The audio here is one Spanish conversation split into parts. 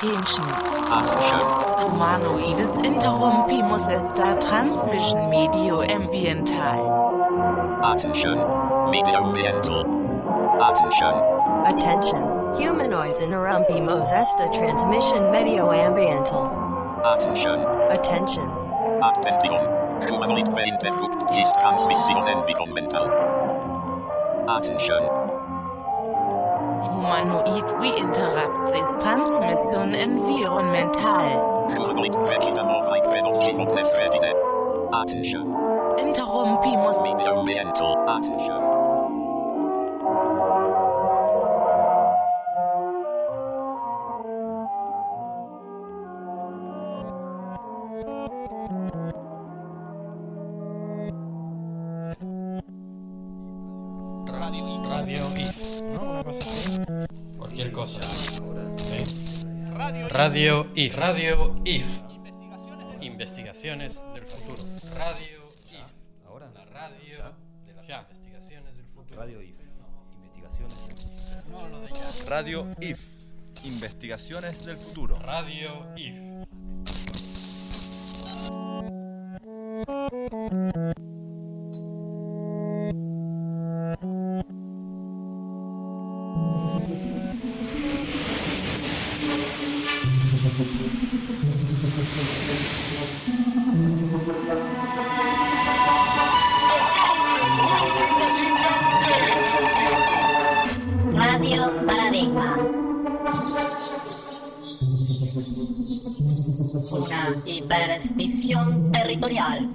Attention. Attention. Humanoides interrumpimos esta transmission medioambiental. Attention. Medioambiental. Attention. Attention. Humanoids interrumpimos esta transmission medioambiental. Attention. Attention. Attention. Humanoid interrupt this transmission environmental. Attention. Humanoid we interrupt this transmission environmental. Humanoid requitamos hypernoxivotness readiness. Attention. Interrumpimos Medioambiental. Attention. Radio IF, ¿no? Una cosa así. Cualquier cosa. ¿Sí? Radio IF. Radio IF. Investigaciones del futuro. Radio IF. Ahora. La radio de las investigaciones del futuro. Radio IF. Investigaciones. No, lo de ya. Radio IF. Investigaciones del futuro. Radio IF. Radio Paradigma. Una hiperstición territorial.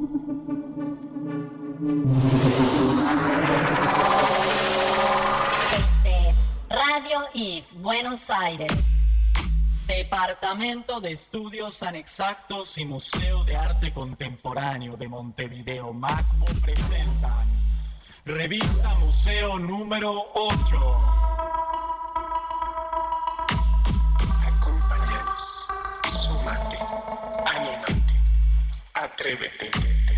Desde Radio IF, Buenos Aires. Departamento de Estudios Anexactos y Museo de Arte Contemporáneo de Montevideo, MACMO, presentan Revista Museo número 8. Acompáñanos, súmate, anímate, atrévete.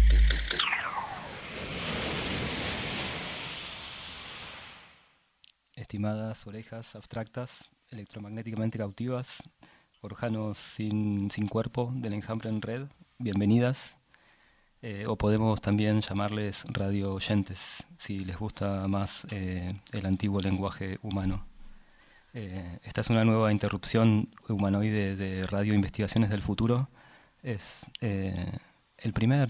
Estimadas orejas abstractas, electromagnéticamente cautivas, orjanos sin cuerpo del enjambre en red, bienvenidas. O podemos también llamarles radio oyentes, si les gusta más el antiguo lenguaje humano. Esta es una nueva interrupción humanoide de Radio Investigaciones del Futuro. Es el primer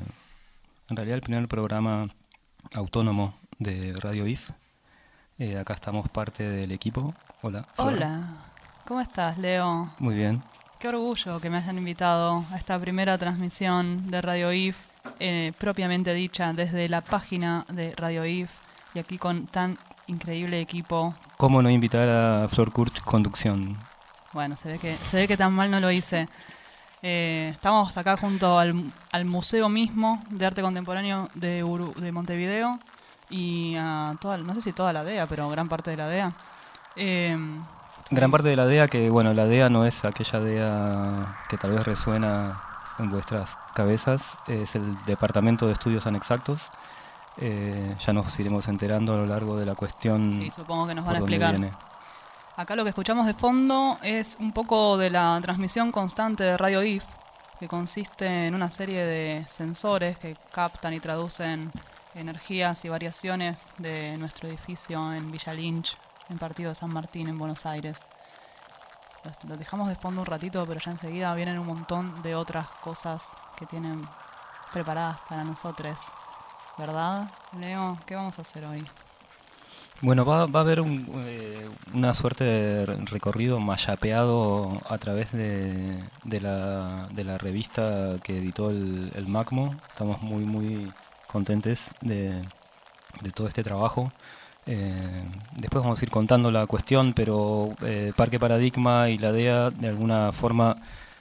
programa autónomo de Radio IF. Acá estamos parte del equipo. Hola. Flor. Hola, ¿cómo estás, Leo? Muy bien. Qué orgullo que me hayan invitado a esta primera transmisión de Radio IF, propiamente dicha desde la página de Radio IF, y aquí con tan increíble equipo. ¿Cómo no invitar a Flor Kurch Conducción? Bueno, se ve que tan mal no lo hice. Estamos acá junto al Museo mismo de Arte Contemporáneo de Montevideo y a toda, no sé si toda la DEA, pero gran parte de la DEA. Gran parte de la DEA, que bueno, la DEA no es aquella DEA que tal vez resuena en vuestras cabezas, es el Departamento de Estudios Anexactos. Ya nos iremos enterando a lo largo de la cuestión. Sí, supongo que nos van a explicar. Acá lo que escuchamos de fondo es un poco de la transmisión constante de Radio IF, que consiste en una serie de sensores que captan y traducen energías y variaciones de nuestro edificio en Villa Lynch, en Partido de San Martín, en Buenos Aires. Lo dejamos de fondo un ratito, pero ya enseguida vienen un montón de otras cosas que tienen preparadas para nosotros. ¿Verdad, Leo? ¿Qué vamos a hacer hoy? Bueno, va a haber una suerte de recorrido mayapeado a través de la revista que editó el MACMO. Estamos muy contentes de todo este trabajo. Después vamos a ir contando la cuestión, pero Parque Paradigma y la DEA de alguna forma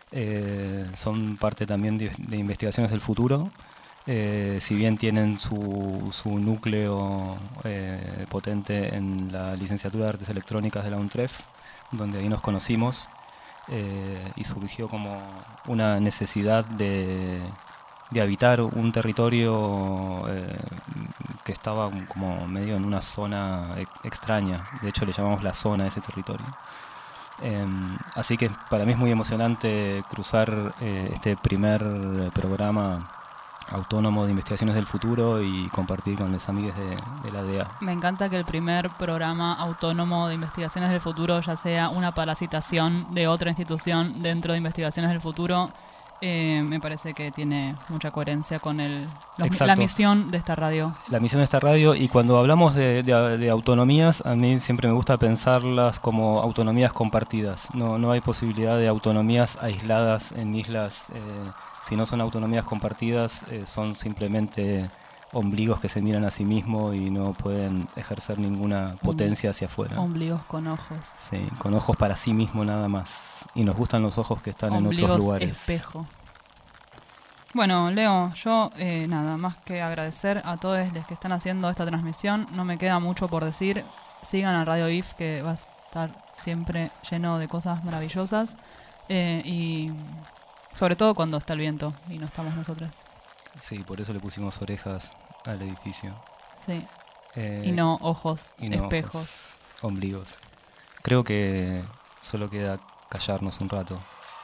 son parte también de Investigaciones del Futuro. Si bien tienen su núcleo potente en la licenciatura de Artes Electrónicas de la UNTREF, donde ahí nos conocimos, y surgió como una necesidad de habitar un territorio que estaba como medio en una zona extraña. De hecho le llamamos la zona a ese territorio. Así que para mí es muy emocionante cruzar este primer programa autónomo de investigaciones del futuro y compartir con los amigos de la DEA. Me encanta que el primer programa autónomo de investigaciones del futuro ya sea una parasitación de otra institución dentro de investigaciones del futuro. Me parece que tiene mucha coherencia con la misión de esta radio. La misión de esta radio, y cuando hablamos de autonomías, a mí siempre me gusta pensarlas como autonomías compartidas. No hay posibilidad de autonomías aisladas en islas. Si no son autonomías compartidas, son simplemente ombligos que se miran a sí mismos y no pueden ejercer ninguna potencia hacia afuera. Ombligos con ojos. Sí, con ojos para sí mismo nada más. Y nos gustan los ojos que están ombligos en otros lugares. Espejo. Bueno, Leo, yo nada más que agradecer a todos los que están haciendo esta transmisión. No me queda mucho por decir. Sigan a Radio IF, que va a estar siempre lleno de cosas maravillosas. Y sobre todo cuando está el viento y no estamos nosotras. Sí, por eso le pusimos orejas al edificio. Sí. Y no ojos, y no espejos. Ojos, ombligos. Creo que solo queda callarnos un rato.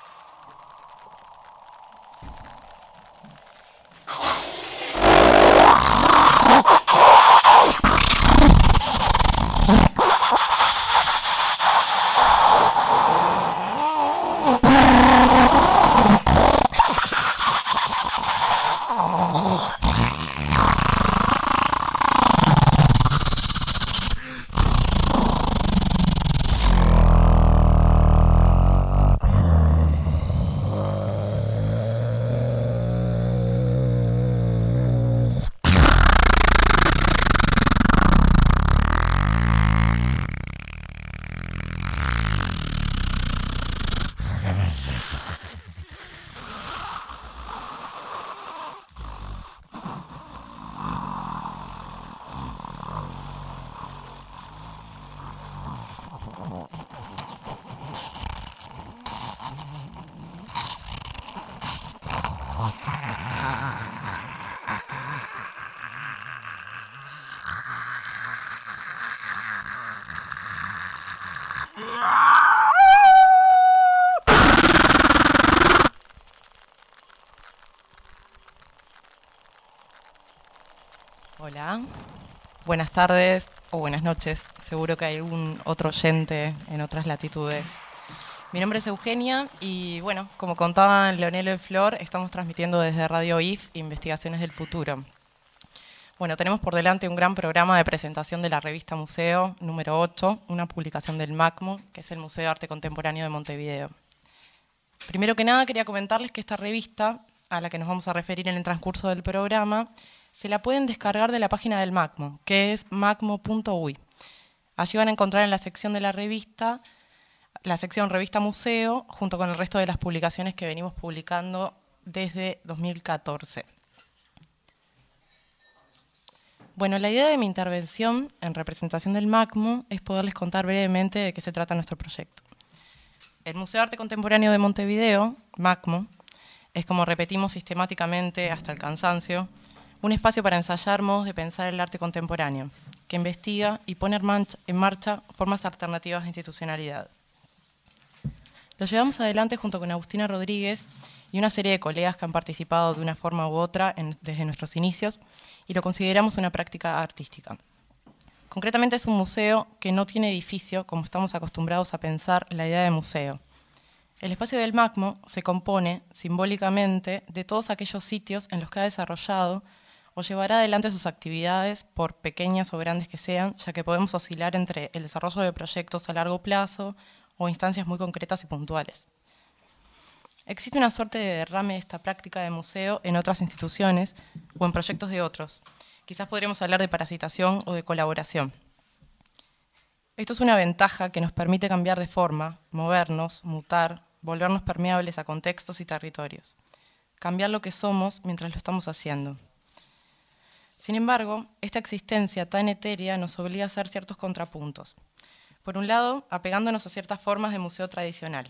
Hola, buenas tardes o buenas noches. Seguro que hay algún otro oyente en otras latitudes. Mi nombre es Eugenia y, bueno, como contaban Leonelo y Flor, estamos transmitiendo desde Radio IF Investigaciones del Futuro. Bueno, tenemos por delante un gran programa de presentación de la revista Museo número 8, una publicación del MACMO, que es el Museo de Arte Contemporáneo de Montevideo. Primero que nada, quería comentarles que esta revista, a la que nos vamos a referir en el transcurso del programa, se la pueden descargar de la página del MACMO, que es macmo.uy. Allí van a encontrar en la sección de la revista, la sección Revista Museo, junto con el resto de las publicaciones que venimos publicando desde 2014. Bueno, la idea de mi intervención en representación del MACMO es poderles contar brevemente de qué se trata nuestro proyecto. El Museo de Arte Contemporáneo de Montevideo, MACMO, es, como repetimos sistemáticamente hasta el cansancio, un espacio para ensayar modos de pensar el arte contemporáneo, que investiga y pone en marcha formas alternativas de institucionalidad. Lo llevamos adelante junto con Agustina Rodríguez y una serie de colegas que han participado de una forma u otra desde nuestros inicios, y lo consideramos una práctica artística. Concretamente es un museo que no tiene edificio, como estamos acostumbrados a pensar la idea de museo. El espacio del MACMO se compone simbólicamente de todos aquellos sitios en los que ha desarrollado o llevará adelante sus actividades, por pequeñas o grandes que sean, ya que podemos oscilar entre el desarrollo de proyectos a largo plazo o instancias muy concretas y puntuales. Existe una suerte de derrame de esta práctica de museo en otras instituciones o en proyectos de otros. Quizás podríamos hablar de parasitación o de colaboración. Esto es una ventaja que nos permite cambiar de forma, movernos, mutar, volvernos permeables a contextos y territorios. Cambiar lo que somos mientras lo estamos haciendo. Sin embargo, esta existencia tan etérea nos obliga a hacer ciertos contrapuntos. Por un lado, apegándonos a ciertas formas de museo tradicional.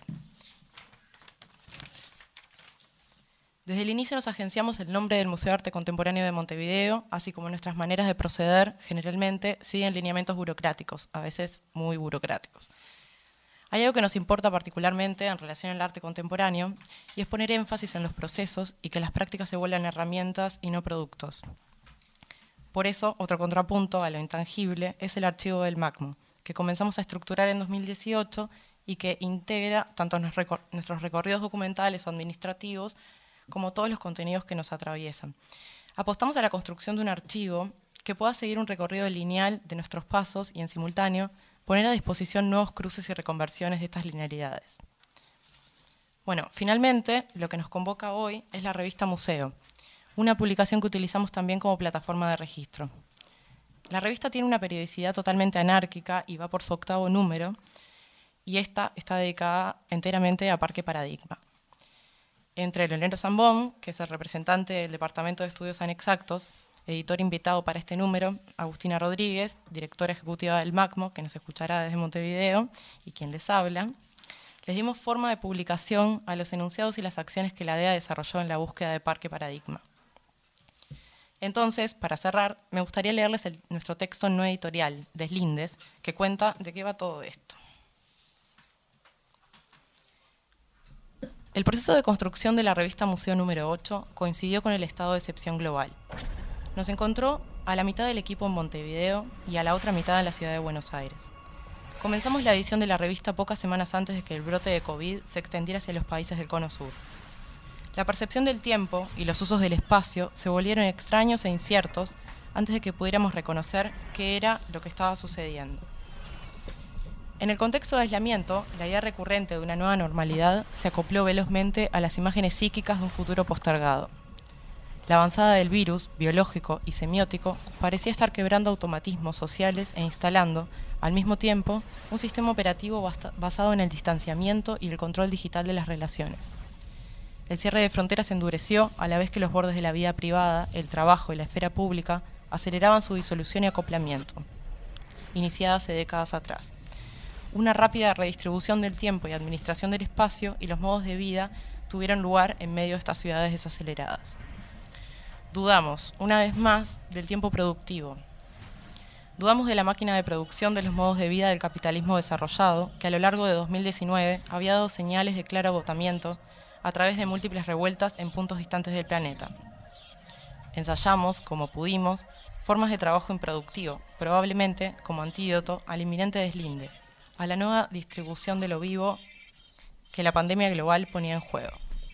Desde el inicio nos agenciamos el nombre del Museo de Arte Contemporáneo de Montevideo, así como nuestras maneras de proceder generalmente siguen lineamientos burocráticos, a veces muy burocráticos. Hay algo que nos importa particularmente en relación al arte contemporáneo y es poner énfasis en los procesos y que las prácticas se vuelvan herramientas y no productos. Por eso, otro contrapunto a lo intangible es el archivo del MACMO, que comenzamos a estructurar en 2018 y que integra tanto nuestros recorridos documentales o administrativos como todos los contenidos que nos atraviesan. Apostamos a la construcción de un archivo que pueda seguir un recorrido lineal de nuestros pasos y, en simultáneo, poner a disposición nuevos cruces y reconversiones de estas linealidades. Bueno, finalmente, lo que nos convoca hoy es la revista Museo, una publicación que utilizamos también como plataforma de registro. La revista tiene una periodicidad totalmente anárquica y va por su 8º número, y esta está dedicada enteramente a Parque Paradigma. Entre Leonardo Zambón, que es el representante del Departamento de Estudios Anexactos, editor invitado para este número, Agustina Rodríguez, directora ejecutiva del MACMO, que nos escuchará desde Montevideo, y quien les habla, les dimos forma de publicación a los enunciados y las acciones que la DEA desarrolló en la búsqueda de Parque Paradigma. Entonces, para cerrar, me gustaría leerles nuestro texto no editorial, Deslindes, que cuenta de qué va todo esto. El proceso de construcción de la revista Museo número 8 coincidió con el estado de excepción global. Nos encontró a la mitad del equipo en Montevideo y a la otra mitad en la ciudad de Buenos Aires. Comenzamos la edición de la revista pocas semanas antes de que el brote de COVID se extendiera hacia los países del Cono Sur. La percepción del tiempo y los usos del espacio se volvieron extraños e inciertos antes de que pudiéramos reconocer qué era lo que estaba sucediendo. En el contexto de aislamiento, la idea recurrente de una nueva normalidad se acopló velozmente a las imágenes psíquicas de un futuro postergado. La avanzada del virus, biológico y semiótico, parecía estar quebrando automatismos sociales e instalando, al mismo tiempo, un sistema operativo basado en el distanciamiento y el control digital de las relaciones. El cierre de fronteras endureció, a la vez que los bordes de la vida privada, el trabajo y la esfera pública aceleraban su disolución y acoplamiento, iniciada hace décadas atrás. Una rápida redistribución del tiempo y administración del espacio y los modos de vida tuvieron lugar en medio de estas ciudades desaceleradas. Dudamos, una vez más, del tiempo productivo. Dudamos de la máquina de producción de los modos de vida del capitalismo desarrollado, que a lo largo de 2019 había dado señales de claro agotamiento a través de múltiples revueltas en puntos distantes del planeta. Ensayamos, como pudimos, formas de trabajo improductivo, probablemente como antídoto al inminente deslinde, a la nueva distribución de lo vivo que la pandemia global ponía en juego.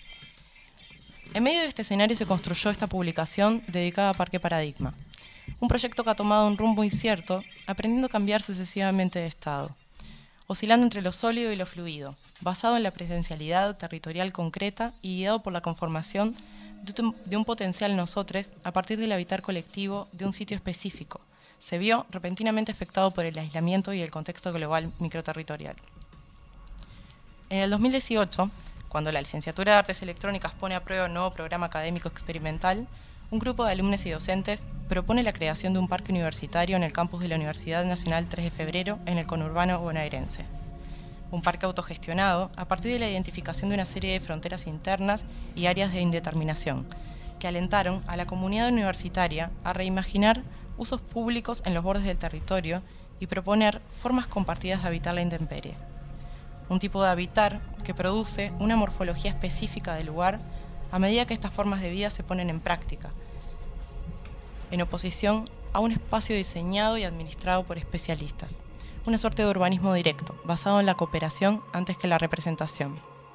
En medio de este escenario se construyó esta publicación dedicada a Parque Paradigma, un proyecto que ha tomado un rumbo incierto, aprendiendo a cambiar sucesivamente de estado, oscilando entre lo sólido y lo fluido, basado en la presencialidad territorial concreta y guiado por la conformación de un potencial nosotros a partir del habitar colectivo de un sitio específico. Se vio repentinamente afectado por el aislamiento y el contexto global microterritorial. En el 2018, cuando la Licenciatura de Artes Electrónicas pone a prueba un nuevo programa académico experimental, un grupo de alumnos y docentes propone la creación de un parque universitario en el campus de la Universidad Nacional 3 de Febrero, en el conurbano bonaerense. Un parque autogestionado a partir de la identificación de una serie de fronteras internas y áreas de indeterminación, que alentaron a la comunidad universitaria a reimaginar usos públicos en los bordes del territorio y proponer formas compartidas de habitar la intemperie. Un tipo de habitar que produce una morfología específica del lugar a medida que estas formas de vida se ponen en práctica, en oposición a un espacio diseñado y administrado por especialistas. Una suerte de urbanismo directo, basado en la cooperación antes que la representación.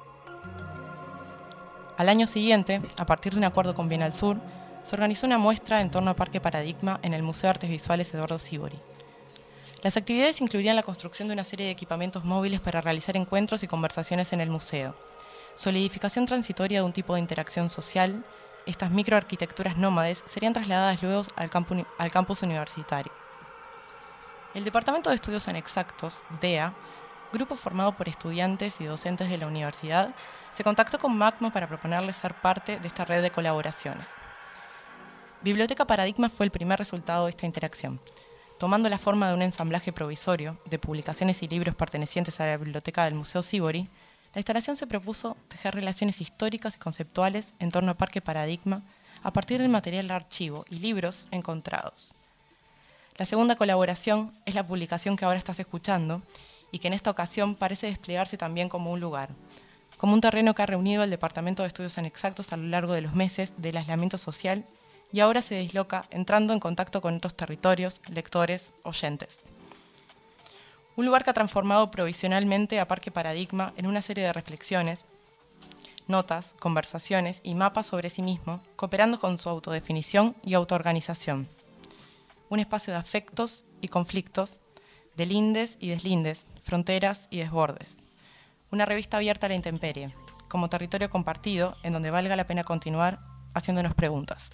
Al año siguiente, a partir de un acuerdo con Bienal Sur, se organizó una muestra en torno a Parque Paradigma en el Museo de Artes Visuales Eduardo Sívori. Las actividades incluirían la construcción de una serie de equipamientos móviles para realizar encuentros y conversaciones en el museo, solidificación transitoria de un tipo de interacción social. Estas microarquitecturas nómades serían trasladadas luego al campus universitario. El Departamento de Estudios Anexactos, DEA, grupo formado por estudiantes y docentes de la universidad, se contactó con MACMO para proponerles ser parte de esta red de colaboraciones. Biblioteca Paradigma fue el primer resultado de esta interacción. Tomando la forma de un ensamblaje provisorio de publicaciones y libros pertenecientes a la biblioteca del Museo Sívori, la instalación se propuso tejer relaciones históricas y conceptuales en torno a Parque Paradigma a partir del material de archivo y libros encontrados. La segunda colaboración es la publicación que ahora estás escuchando y que en esta ocasión parece desplegarse también como un lugar, como un terreno que ha reunido el Departamento de Estudios Inexactos a lo largo de los meses del aislamiento social y ahora se disloca entrando en contacto con otros territorios, lectores, oyentes. Un lugar que ha transformado provisionalmente a Parque Paradigma en una serie de reflexiones, notas, conversaciones y mapas sobre sí mismo, cooperando con su autodefinición y autoorganización. Un espacio de afectos y conflictos, de lindes y deslindes, fronteras y desbordes. Una revista abierta a la intemperie, como territorio compartido en donde valga la pena continuar haciéndonos preguntas.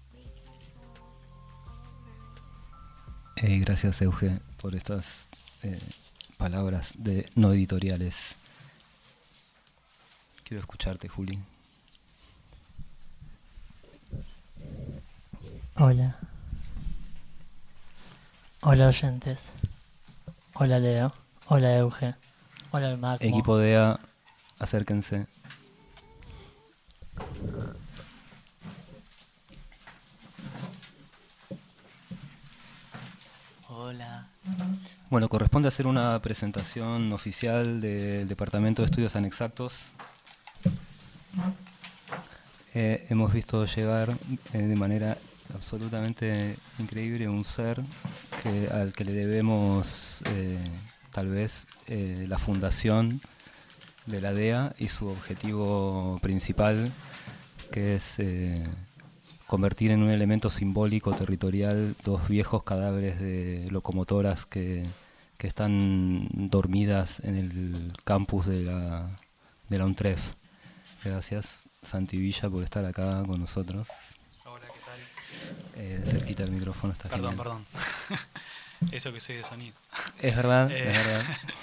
Gracias, Euge, por estas palabras no editoriales. Quiero escucharte, Juli. Hola. Hola, oyentes. Hola, Leo. Hola, Euge. Hola, el Macmo. Equipo de EA, acérquense. Hola. Bueno, corresponde hacer una presentación oficial del Departamento de Estudios Inexactos. Hemos visto llegar de manera absolutamente increíble un ser al que le debemos tal vez la fundación de la DEA y su objetivo principal, que es convertir en un elemento simbólico territorial dos viejos cadáveres de locomotoras que están dormidas en el campus de la UNTREF. Gracias, Santi Villa, por estar acá con nosotros. Hola, ¿qué tal? Cerquita del micrófono está genial. Perdón. Eso que soy de sonido. Es verdad, es verdad.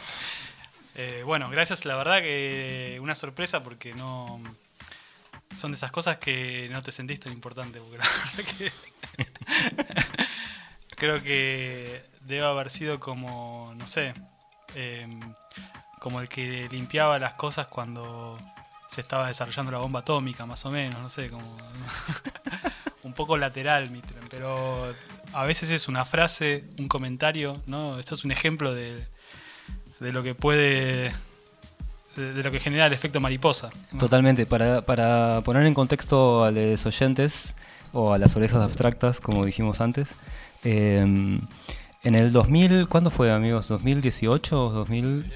Bueno, gracias. La verdad que una sorpresa porque no... Son de esas cosas que no te sentís tan importante. Porque la verdad que... creo que debe haber sido como, no sé, como el que limpiaba las cosas cuando se estaba desarrollando la bomba atómica, más o menos, no sé, como un poco lateral, pero a veces es una frase, un comentario, ¿no? Esto es un ejemplo de lo que puede, de lo que genera el efecto mariposa, ¿no? Totalmente, para poner en contexto a los oyentes o a las orejas abstractas, como dijimos antes, en el 2000, ¿cuándo fue, amigos? ¿2018 o 2000?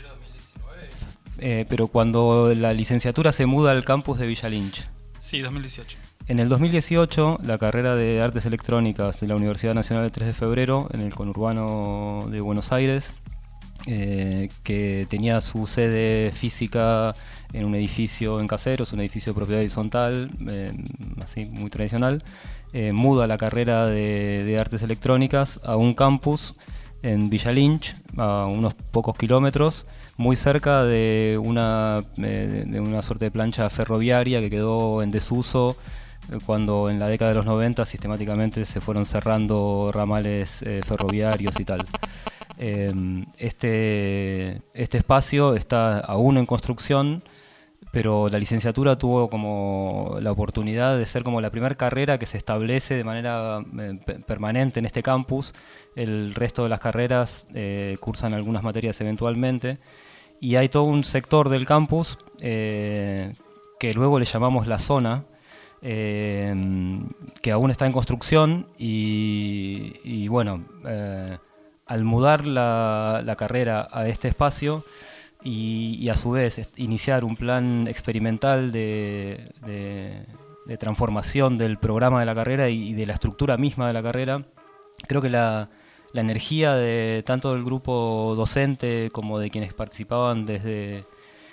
Pero cuando la licenciatura se muda al campus de Villa Lynch. Sí, 2018. En el 2018, la carrera de Artes Electrónicas de la Universidad Nacional del 3 de Febrero, en el conurbano de Buenos Aires, que tenía su sede física en un edificio en Caseros, un edificio de propiedad horizontal, así muy tradicional, muda la carrera de Artes Electrónicas a un campus en Villa Lynch, a unos pocos kilómetros, muy cerca de una suerte de plancha ferroviaria que quedó en desuso cuando en la década de los 90 sistemáticamente se fueron cerrando ramales ferroviarios y tal. Este espacio está aún en construcción, pero la licenciatura tuvo como la oportunidad de ser como la primera carrera que se establece de manera permanente en este campus. El resto de las carreras cursan algunas materias eventualmente, y hay todo un sector del campus que luego le llamamos la zona, que aún está en construcción y bueno, al mudar la carrera a este espacio y a su vez iniciar un plan experimental de transformación del programa de la carrera y de la estructura misma de la carrera, creo que la energía de tanto del grupo docente como de quienes participaban desde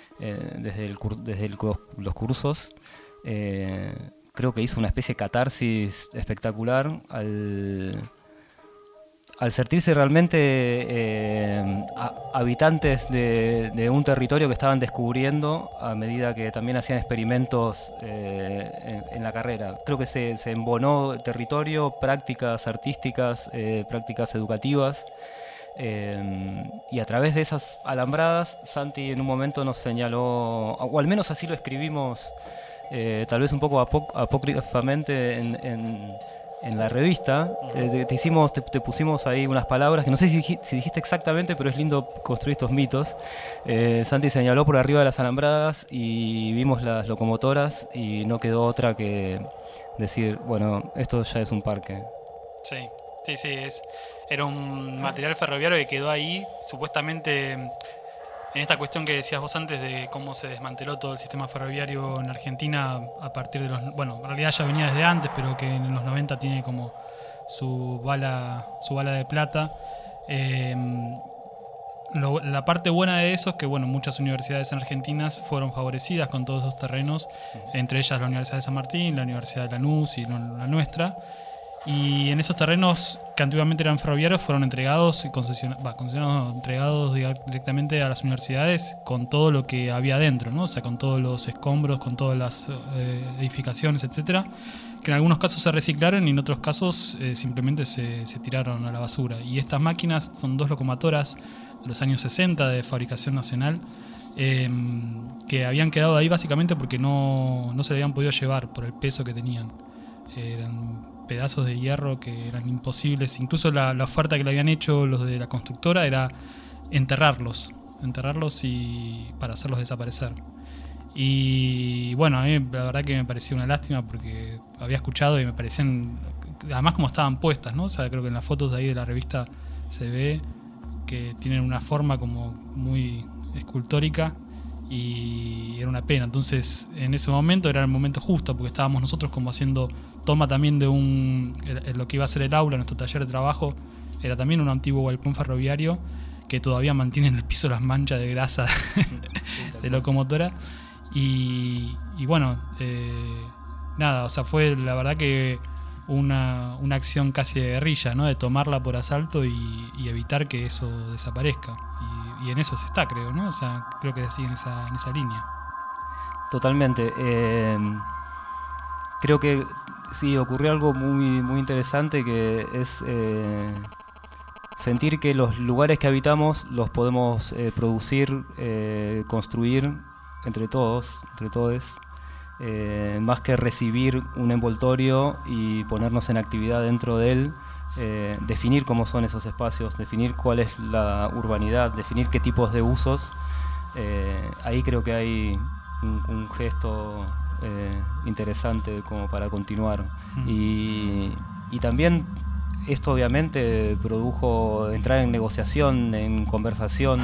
los cursos, creo que hizo una especie de catarsis espectacular al sentirse realmente habitantes de un territorio que estaban descubriendo a medida que también hacían experimentos en la carrera. Creo que se embonó territorio, prácticas artísticas, prácticas educativas, y a través de esas alambradas Santi en un momento nos señaló, o al menos así lo escribimos, tal vez un poco apócrifamente En la revista te pusimos ahí unas palabras que no sé si dijiste exactamente, pero es lindo construir estos mitos. Santi señaló por arriba de las alambradas y vimos las locomotoras y no quedó otra que decir, bueno, esto ya es un parque. Sí, era un material ferroviario que quedó ahí, supuestamente en esta cuestión que decías vos antes de cómo se desmanteló todo el sistema ferroviario en Argentina a partir de los... Bueno, en realidad ya venía desde antes, pero que en los 90 tiene como su bala de plata. La parte buena de eso es que bueno, muchas universidades argentinas fueron favorecidas con todos esos terrenos, entre ellas la Universidad de San Martín, la Universidad de Lanús y la nuestra. Y en esos terrenos que antiguamente eran ferroviarios fueron entregados y entregados directamente a las universidades con todo lo que había adentro, ¿no? O sea, con todos los escombros, con todas las edificaciones, etcétera, que en algunos casos se reciclaron y en otros casos simplemente se tiraron a la basura. Y estas máquinas son 2 locomotoras de los años 60 de fabricación nacional, que habían quedado ahí básicamente porque no se le habían podido llevar por el peso que tenían. Eran pedazos de hierro que eran imposibles. Incluso la oferta que le habían hecho los de la constructora era enterrarlos y para hacerlos desaparecer. Y bueno, a mí la verdad que me parecía una lástima porque había escuchado y me parecían, además como estaban puestas, ¿no? O sea, creo que en las fotos de ahí de la revista se ve que tienen una forma como muy escultórica y era una pena. Entonces en ese momento era el momento justo porque estábamos nosotros como haciendo toma también de lo que iba a ser el aula, nuestro taller de trabajo era también un antiguo galpón ferroviario que todavía mantiene en el piso las manchas de grasa de locomotora y bueno, nada, o sea, fue la verdad que una acción casi de guerrilla, ¿no? De tomarla por asalto y evitar que eso desaparezca. Y en eso se está, creo, ¿no? O sea, creo que sigue en esa línea. Totalmente. Creo que sí, ocurrió algo muy, muy interesante que es sentir que los lugares que habitamos los podemos producir, construir entre todos, más que recibir un envoltorio y ponernos en actividad dentro de él. Definir cómo son esos espacios, definir cuál es la urbanidad, definir qué tipos de usos. Ahí creo que hay un gesto interesante como para continuar. Y también esto obviamente produjo entrar en negociación, en conversación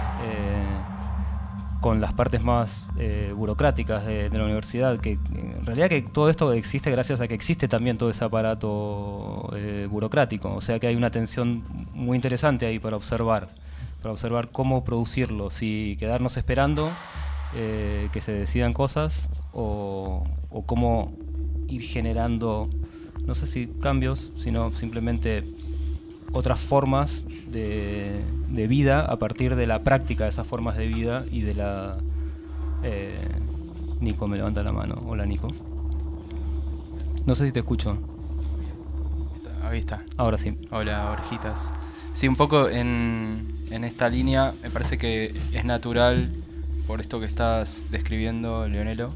con las partes más burocráticas de la universidad, que en realidad que todo esto existe gracias a que existe también todo ese aparato burocrático, o sea que hay una tensión muy interesante ahí para observar cómo producirlo, si quedarnos esperando que se decidan cosas o cómo ir generando, no sé si cambios, sino simplemente otras formas de vida a partir de la práctica de esas formas de vida y de la... Nico me levanta la mano. Hola, Nico. No sé si te escucho. Ahí está. Ahora sí. Hola, orejitas. Sí, un poco en esta línea me parece que es natural, por esto que estás describiendo, Leonelo,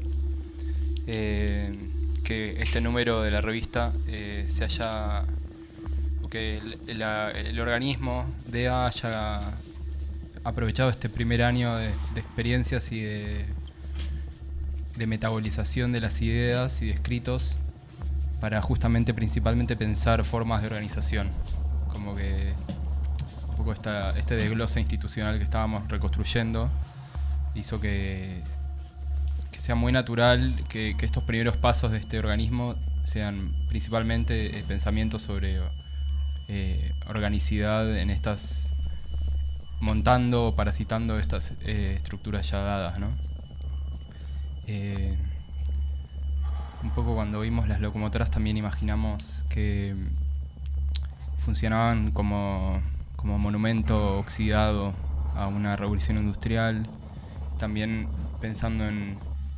que este número de la revista se haya... que el organismo DEA haya aprovechado este primer año de experiencias y de metabolización de las ideas y de escritos para justamente principalmente pensar formas de organización, como que un poco este desglose institucional que estábamos reconstruyendo hizo que sea muy natural que estos primeros pasos de este organismo sean principalmente pensamientos sobre organicidad en estas, montando o parasitando estas estructuras ya dadas, ¿no? Un poco cuando vimos las locomotoras también imaginamos que funcionaban como monumento oxidado a una revolución industrial, también pensando en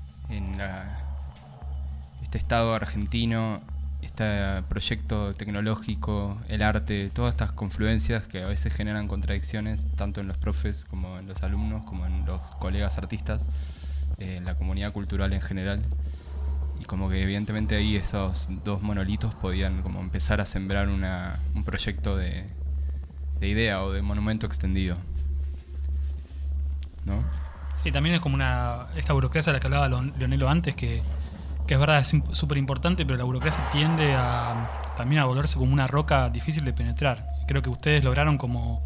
este estado argentino, este proyecto tecnológico, el arte, todas estas confluencias que a veces generan contradicciones tanto en los profes como en los alumnos, como en los colegas artistas, en la comunidad cultural en general. y como que evidentemente ahí esos dos monolitos podían como empezar a sembrar un proyecto de idea o de monumento extendido, ¿no? Sí, también es como esta burocracia de la que hablaba Leonelo antes, que es verdad, es súper importante, pero la burocracia tiende también a volverse como una roca difícil de penetrar. Creo que ustedes lograron como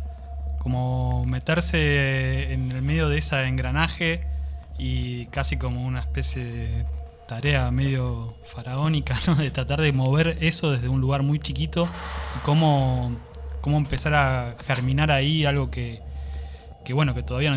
meterse en el medio de ese engranaje y casi como una especie de tarea medio faraónica, ¿no? De tratar de mover eso desde un lugar muy chiquito y cómo empezar a germinar ahí algo que bueno, que todavía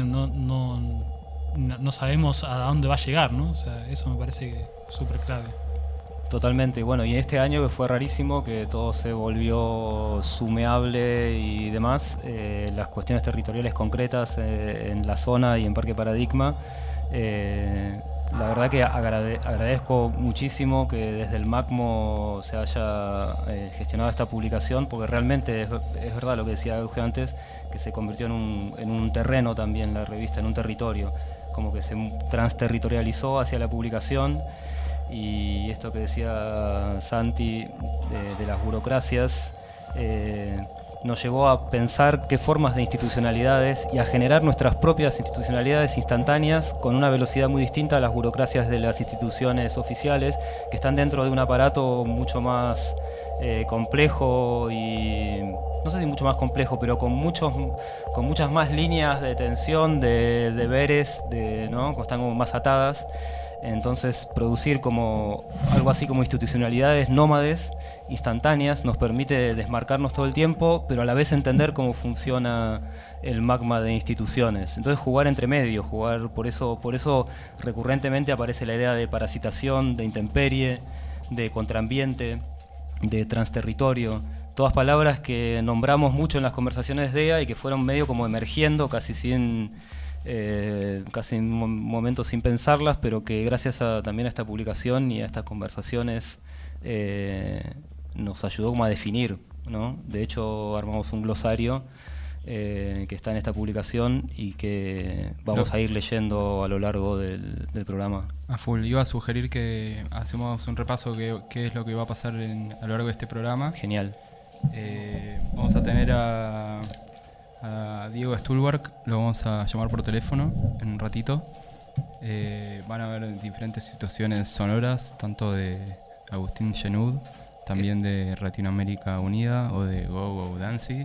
no sabemos a dónde va a llegar, ¿no? O sea, eso me parece súper clave. Totalmente, bueno, y este año que fue rarísimo, que todo se volvió sumeable y demás, las cuestiones territoriales concretas en la zona y en Parque Paradigma, la verdad que agradezco muchísimo que desde el MACMO se haya gestionado esta publicación, porque realmente es verdad lo que decía Euge antes, que se convirtió en un terreno también la revista, en un territorio, como que se transterritorializó hacia la publicación. Y esto que decía Santi de las burocracias nos llevó a pensar qué formas de institucionalidades y a generar nuestras propias institucionalidades instantáneas con una velocidad muy distinta a las burocracias de las instituciones oficiales, que están dentro de un aparato mucho más complejo y no sé si mucho más complejo, pero con muchas más líneas de tensión, de deberes, ¿no? Que están como más atadas. Entonces producir como algo así como institucionalidades nómades, instantáneas, nos permite desmarcarnos todo el tiempo, pero a la vez entender cómo funciona el magma de instituciones. Entonces jugar entre medio, por eso recurrentemente aparece la idea de parasitación, de intemperie, de contraambiente, de transterritorio, todas palabras que nombramos mucho en las conversaciones de EA y que fueron medio como emergiendo casi en momentos sin pensarlas, pero que gracias también a esta publicación y a estas conversaciones nos ayudó como a definir, ¿no? De hecho armamos un glosario que está en esta publicación y que vamos a ir leyendo a lo largo del programa. A full, iba a sugerir que hacemos un repaso qué es lo que va a pasar a lo largo de este programa. Genial. Vamos a tener a Diego Stulberg, lo vamos a llamar por teléfono en un ratito. Van a haber diferentes situaciones sonoras, tanto de Agustín Genud, también de Latinoamérica Unida o de Go Go Dancy.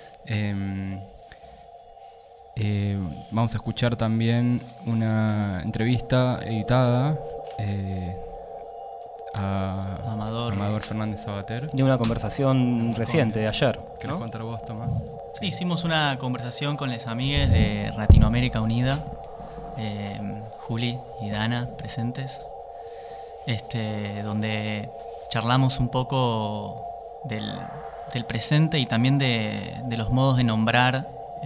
Vamos a escuchar también una entrevista editada a Amador Fernández Sabater. De una conversación reciente, de ayer. ¿Querés contar vos, Tomás? Sí, hicimos una conversación con las amigues de Latinoamérica Unida, Juli y Dana presentes, donde charlamos un poco del presente y también de los modos de nombrar,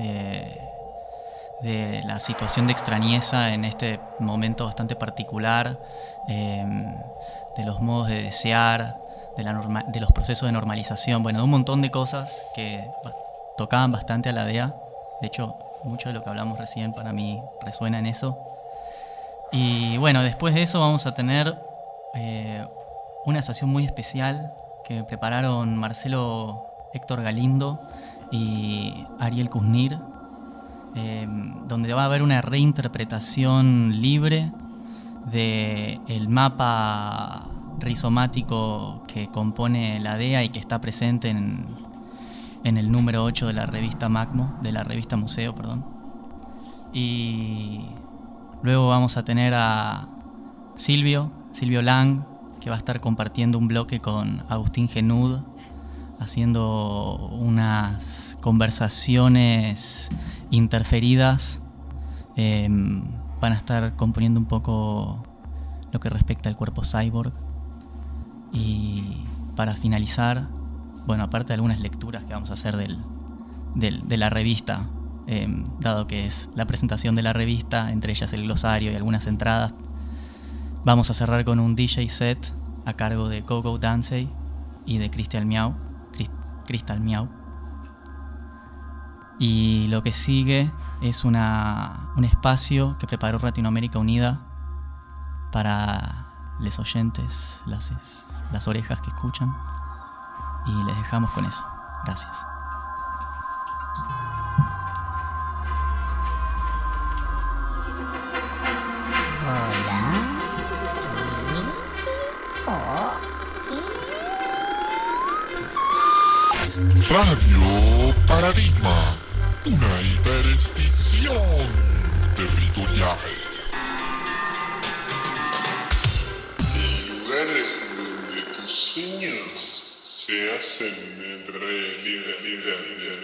de la situación de extrañeza en este momento bastante particular, de los modos de desear, de los procesos de normalización, bueno, de un montón de cosas que tocaban bastante a la DEA. De hecho, mucho de lo que hablamos recién para mí resuena en eso. Y bueno, después de eso vamos a tener una asociación muy especial que prepararon Marcelo Héctor Galindo y Ariel Kuznir, donde va a haber una reinterpretación libre del mapa rizomático que compone la DEA y que está presente en el número 8 de la revista MACMO, de la revista Museo, perdón. Y luego vamos a tener a Silvio Lang, que va a estar compartiendo un bloque con Agustín Genud, haciendo unas conversaciones interferidas. Van a estar componiendo un poco lo que respecta al cuerpo cyborg. Y para finalizar, bueno, aparte de algunas lecturas que vamos a hacer de la revista, dado que es la presentación de la revista, entre ellas el glosario y algunas entradas, vamos a cerrar con un DJ set a cargo de Go Go Dancy y de Crystal Miau. Y lo que sigue es un espacio que preparó Latinoamérica Unida para les oyentes, las orejas que escuchan. Y les dejamos con eso. Gracias. Radio Paradigma, una hiperestición territorial. El lugar donde tus sueños se hacen realidad.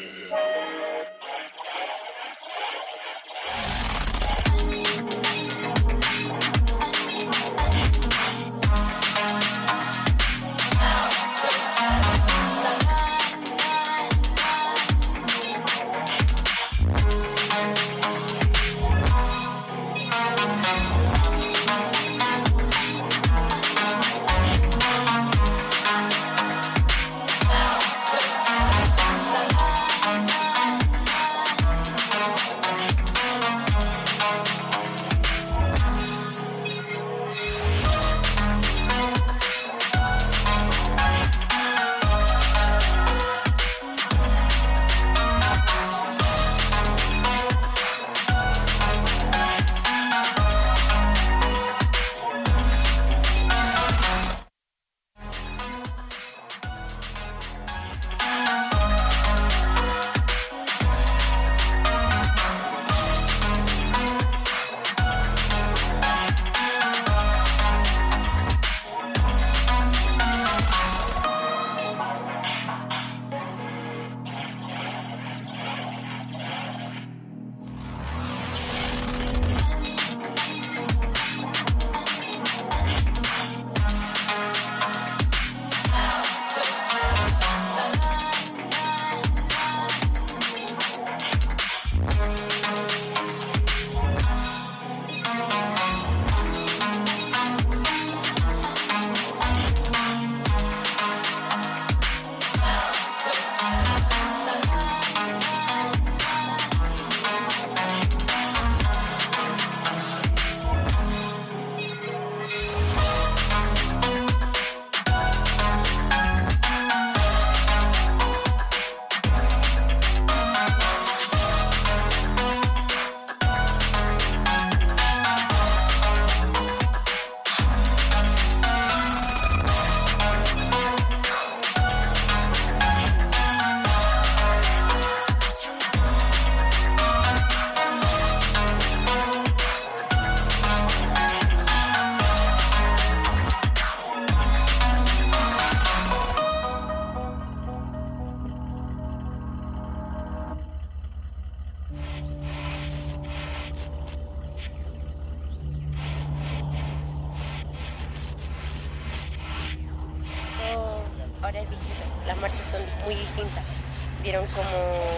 ahora es distinto. Las marchas son muy distintas. Dieron como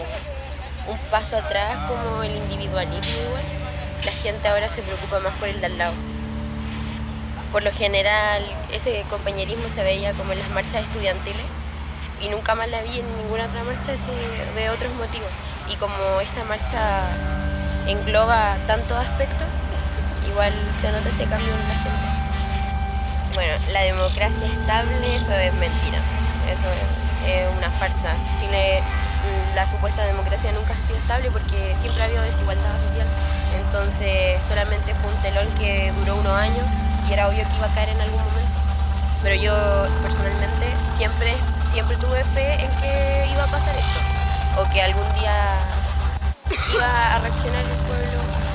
un paso atrás, como el individualismo igual. La gente ahora se preocupa más por el de al lado. Por lo general, ese compañerismo se veía como en las marchas estudiantiles y nunca más la vi en ninguna otra marcha de otros motivos. Y como esta marcha engloba tantos aspectos, igual se nota ese cambio en la gente. Bueno, la democracia estable, eso es mentira. Eso es una farsa. Chile, la supuesta democracia nunca ha sido estable porque siempre ha habido desigualdad social. Entonces solamente fue un telón que duró unos años y era obvio que iba a caer en algún momento. Pero yo personalmente siempre tuve fe en que iba a pasar esto. O que algún día iba a reaccionar el pueblo.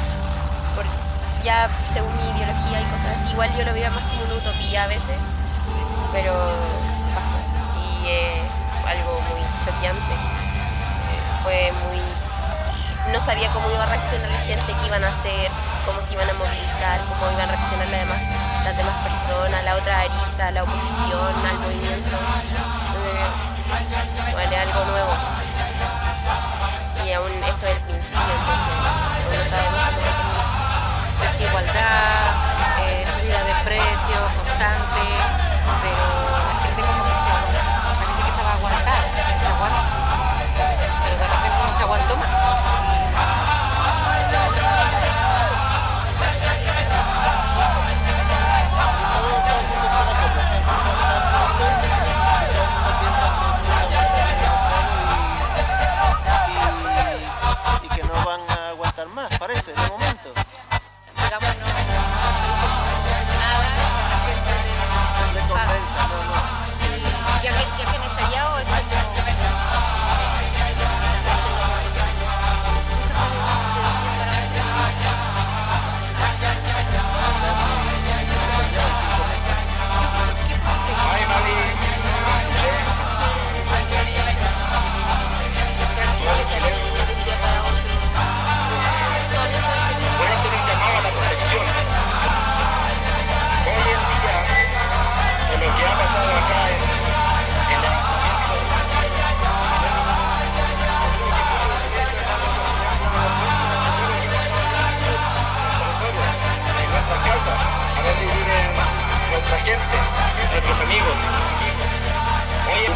Ya según mi ideología y cosas así. Igual yo lo veía más como una utopía a veces. Pero pasó. Y algo muy choqueante. Fue muy... No sabía cómo iba a reaccionar la gente, qué iban a hacer, cómo se iban a movilizar, cómo iban a reaccionar las demás personas, la otra arista, la oposición, al movimiento. Bueno, es algo nuevo. Y aún esto es el principio, entonces no sabemos cómo va a terminar. Desigualdad, subida de precios constante, pero la gente como que parece que estaba aguantada, se aguanta, pero de repente no se aguantó más.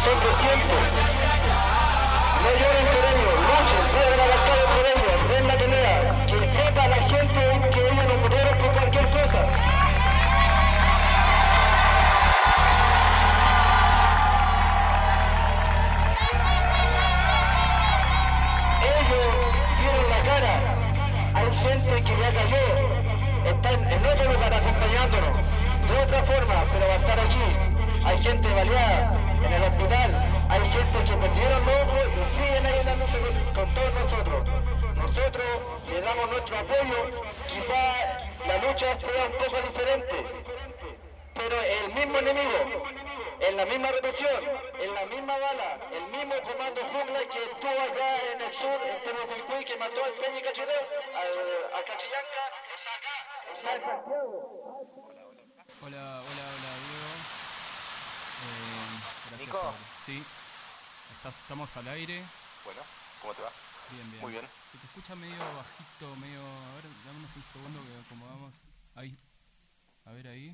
son recientes. No lloren por ellos, luchen, salgan a las calles por ellos, den la pelea. Que sepa la gente que ellos no murieron por cualquier cosa. Hay gente que ya cayó, está en otro lugar acompañándonos, de otra forma, pero va a estar allí. Hay gente baleada en el hospital, hay gente que perdieron los ojos y siguen ayudándose con todos nosotros. Nosotros le damos nuestro apoyo, quizá la lucha sea un poco diferente, pero el mismo enemigo, en la misma represión, en la misma bala, el mismo comando jungla que estuvo allá en el sur, en Temucuicui, que mató al Peña Cachileo, a Cachillanca, está acá, está en Santiago. Hola, Diego. Gracias. Nico. Sí, estamos al aire. Bueno, ¿cómo te va? Bien. Muy bien. Se te escucha medio bajito, medio... A ver, dámonos un segundo que acomodamos. Ahí. A ver ahí.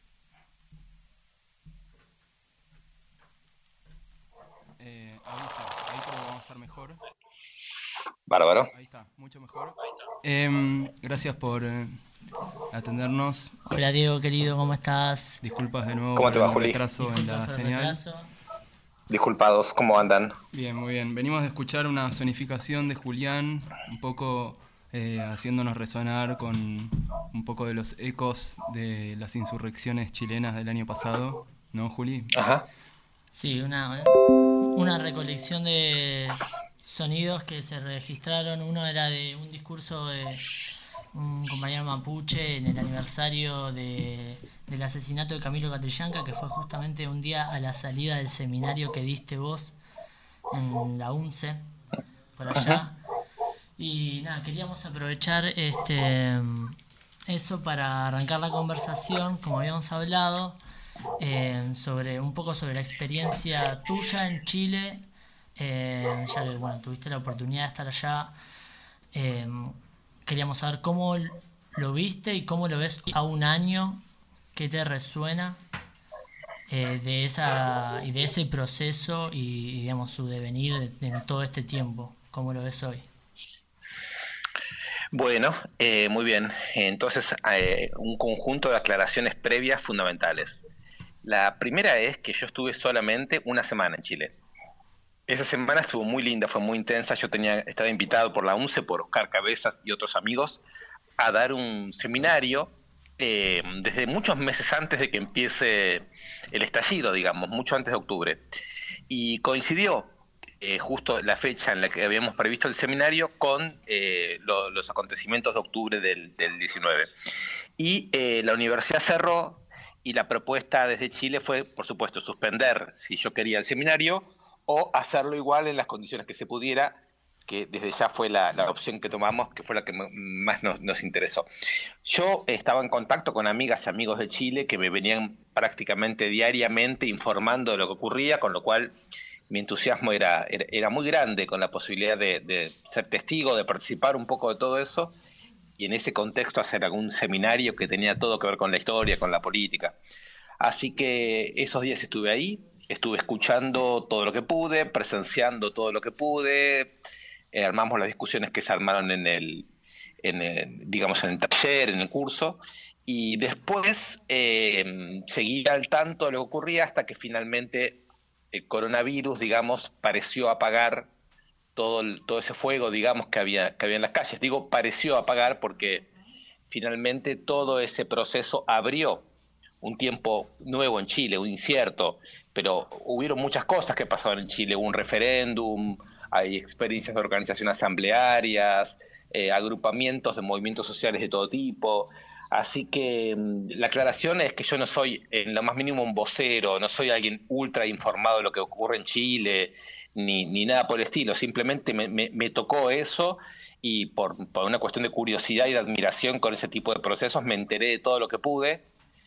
Ahí creo que vamos a estar mejor. Bárbaro. Ahí está, mucho mejor. Gracias por atendernos. Hola Diego, querido, ¿cómo estás? Disculpas de nuevo ¿Cómo te va, por el Juli? retraso en la señal. Disculpados, ¿cómo andan? Bien, muy bien. Venimos de escuchar una sonificación de Julián, un poco haciéndonos resonar con un poco de los ecos de las insurrecciones chilenas del año pasado, ¿no, Juli? Ajá. Sí, una recolección de sonidos que se registraron. Uno era de un discurso de un compañero mapuche en el aniversario del asesinato de Camilo Catrillanca, que fue justamente un día a la salida del seminario que diste vos en la UNCE, por allá. Y nada, queríamos aprovechar eso para arrancar la conversación, como habíamos hablado, un poco sobre la experiencia tuya en Chile, ya que bueno, tuviste la oportunidad de estar allá. Queríamos saber cómo lo viste y cómo lo ves a un año, qué te resuena de ese proceso y digamos su devenir en todo este tiempo, cómo lo ves hoy. Bueno, muy bien. Entonces, un conjunto de aclaraciones previas fundamentales. La primera es que yo estuve solamente una semana en Chile. Esa semana estuvo muy linda, fue muy intensa. Yo estaba invitado por la UNCE, por Oscar Cabezas y otros amigos, a dar un seminario desde muchos meses antes de que empiece el estallido, digamos, mucho antes de octubre. Y coincidió justo la fecha en la que habíamos previsto el seminario con los acontecimientos de octubre del 19. Y la universidad cerró y la propuesta desde Chile fue, por supuesto, suspender si yo quería el seminario o hacerlo igual en las condiciones que se pudiera, que desde ya fue la opción que tomamos, que fue la que más nos interesó. Yo estaba en contacto con amigas y amigos de Chile que me venían prácticamente diariamente informando de lo que ocurría, con lo cual mi entusiasmo era muy grande con la posibilidad de ser testigo, de participar un poco de todo eso, y en ese contexto hacer algún seminario que tenía todo que ver con la historia, con la política. Así que esos días estuve ahí, estuve escuchando todo lo que pude, presenciando todo lo que pude, armamos las discusiones que se armaron en el taller, en el curso, y después seguí al tanto de lo que ocurría hasta que finalmente el coronavirus, digamos, pareció apagar todo ese fuego, digamos, que había en las calles. Digo, pareció apagar porque finalmente todo ese proceso abrió un tiempo nuevo en Chile, un incierto, pero hubieron muchas cosas que pasaron en Chile. Hubo un referéndum, hay experiencias de organización asamblearias, agrupamientos de movimientos sociales de todo tipo. Así que la aclaración es que yo no soy en lo más mínimo un vocero, no soy alguien ultra informado de lo que ocurre en Chile, ni nada por el estilo. Simplemente me tocó eso y por una cuestión de curiosidad y de admiración con ese tipo de procesos me enteré de todo lo que pude.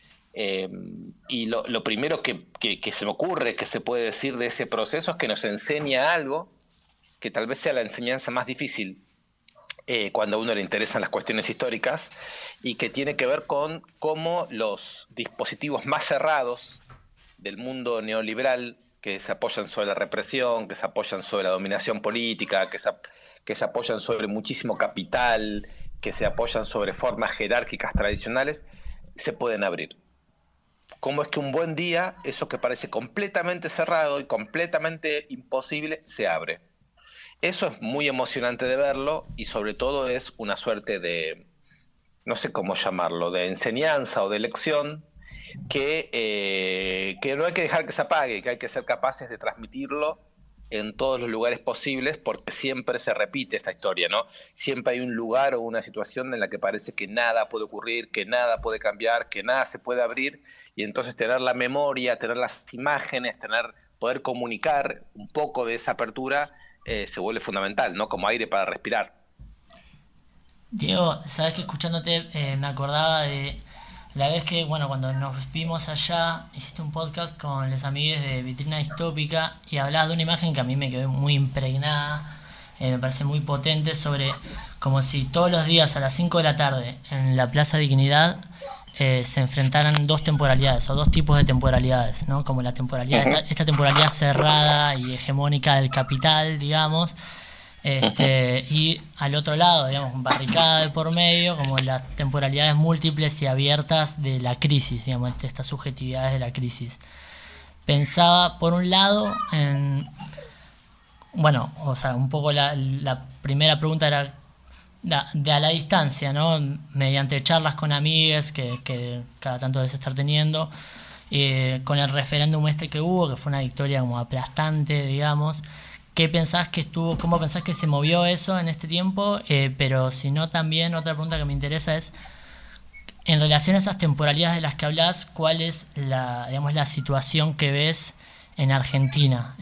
Y lo primero que se me ocurre que se puede decir de ese proceso es que nos enseña algo que tal vez sea la enseñanza más difícil cuando a uno le interesan las cuestiones históricas, y que tiene que ver con cómo los dispositivos más cerrados del mundo neoliberal que se apoyan sobre la represión, que se apoyan sobre la dominación política, que se apoyan sobre muchísimo capital, que se apoyan sobre formas jerárquicas tradicionales, se pueden abrir. ¿Cómo es que un buen día, eso que parece completamente cerrado y completamente imposible, se abre? Eso es muy emocionante de verlo y sobre todo es una suerte de, no sé cómo llamarlo, de enseñanza o de lección que no hay que dejar que se apague, que hay que ser capaces de transmitirlo en todos los lugares posibles, porque siempre se repite esta historia, ¿no? Siempre hay un lugar o una situación en la que parece que nada puede ocurrir, que nada puede cambiar, que nada se puede abrir, y entonces tener la memoria, tener las imágenes, poder comunicar un poco de esa apertura se vuelve fundamental, ¿no? Como aire para respirar. Diego, sabes que escuchándote me acordaba de la vez que, bueno, cuando nos vimos allá, hiciste un podcast con los amigos de Vitrina Distópica y hablabas de una imagen que a mí me quedó muy impregnada, me parece muy potente, sobre como si todos los días a las 5 de la tarde en la Plaza Dignidad se enfrentaran dos temporalidades o dos tipos de temporalidades, ¿no? Como la temporalidad, esta temporalidad cerrada y hegemónica del capital, digamos, y al otro lado, digamos, barricada de por medio, como las temporalidades múltiples y abiertas de la crisis, digamos, estas subjetividades de la crisis. Pensaba, por un lado, en... Bueno, o sea, un poco la primera pregunta era de a la distancia, ¿no? Mediante charlas con amigas que cada tanto debes estar teniendo, con el referéndum que hubo, que fue una victoria como aplastante, digamos. ¿Qué pensás que estuvo, cómo pensás que se movió eso en este tiempo? Pero si no, también otra pregunta que me interesa es, en relación a esas temporalidades de las que hablás, ¿cuál es la situación que ves en Argentina,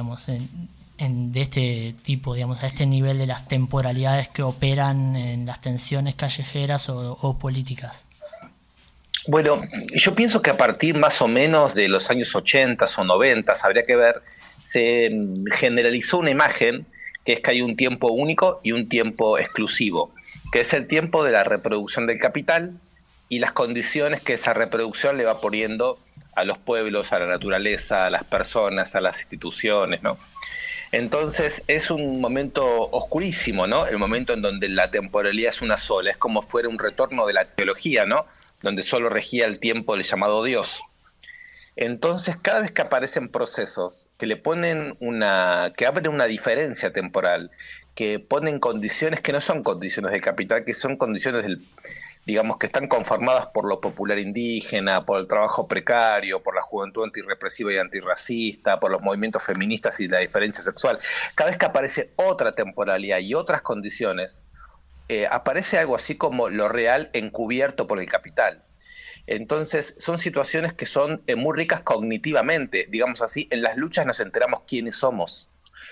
de este tipo, digamos, a este nivel de las temporalidades que operan en las tensiones callejeras o políticas? Bueno, yo pienso que a partir más o menos de los años 80 o 90, habría que ver, se generalizó una imagen que es que hay un tiempo único y un tiempo exclusivo, que es el tiempo de la reproducción del capital y las condiciones que esa reproducción le va poniendo a los pueblos, a la naturaleza, a las personas, a las instituciones, ¿no? Entonces es un momento oscurísimo, ¿no? El momento en donde la temporalidad es una sola, es como fuera un retorno de la teología, ¿no? Donde solo regía el tiempo del llamado Dios. Entonces, cada vez que aparecen procesos que le ponen que abren una diferencia temporal, que ponen condiciones que no son condiciones del capital, que son condiciones digamos, que están conformadas por lo popular indígena, por el trabajo precario, por la juventud antirrepresiva y antirracista, por los movimientos feministas y la diferencia sexual. Cada vez que aparece otra temporalidad y otras condiciones, aparece algo así como lo real encubierto por el capital. Entonces son situaciones que son muy ricas cognitivamente, digamos así. En las luchas nos enteramos quiénes somos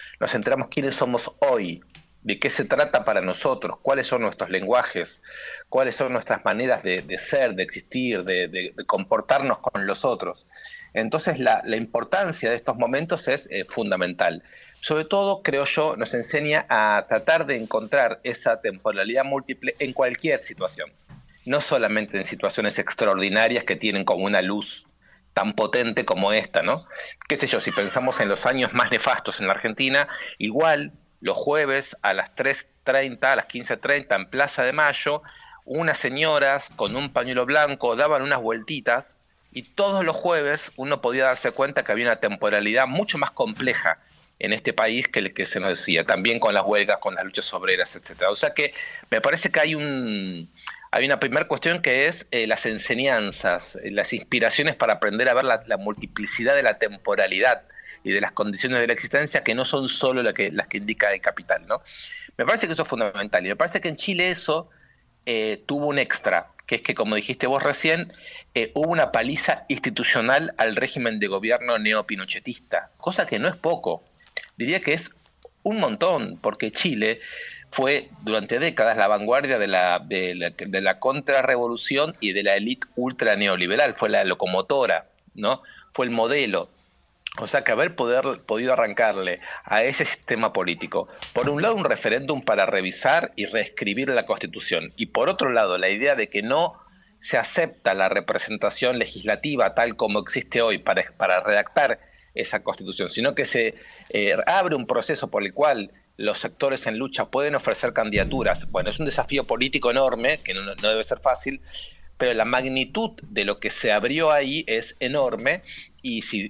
hoy, de qué se trata para nosotros, cuáles son nuestros lenguajes, cuáles son nuestras maneras de ser, de existir, de comportarnos con los otros. Entonces la importancia de estos momentos es fundamental. Sobre todo, creo yo, nos enseña a tratar de encontrar esa temporalidad múltiple en cualquier situación. No solamente en situaciones extraordinarias que tienen como una luz tan potente como esta, ¿no? Qué sé yo, si pensamos en los años más nefastos en la Argentina, igual los jueves a las 3:30, a las 15:30 en Plaza de Mayo, unas señoras con un pañuelo blanco daban unas vueltitas y todos los jueves uno podía darse cuenta que había una temporalidad mucho más compleja en este país que el que se nos decía, también con las huelgas, con las luchas obreras, etcétera. O sea que me parece que hay una primera cuestión que es las enseñanzas, las inspiraciones para aprender a ver la multiplicidad de la temporalidad y de las condiciones de la existencia que no son solo las que indica el capital, ¿no? Me parece que eso es fundamental y me parece que en Chile eso tuvo un extra, que es que, como dijiste vos recién, hubo una paliza institucional al régimen de gobierno neopinochetista, cosa que no es poco, diría que es un montón, porque Chile fue durante décadas la vanguardia de la contrarrevolución y de la élite ultra neoliberal, fue la locomotora, ¿no? Fue el modelo. O sea que haber podido arrancarle a ese sistema político, por un lado un referéndum para revisar y reescribir la Constitución, y por otro lado la idea de que no se acepta la representación legislativa tal como existe hoy para redactar esa constitución, sino que se abre un proceso por el cual los sectores en lucha pueden ofrecer candidaturas. Bueno, es un desafío político enorme, que no debe ser fácil, pero la magnitud de lo que se abrió ahí es enorme, y si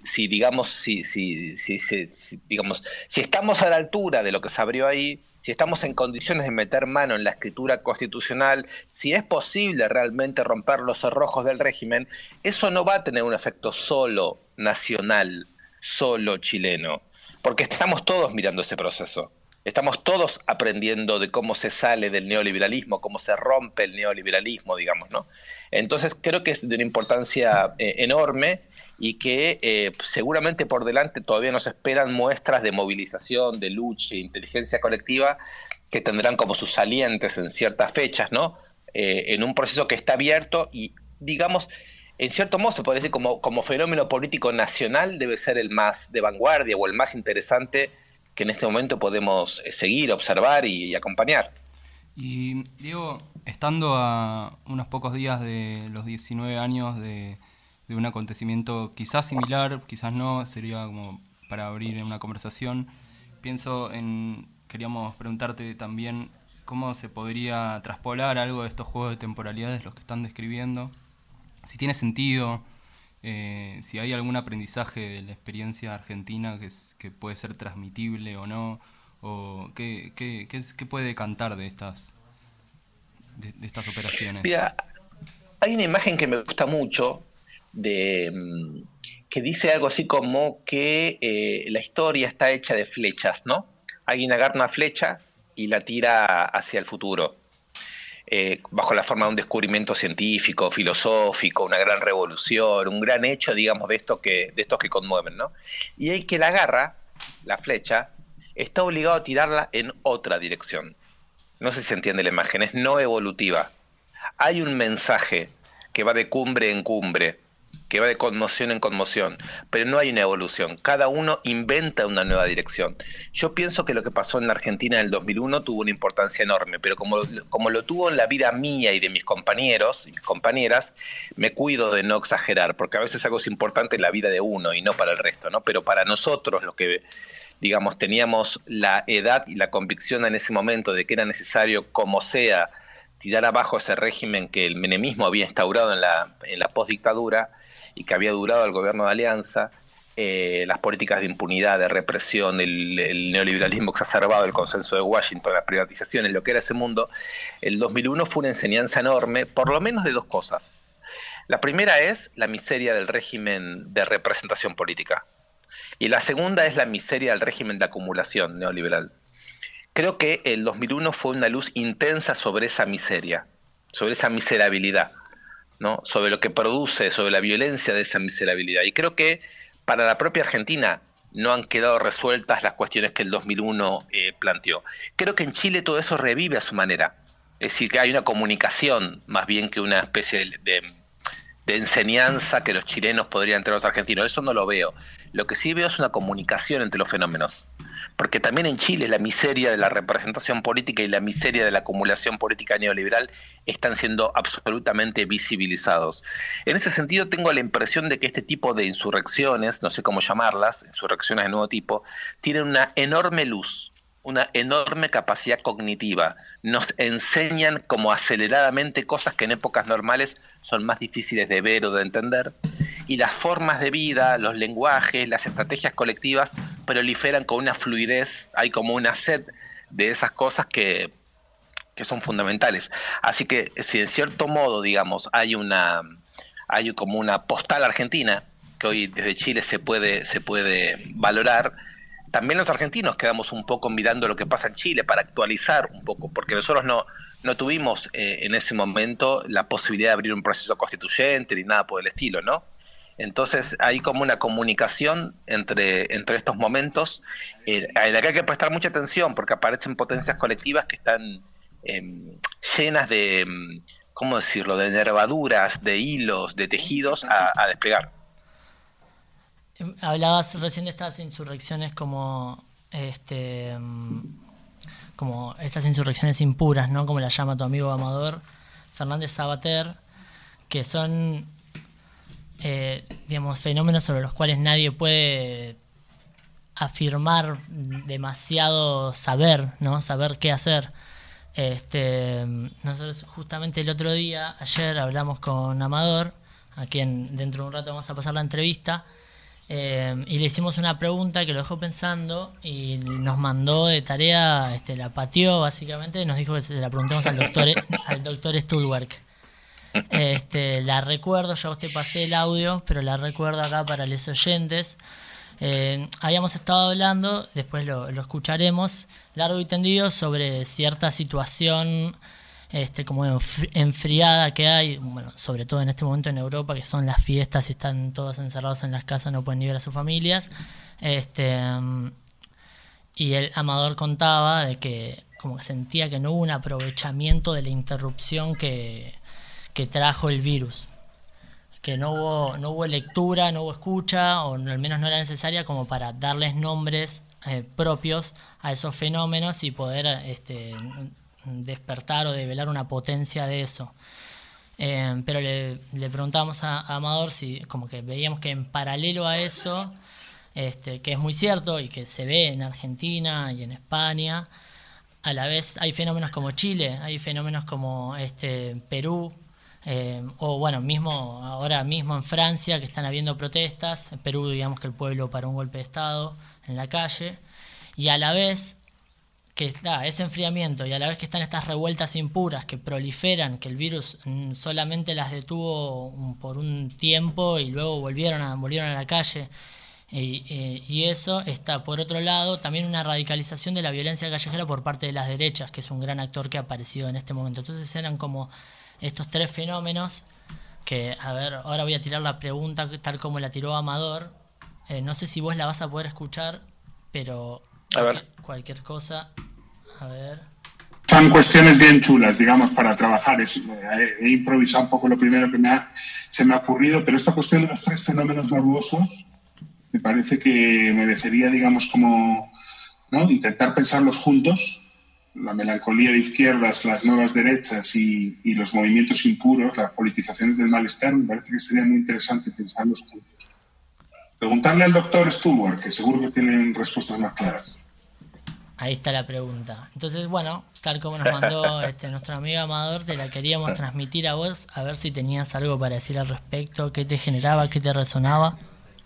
estamos a la altura de lo que se abrió ahí, si estamos en condiciones de meter mano en la escritura constitucional, si es posible realmente romper los cerrojos del régimen, eso no va a tener un efecto solo nacional, solo chileno, porque estamos todos mirando ese proceso. Estamos todos aprendiendo de cómo se sale del neoliberalismo, cómo se rompe el neoliberalismo, digamos, ¿no? Entonces creo que es de una importancia enorme, y que seguramente por delante todavía nos esperan muestras de movilización, de lucha e inteligencia colectiva que tendrán como sus salientes en ciertas fechas, ¿no? En un proceso que está abierto y, digamos, en cierto modo se puede decir como fenómeno político nacional debe ser el más de vanguardia o el más interesante que en este momento podemos seguir, observar y acompañar. Y Diego, estando a unos pocos días de los 19 años de un acontecimiento quizás similar, quizás no, sería como para abrir una conversación, queríamos preguntarte también cómo se podría traspolar algo de estos juegos de temporalidades, los que están describiendo, si tiene sentido, si hay algún aprendizaje de la experiencia argentina que puede ser transmitible o no, o qué puede cantar de estas operaciones. Mira, hay una imagen que me gusta mucho que dice algo así como que la historia está hecha de flechas, ¿no? Alguien agarra una flecha y la tira hacia el futuro, bajo la forma de un descubrimiento científico, filosófico, una gran revolución, un gran hecho, digamos, de estos que conmueven, ¿no? Y el que la agarra, la flecha, está obligado a tirarla en otra dirección. No sé si se entiende la imagen, es no evolutiva. Hay un mensaje que va de cumbre en cumbre, que va de conmoción en conmoción, pero no hay una evolución. Cada uno inventa una nueva dirección. Yo pienso que lo que pasó en la Argentina en el 2001 tuvo una importancia enorme, pero como lo tuvo en la vida mía y de mis compañeros y mis compañeras, me cuido de no exagerar, porque a veces algo es importante en la vida de uno y no para el resto, ¿no? Pero para nosotros, los que, digamos, teníamos la edad y la convicción en ese momento de que era necesario, como sea, tirar abajo ese régimen que el menemismo había instaurado en la postdictadura, y que había durado el gobierno de Alianza, las políticas de impunidad, de represión, el neoliberalismo exacerbado, el consenso de Washington, las privatizaciones, lo que era ese mundo, el 2001 fue una enseñanza enorme, por lo menos de dos cosas. La primera es la miseria del régimen de representación política, y la segunda es la miseria del régimen de acumulación neoliberal. Creo que el 2001 fue una luz intensa sobre esa miseria, sobre esa miserabilidad, ¿no? Sobre lo que produce, sobre la violencia de esa miserabilidad. Y creo que para la propia Argentina no han quedado resueltas las cuestiones que el 2001 planteó. Creo que en Chile todo eso revive a su manera. Es decir, que hay una comunicación más bien que una especie de enseñanza que los chilenos podrían tener los argentinos. Eso no lo veo. Lo que sí veo es una comunicación entre los fenómenos. Porque también en Chile la miseria de la representación política y la miseria de la acumulación política neoliberal están siendo absolutamente visibilizados. En ese sentido tengo la impresión de que este tipo de insurrecciones, no sé cómo llamarlas, insurrecciones de nuevo tipo, tienen una enorme luz, una enorme capacidad cognitiva. Nos enseñan como aceleradamente cosas que en épocas normales son más difíciles de ver o de entender, y las formas de vida, los lenguajes, las estrategias colectivas proliferan con una fluidez, hay como una sed de esas cosas que son fundamentales. Así que si en cierto modo, digamos, hay como una postal argentina que hoy desde Chile se puede valorar, también los argentinos quedamos un poco mirando lo que pasa en Chile para actualizar un poco, porque nosotros no tuvimos en ese momento la posibilidad de abrir un proceso constituyente ni nada por el estilo, ¿no? Entonces hay como una comunicación entre estos momentos en la que hay que prestar mucha atención, porque aparecen potencias colectivas que están llenas de, ¿cómo decirlo?, de nervaduras, de hilos, de tejidos a desplegar. Hablabas recién de estas insurrecciones como estas insurrecciones impuras, ¿no? Como la llama tu amigo Amador Fernández Sabater, que son digamos, fenómenos sobre los cuales nadie puede afirmar demasiado saber, ¿no? Saber qué hacer. Nosotros justamente el otro día, ayer, hablamos con Amador, a quien dentro de un rato vamos a pasar la entrevista, y le hicimos una pregunta que lo dejó pensando y nos mandó de tarea, la pateó básicamente, y nos dijo que se la preguntemos al doctor Stulwerk. La recuerdo, yo a usted pasé el audio, pero la recuerdo acá para los oyentes. Habíamos estado hablando, después lo escucharemos, largo y tendido, sobre cierta situación como enfriada que hay, bueno, sobre todo en este momento en Europa, que son las fiestas y están todos encerrados en las casas, no pueden ni ver a sus familias. Y el Amador contaba de que como que sentía que no hubo un aprovechamiento de la interrupción que trajo el virus. Que no hubo lectura, no hubo escucha, o al menos no era necesaria como para darles nombres propios a esos fenómenos y poder despertar o develar una potencia de eso. Pero le preguntábamos a Amador si como que veíamos que en paralelo a eso, que es muy cierto y que se ve en Argentina y en España, a la vez hay fenómenos como Chile, hay fenómenos como Perú, o bueno, ahora mismo en Francia, que están habiendo protestas. En Perú, digamos que el pueblo paró un golpe de Estado en la calle, y a la vez que está ese enfriamiento y a la vez que están estas revueltas impuras que proliferan, que el virus solamente las detuvo por un tiempo y luego volvieron a la calle, y eso está, por otro lado, también una radicalización de la violencia callejera por parte de las derechas, que es un gran actor que ha aparecido en este momento. Entonces eran como estos tres fenómenos que, a ver, ahora voy a tirar la pregunta tal como la tiró Amador. No sé si vos la vas a poder escuchar, pero a ver. Cualquier cosa, a ver. Son cuestiones bien chulas, digamos, para trabajar. He improvisado un poco lo primero que se me ha ocurrido, pero esta cuestión de los tres fenómenos nerviosos me parece que merecería, digamos, como, ¿no?, intentar pensarlos juntos. La melancolía de izquierdas, las nuevas derechas y los movimientos impuros, las politizaciones del malestar, me parece que sería muy interesante pensarlos juntos. Preguntarle al doctor Stulwerk, que seguro que tienen respuestas más claras. Ahí está la pregunta. Entonces, bueno, tal como nos mandó nuestro amigo Amador, te la queríamos transmitir a vos, a ver si tenías algo para decir al respecto, qué te generaba, qué te resonaba.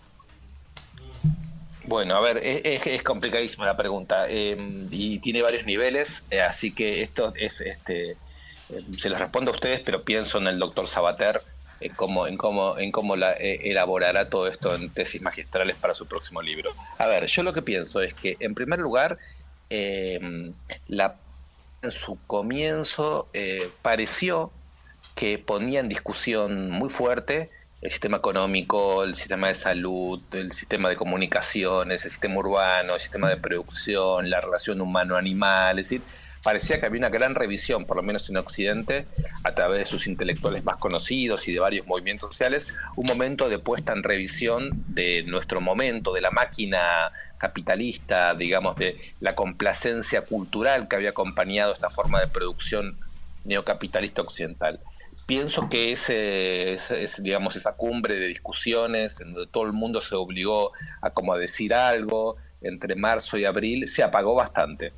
Bueno, a ver, es complicadísima la pregunta y tiene varios niveles, así que esto es, se los respondo a ustedes, pero pienso en el doctor Sabater, en cómo elaborará todo esto en tesis magistrales para su próximo libro. A ver, yo lo que pienso es que, en primer lugar, en su comienzo pareció que ponía en discusión muy fuerte el sistema económico, el sistema de salud, el sistema de comunicaciones, el sistema urbano, el sistema de producción, la relación humano-animal. Es decir, parecía que había una gran revisión, por lo menos en Occidente, a través de sus intelectuales más conocidos y de varios movimientos sociales, un momento de puesta en revisión de nuestro momento, de la máquina capitalista, digamos, de la complacencia cultural que había acompañado esta forma de producción neocapitalista occidental. Pienso que digamos, esa cumbre de discusiones en donde todo el mundo se obligó a decir algo entre marzo y abril se apagó bastante.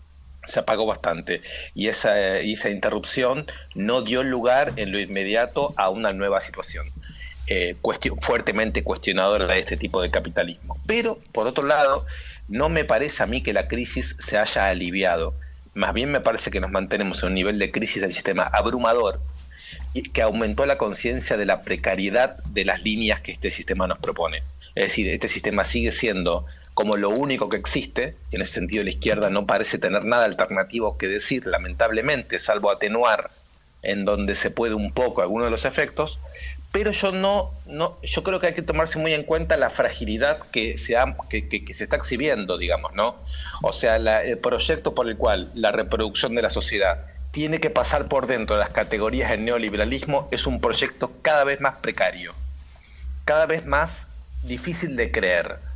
Y esa interrupción no dio lugar en lo inmediato a una nueva situación fuertemente cuestionadora de este tipo de capitalismo. Pero, por otro lado, no me parece a mí que la crisis se haya aliviado. Más bien me parece que nos mantenemos en un nivel de crisis del sistema abrumador, y que aumentó la conciencia de la precariedad de las líneas que este sistema nos propone. Es decir, este sistema sigue siendo como lo único que existe, y en ese sentido la izquierda no parece tener nada alternativo que decir, lamentablemente, salvo atenuar en donde se puede un poco algunos de los efectos, pero yo creo que hay que tomarse muy en cuenta la fragilidad que se está exhibiendo, digamos, ¿no? O sea, el proyecto por el cual la reproducción de la sociedad tiene que pasar por dentro de las categorías del neoliberalismo es un proyecto cada vez más precario, cada vez más difícil de creer.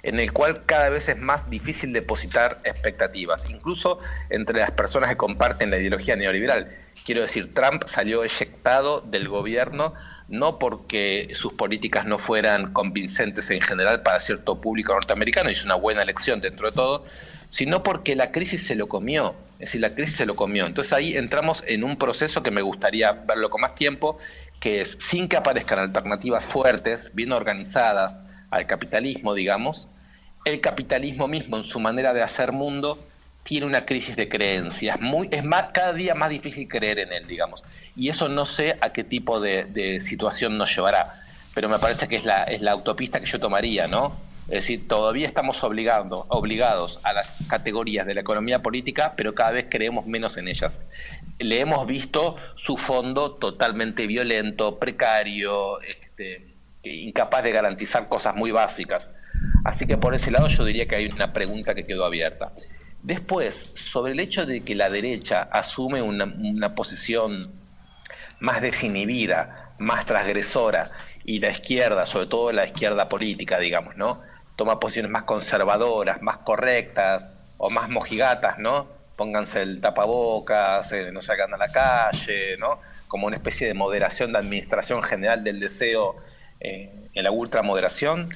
en el cual cada vez es más difícil depositar expectativas, incluso entre las personas que comparten la ideología neoliberal. Quiero decir, Trump salió eyectado del gobierno no porque sus políticas no fueran convincentes en general para cierto público norteamericano, hizo una buena elección dentro de todo, sino porque la crisis se lo comió. Es decir, la crisis se lo comió. Entonces ahí entramos en un proceso que me gustaría verlo con más tiempo, que es, sin que aparezcan alternativas fuertes, bien organizadas al capitalismo, digamos, el capitalismo mismo en su manera de hacer mundo tiene una crisis de creencias, cada día más difícil creer en él, digamos, y eso no sé a qué tipo de situación nos llevará, pero me parece que es la autopista que yo tomaría, ¿no? Es decir, todavía estamos obligados a las categorías de la economía política, pero cada vez creemos menos en ellas. Le hemos visto su fondo totalmente violento, precario, incapaz de garantizar cosas muy básicas. Así que por ese lado yo diría que hay una pregunta que quedó abierta. Después, sobre el hecho de que la derecha asume una posición más desinhibida, más transgresora, y la izquierda, sobre todo la izquierda política, digamos, ¿no?, toma posiciones más conservadoras, más correctas, o más mojigatas, ¿no? Pónganse el tapabocas, no salgan a la calle, ¿no? Como una especie de moderación de administración general del deseo en la ultramoderación.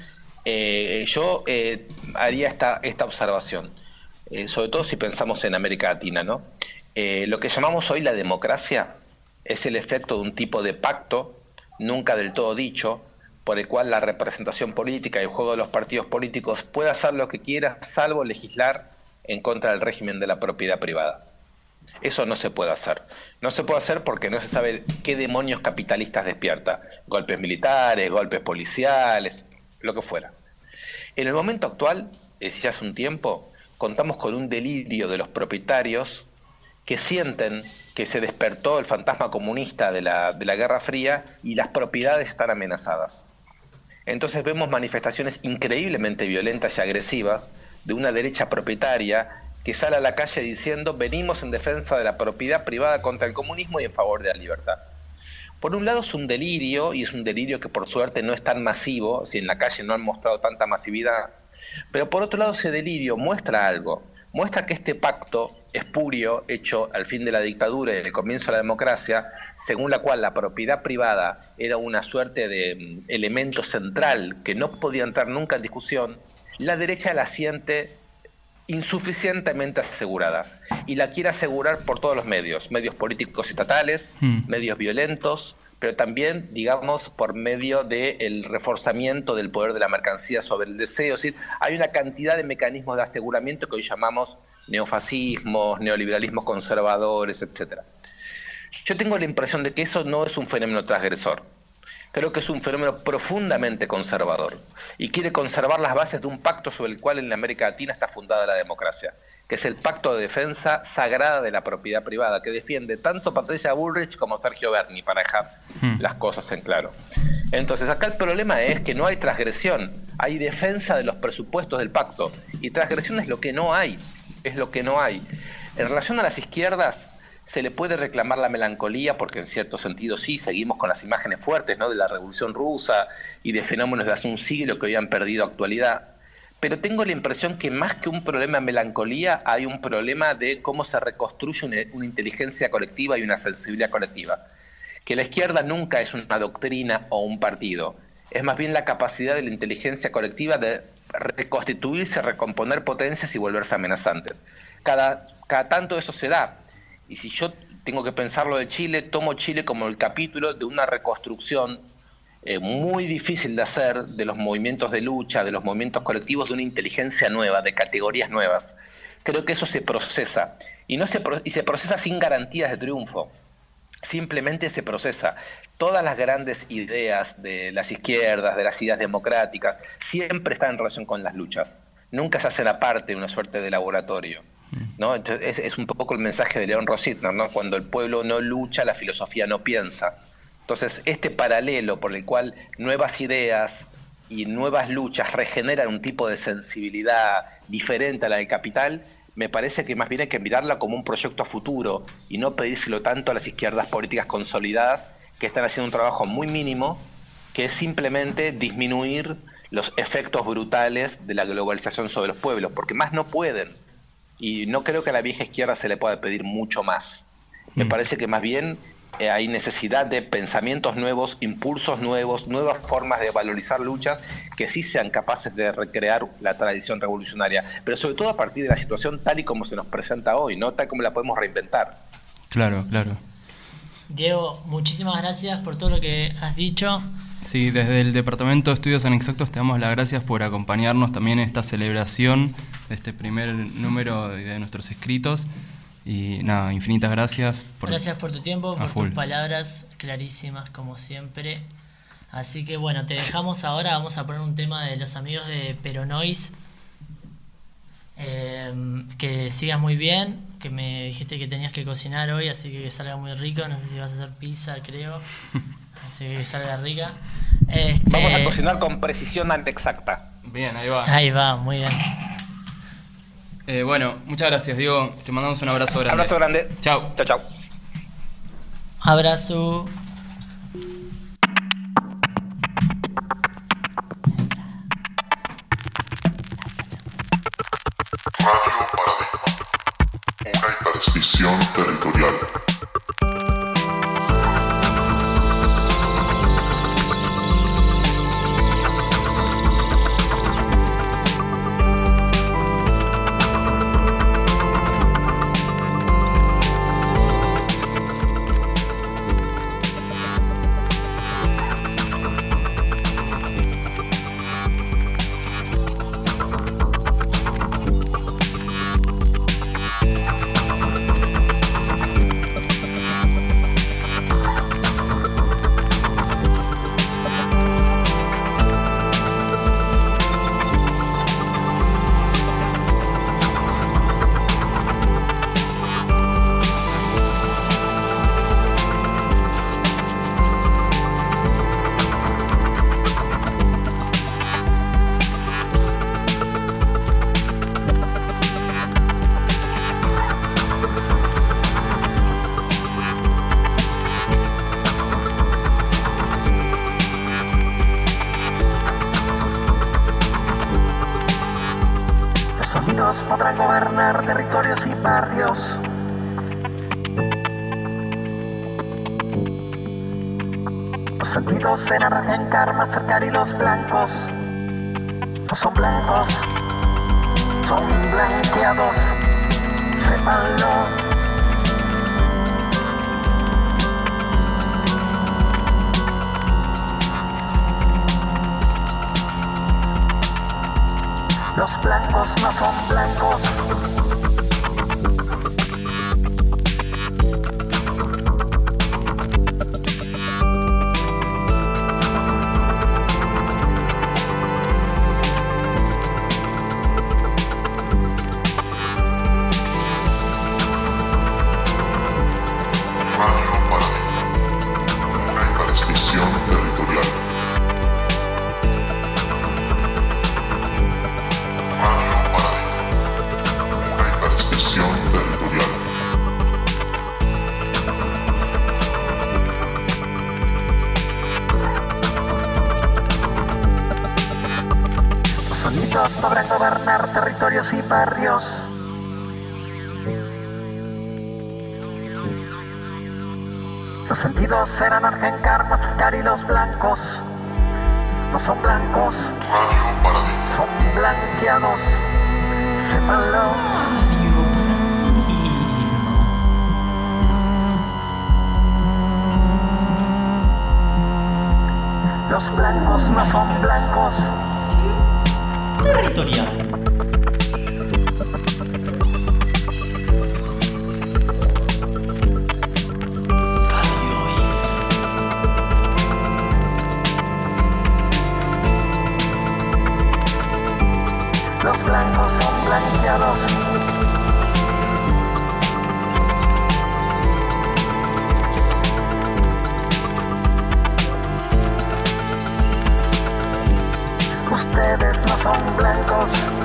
Yo haría esta observación. Sobre todo si pensamos en América Latina, ¿no? Lo que llamamos hoy la democracia es el efecto de un tipo de pacto, nunca del todo dicho, por el cual la representación política y el juego de los partidos políticos puede hacer lo que quiera, salvo legislar en contra del régimen de la propiedad privada. Eso no se puede hacer. No se puede hacer porque no se sabe qué demonios capitalistas despierta. Golpes militares, golpes policiales, lo que fuera. En el momento actual, ya hace un tiempo, contamos con un delirio de los propietarios que sienten que se despertó el fantasma comunista de la Guerra Fría y las propiedades están amenazadas. Entonces vemos manifestaciones increíblemente violentas y agresivas de una derecha propietaria que sale a la calle diciendo: venimos en defensa de la propiedad privada contra el comunismo y en favor de la libertad. Por un lado es un delirio, y es un delirio que por suerte no es tan masivo, si en la calle no han mostrado tanta masividad, pero por otro lado ese delirio muestra algo, muestra que este pacto espurio hecho al fin de la dictadura y el comienzo de la democracia, según la cual la propiedad privada era una suerte de elemento central que no podía entrar nunca en discusión, la derecha la siente insuficientemente asegurada y la quiere asegurar por todos los medios políticos estatales, medios violentos, pero también, digamos, por medio del reforzamiento del poder de la mercancía sobre el deseo. Es decir, hay una cantidad de mecanismos de aseguramiento que hoy llamamos neofascismos, neoliberalismos conservadores, etcétera. Yo tengo la impresión de que eso no es un fenómeno transgresor. Creo que es un fenómeno profundamente conservador y quiere conservar las bases de un pacto sobre el cual en la América Latina está fundada la democracia, que es el pacto de defensa sagrada de la propiedad privada, que defiende tanto Patricia Bullrich como Sergio Berni, para dejar las cosas en claro. Entonces acá el problema es que no hay transgresión, hay defensa de los presupuestos del pacto, y transgresión es lo que no hay, es lo que no hay. En relación a las izquierdas, se le puede reclamar la melancolía porque en cierto sentido sí, seguimos con las imágenes fuertes, ¿no?, de la Revolución Rusa y de fenómenos de hace un siglo que hoy han perdido actualidad, pero tengo la impresión que más que un problema de melancolía hay un problema de cómo se reconstruye una inteligencia colectiva y una sensibilidad colectiva, que la izquierda nunca es una doctrina o un partido, es más bien la capacidad de la inteligencia colectiva de reconstituirse, recomponer potencias y volverse amenazantes. Cada tanto eso se da. Y si yo tengo que pensarlo de Chile, tomo Chile como el capítulo de una reconstrucción muy difícil de hacer de los movimientos de lucha, de los movimientos colectivos, de una inteligencia nueva, de categorías nuevas. Creo que eso se procesa y se procesa sin garantías de triunfo. Simplemente se procesa. Todas las grandes ideas de las izquierdas, de las ideas democráticas, siempre están en relación con las luchas. Nunca se hacen aparte de una suerte de laboratorio, ¿no? Entonces es un poco el mensaje de León Rositner, ¿no? Cuando el pueblo no lucha, la filosofía no piensa. Entonces este paralelo por el cual nuevas ideas y nuevas luchas regeneran un tipo de sensibilidad diferente a la del capital, me parece que más bien hay que mirarla como un proyecto a futuro y no pedírselo tanto a las izquierdas políticas consolidadas que están haciendo un trabajo muy mínimo, que es simplemente disminuir los efectos brutales de la globalización sobre los pueblos, porque más no pueden. Y no creo que a la vieja izquierda se le pueda pedir mucho más. Me parece que más bien hay necesidad de pensamientos nuevos, impulsos nuevos, nuevas formas de valorizar luchas que sí sean capaces de recrear la tradición revolucionaria, pero sobre todo a partir de la situación tal y como se nos presenta hoy, ¿no? Tal como la podemos reinventar. Claro, claro. Diego, muchísimas gracias por todo lo que has dicho. Sí, desde el Departamento de Estudios Anexactos te damos las gracias por acompañarnos también en esta celebración de este primer número de nuestros escritos. Y nada, infinitas gracias. Gracias por tu tiempo, por tus palabras clarísimas como siempre. Así que bueno, te dejamos ahora, vamos a poner un tema de los amigos de Peronois. Que sigas muy bien, que me dijiste que tenías que cocinar hoy, así que salga muy rico. No sé si vas a hacer pizza, creo. Así que salga rica. Vamos a cocinar con precisión exacta. Bien, ahí va. Ahí va, muy bien. Bueno, muchas gracias, Diego. Te mandamos un abrazo grande. Abrazo grande. Chao. Chao, chao. Abrazo. Radio Paradigma. Una hiperestición territorial. Podrán gobernar territorios y barrios. Los sentidos serán arrancar, machacar y los blancos no son blancos, son blanqueados, sépanlo. Los blancos no son blancos. Radio Paradigma. Una hiperestición territorial. Los sonidos podrán gobernar territorios y barrios. Los sentidos serán arrancar, machacar y los blancos no son blancos, son blanqueados, sépanlo. Los blancos no son blancos. Territorial. Los blancos son blanqueados. Ustedes no son blancos.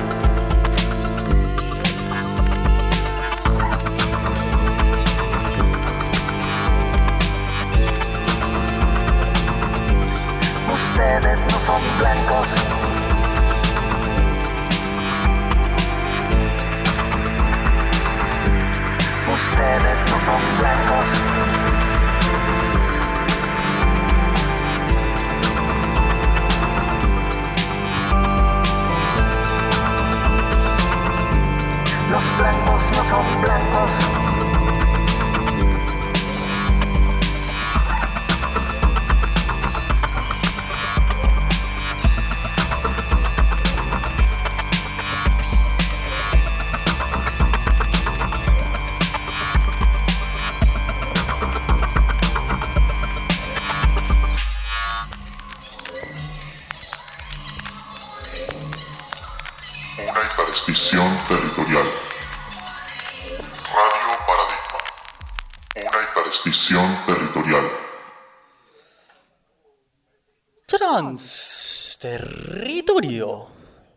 hiperextinción territorial. Radio Paradigma. Una hiperextinción territorial. Transterritorio.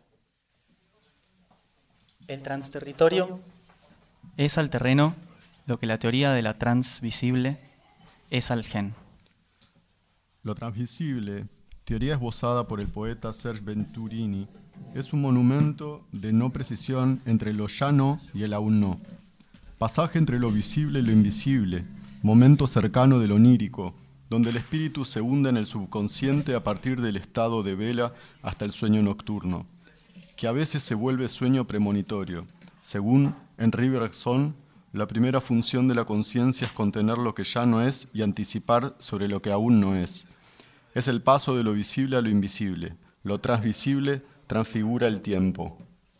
El transterritorio es al terreno lo que la teoría de la transvisible es al gen. Lo transvisible, teoría esbozada por el poeta Serge Venturini, es un monumento de no precisión entre lo ya no y el aún no. Pasaje entre lo visible y lo invisible, momento cercano de lo onírico, donde el espíritu se hunde en el subconsciente a partir del estado de vela hasta el sueño nocturno, que a veces se vuelve sueño premonitorio. Según Henri Bergson, la primera función de la conciencia es contener lo que ya no es y anticipar sobre lo que aún no es. Es el paso de lo visible a lo invisible. Lo transvisible transfigura el tiempo.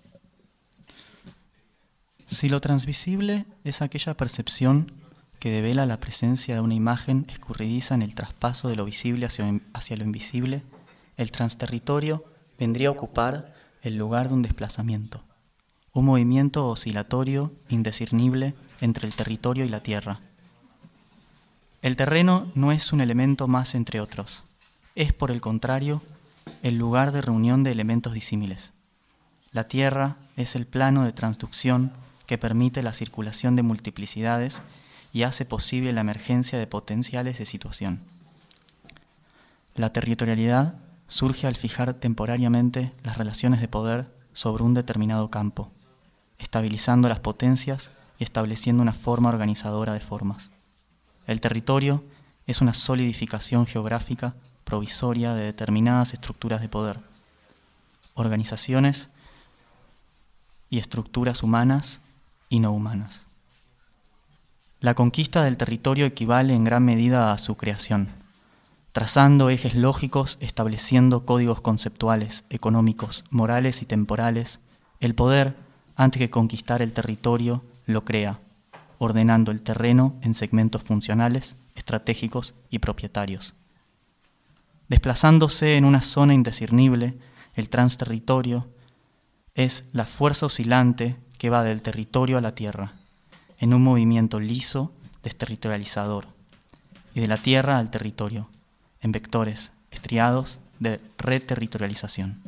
Si lo transvisible es aquella percepción que devela la presencia de una imagen escurridiza en el traspaso de lo visible hacia lo invisible, el transterritorio vendría a ocupar el lugar de un desplazamiento, un movimiento oscilatorio indiscernible entre el territorio y la tierra. El terreno no es un elemento más entre otros, es por el contrario el lugar de reunión de elementos disímiles. La tierra es el plano de transducción que permite la circulación de multiplicidades y hace posible la emergencia de potenciales de situación. La territorialidad surge al fijar temporariamente las relaciones de poder sobre un determinado campo, estabilizando las potencias y estableciendo una forma organizadora de formas. El territorio es una solidificación geográfica provisoria de determinadas estructuras de poder, organizaciones y estructuras humanas y no humanas. La conquista del territorio equivale en gran medida a su creación, trazando ejes lógicos, estableciendo códigos conceptuales, económicos, morales y temporales. El poder, antes que conquistar el territorio, lo crea, ordenando el terreno en segmentos funcionales, estratégicos y propietarios. Desplazándose en una zona indiscernible, el transterritorio es la fuerza oscilante que va del territorio a la tierra, en un movimiento liso, desterritorializador, y de la tierra al territorio, en vectores estriados de reterritorialización.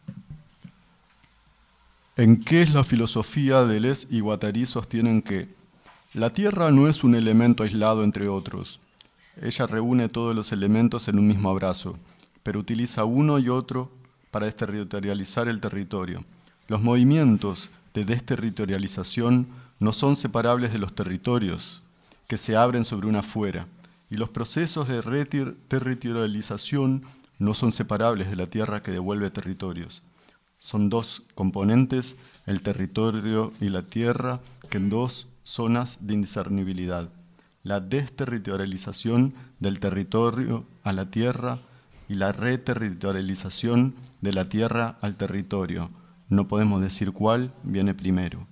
¿En qué es la filosofía de Deleuze y Guattari sostienen que la tierra no es un elemento aislado entre otros? Ella reúne todos los elementos en un mismo abrazo, pero utiliza uno y otro para desterritorializar el territorio. Los movimientos de desterritorialización no son separables de los territorios, que se abren sobre una afuera, y los procesos de reterritorialización no son separables de la tierra que devuelve territorios. Son dos componentes, el territorio y la tierra, que en dos zonas de indiscernibilidad. La desterritorialización del territorio a la tierra y la reterritorialización de la tierra al territorio. No podemos decir cuál viene primero.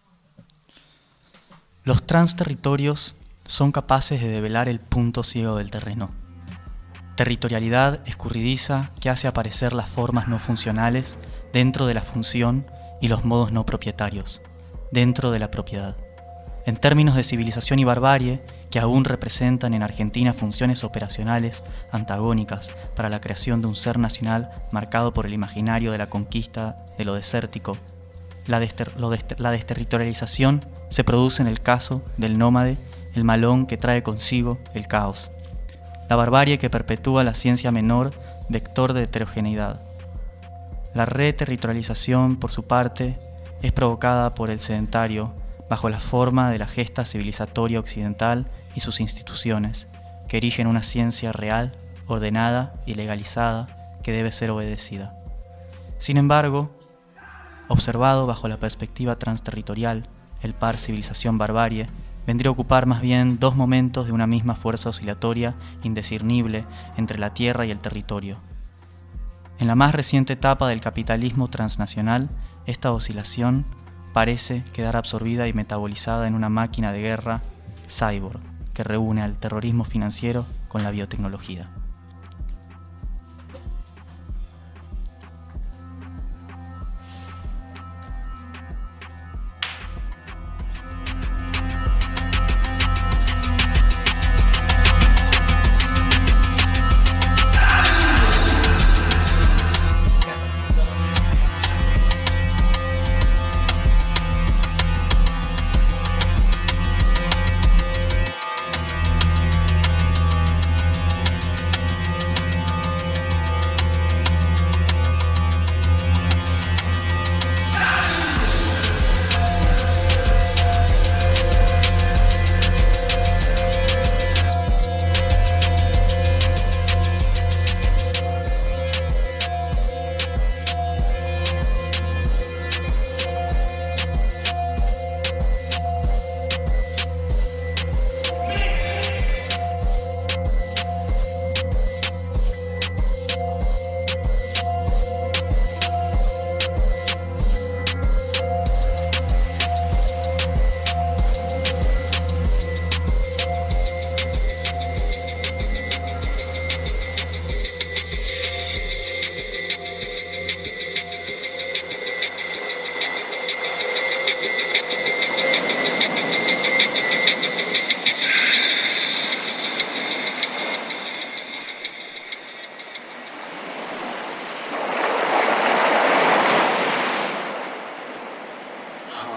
Los transterritorios son capaces de develar el punto ciego del terreno. Territorialidad escurridiza que hace aparecer las formas no funcionales dentro de la función y los modos no propietarios, dentro de la propiedad. En términos de civilización y barbarie, que aún representan en Argentina funciones operacionales antagónicas para la creación de un ser nacional marcado por el imaginario de la conquista de lo desértico, la desterritorialización se produce en el caso del nómade, el malón que trae consigo el caos. La barbarie que perpetúa la ciencia menor, vector de heterogeneidad. La reterritorialización, por su parte, es provocada por el sedentario, bajo la forma de la gesta civilizatoria occidental y sus instituciones, que erigen una ciencia real, ordenada y legalizada que debe ser obedecida. Sin embargo, observado bajo la perspectiva transterritorial, el par civilización-barbarie vendría a ocupar más bien dos momentos de una misma fuerza oscilatoria indiscernible entre la tierra y el territorio. En la más reciente etapa del capitalismo transnacional, esta oscilación parece quedar absorbida y metabolizada en una máquina de guerra cyborg que reúne al terrorismo financiero con la biotecnología.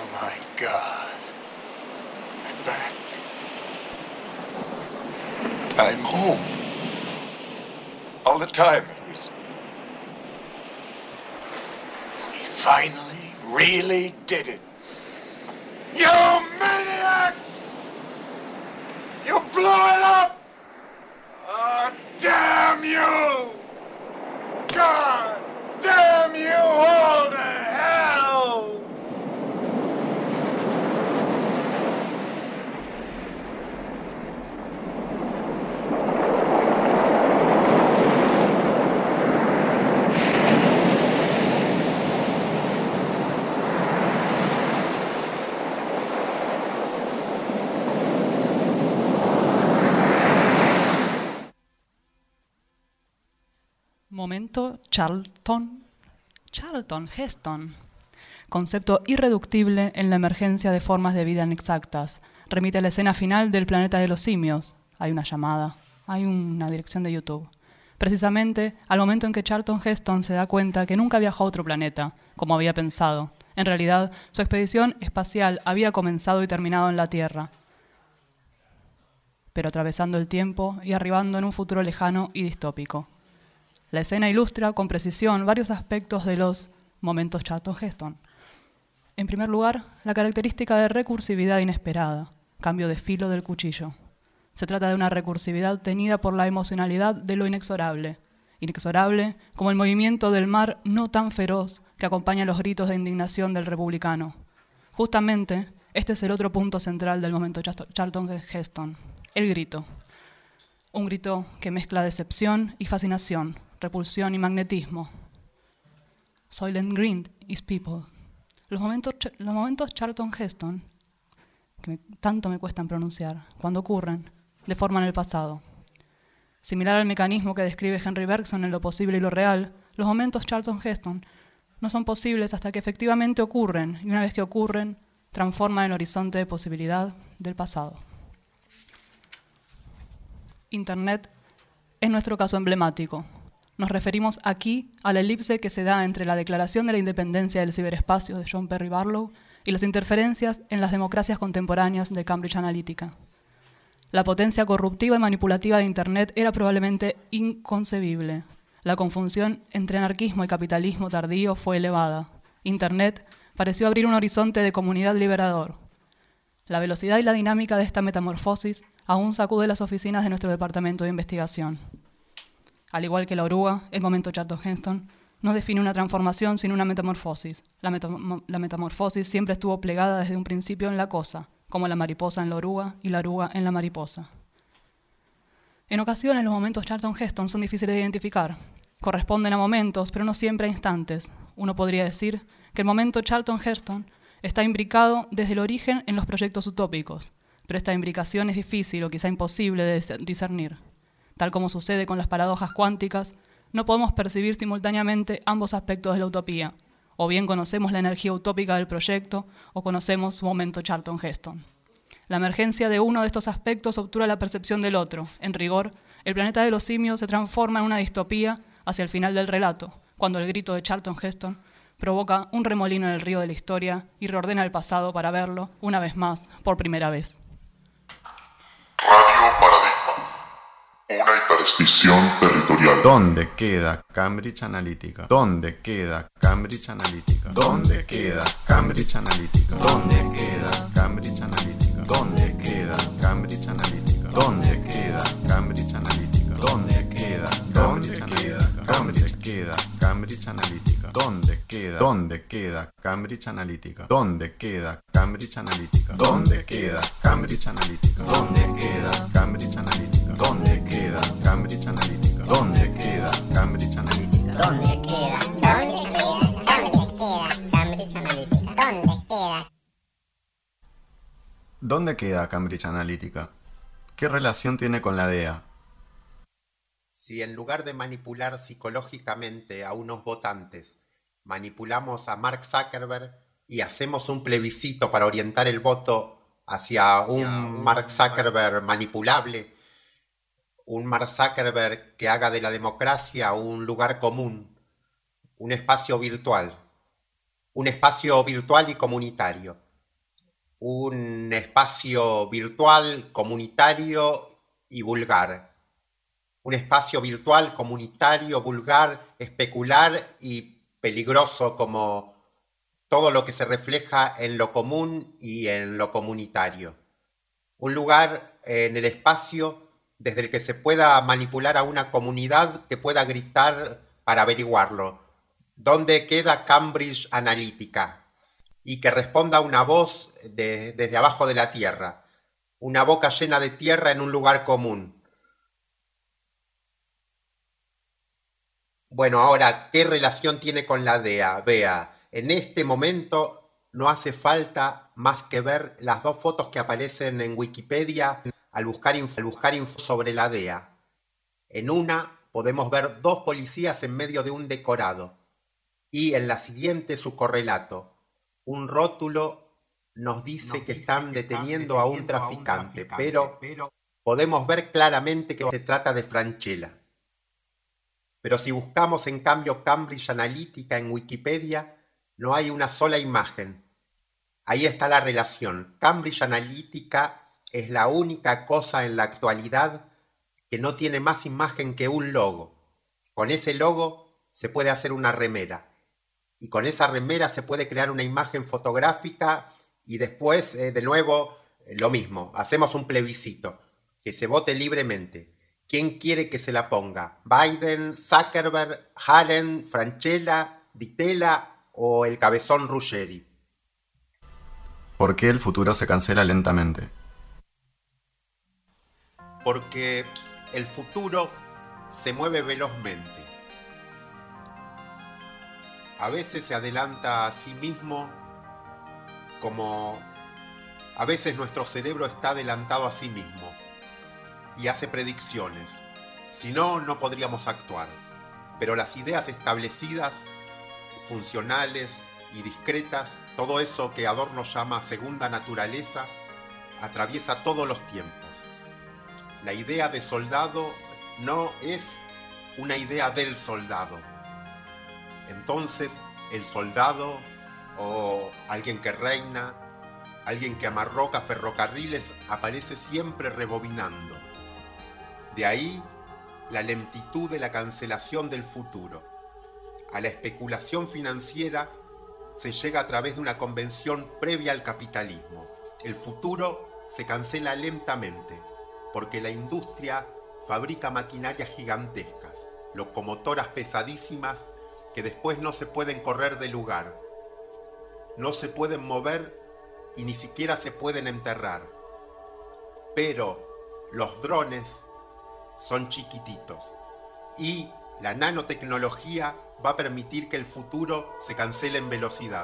my God. I'm back. I'm home. All the time it was... We finally really did it. You maniacs! You blew it up! Oh, damn you! God damn you all to hell! Momento Charlton Heston. Concepto irreductible en la emergencia de formas de vida inexactas. Remite a la escena final del Planeta de los Simios. Hay una llamada, hay una dirección de YouTube. Precisamente al momento en que Charlton Heston se da cuenta que nunca viajó a otro planeta, como había pensado. En realidad, su expedición espacial había comenzado y terminado en la Tierra, pero atravesando el tiempo y arribando en un futuro lejano y distópico. La escena ilustra con precisión varios aspectos de los momentos Charlton Heston. En primer lugar, la característica de recursividad inesperada, cambio de filo del cuchillo. Se trata de una recursividad tenida por la emocionalidad de lo inexorable. Inexorable como el movimiento del mar no tan feroz que acompaña los gritos de indignación del republicano. Justamente, este es el otro punto central del momento Charlton Heston, el grito. Un grito que mezcla decepción y fascinación, repulsión y magnetismo. Soylent Green is people. Los momentos Charlton Heston, que tanto me cuestan pronunciar, cuando ocurren, deforman el pasado. Similar al mecanismo que describe Henry Bergson en Lo posible y lo real, los momentos Charlton Heston no son posibles hasta que efectivamente ocurren, y una vez que ocurren, transforman el horizonte de posibilidad del pasado. Internet es nuestro caso emblemático. Nos referimos aquí a la elipse que se da entre la Declaración de la Independencia del Ciberespacio de John Perry Barlow y las interferencias en las democracias contemporáneas de Cambridge Analytica. La potencia corruptiva y manipulativa de Internet era probablemente inconcebible. La confusión entre anarquismo y capitalismo tardío fue elevada. Internet pareció abrir un horizonte de comunidad liberador. La velocidad y la dinámica de esta metamorfosis aún sacude las oficinas de nuestro departamento de investigación. Al igual que la oruga, el momento Charlton Heston no define una transformación sino una metamorfosis. La metamorfosis siempre estuvo plegada desde un principio en la cosa, como la mariposa en la oruga y la oruga en la mariposa. En ocasiones los momentos Charlton Heston son difíciles de identificar. Corresponden a momentos, pero no siempre a instantes. Uno podría decir que el momento Charlton Heston está imbricado desde el origen en los proyectos utópicos, pero esta imbricación es difícil o quizá imposible de discernir. Tal como sucede con las paradojas cuánticas, no podemos percibir simultáneamente ambos aspectos de la utopía. O bien conocemos la energía utópica del proyecto, o conocemos su momento Charlton Heston. La emergencia de uno de estos aspectos obtura la percepción del otro. En rigor, el planeta de los simios se transforma en una distopía hacia el final del relato, cuando el grito de Charlton Heston provoca un remolino en el río de la historia y reordena el pasado para verlo, una vez más, por primera vez. Radio Paradigma. Una hiperstición territorial. ¿Dónde queda Cambridge Analytica? ¿Dónde queda Cambridge Analytica? ¿Dónde queda Cambridge Analytica? ¿Dónde queda Cambridge Analytica? ¿Dónde queda Cambridge Analytica? ¿Dónde queda Cambridge Analytica? ¿Dónde queda Cambridge Analytica? ¿Dónde queda Cambridge Analytica? ¿Dónde queda Cambridge Analytica? ¿Dónde queda Cambridge Analytica? ¿Dónde queda Cambridge Analytica? ¿Dónde queda Cambridge Analytica? ¿Dónde queda Cambridge Analytica? ¿Dónde queda Cambridge Analytica? ¿Dónde queda Cambridge Analytica? ¿Dónde queda? ¿Dónde queda Cambridge Analytica? ¿Qué relación tiene con la DEA? Si en lugar de manipular psicológicamente a unos votantes, manipulamos a Mark Zuckerberg y hacemos un plebiscito para orientar el voto hacia un Mark Zuckerberg manipulable, un Mark Zuckerberg que haga de la democracia un lugar común, un espacio virtual y comunitario, un espacio virtual, comunitario y vulgar. Un espacio virtual, comunitario, vulgar, especular y peligroso, como todo lo que se refleja en lo común y en lo comunitario. Un lugar en el espacio desde el que se pueda manipular a una comunidad que pueda gritar para averiguarlo. ¿Dónde queda Cambridge Analytica? Y que responda a una voz desde abajo de la tierra. Una boca llena de tierra en un lugar común. Bueno, ahora, ¿qué relación tiene con la DEA? Vea, en este momento no hace falta más que ver las dos fotos que aparecen en Wikipedia al buscar info sobre la DEA. En una podemos ver dos policías en medio de un decorado y en la siguiente su correlato. Un rótulo nos dice que están deteniendo a un traficante, pero podemos ver claramente que se trata de Francella. Pero si buscamos en cambio Cambridge Analytica en Wikipedia, no hay una sola imagen. Ahí está la relación. Cambridge Analytica es la única cosa en la actualidad que no tiene más imagen que un logo. Con ese logo se puede hacer una remera. Y con esa remera se puede crear una imagen fotográfica y después, de nuevo, lo mismo. Hacemos un plebiscito. Que se vote libremente. ¿Quién quiere que se la ponga? ¿Biden, Zuckerberg, Haren, Francella, Di Tella o el cabezón Ruggeri? ¿Por qué el futuro se cancela lentamente? Porque el futuro se mueve velozmente. A veces se adelanta a sí mismo, como a veces nuestro cerebro está adelantado a sí mismo y hace predicciones. Si no, no podríamos actuar. Pero las ideas establecidas, funcionales y discretas, todo eso que Adorno llama segunda naturaleza, atraviesa todos los tiempos. La idea de soldado no es una idea del soldado. Entonces, el soldado o alguien que reina, alguien que amarroca ferrocarriles, aparece siempre rebobinando. De ahí la lentitud de la cancelación del futuro. A la especulación financiera se llega a través de una convención previa al capitalismo. El futuro se cancela lentamente porque la industria fabrica maquinarias gigantescas, locomotoras pesadísimas que después no se pueden correr de lugar, no se pueden mover y ni siquiera se pueden enterrar. Pero los drones son chiquititos y la nanotecnología va a permitir que el futuro se cancele en velocidad.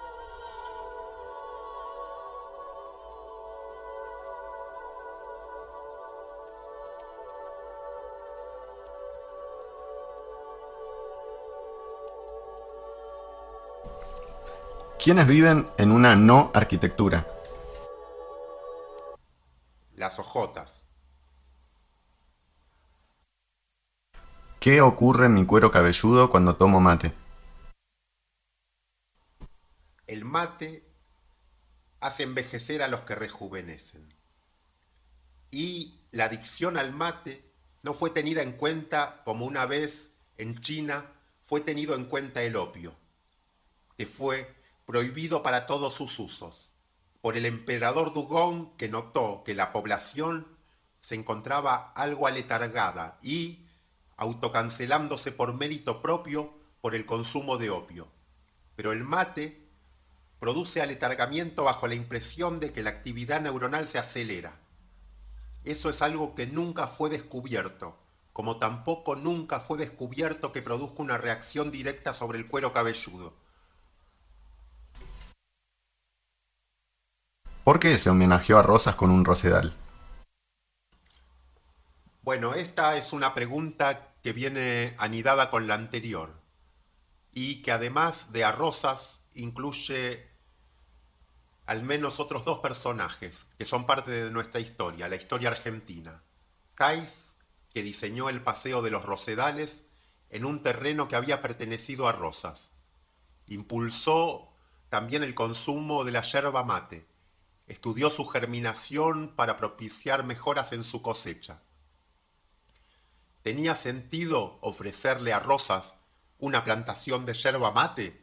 ¿Quiénes viven en una no arquitectura? Las ojotas. ¿Qué ocurre en mi cuero cabelludo cuando tomo mate? El mate hace envejecer a los que rejuvenecen. Y la adicción al mate no fue tenida en cuenta como una vez en China fue tenido en cuenta el opio, que fue prohibido para todos sus usos, por el emperador Dugong, que notó que la población se encontraba algo aletargada y autocancelándose por mérito propio por el consumo de opio. Pero el mate produce aletargamiento bajo la impresión de que la actividad neuronal se acelera. Eso es algo que nunca fue descubierto, como tampoco nunca fue descubierto que produzca una reacción directa sobre el cuero cabelludo. ¿Por qué se homenajeó a Rosas con un rosedal? Bueno, esta es una pregunta que viene anidada con la anterior y que además de a Rosas incluye al menos otros dos personajes que son parte de nuestra historia, la historia argentina. Cáiz, que diseñó el paseo de los Rosedales en un terreno que había pertenecido a Rosas. Impulsó también el consumo de la yerba mate estudió su germinación para propiciar mejoras en su cosecha. ¿Tenía sentido ofrecerle a Rosas una plantación de yerba mate?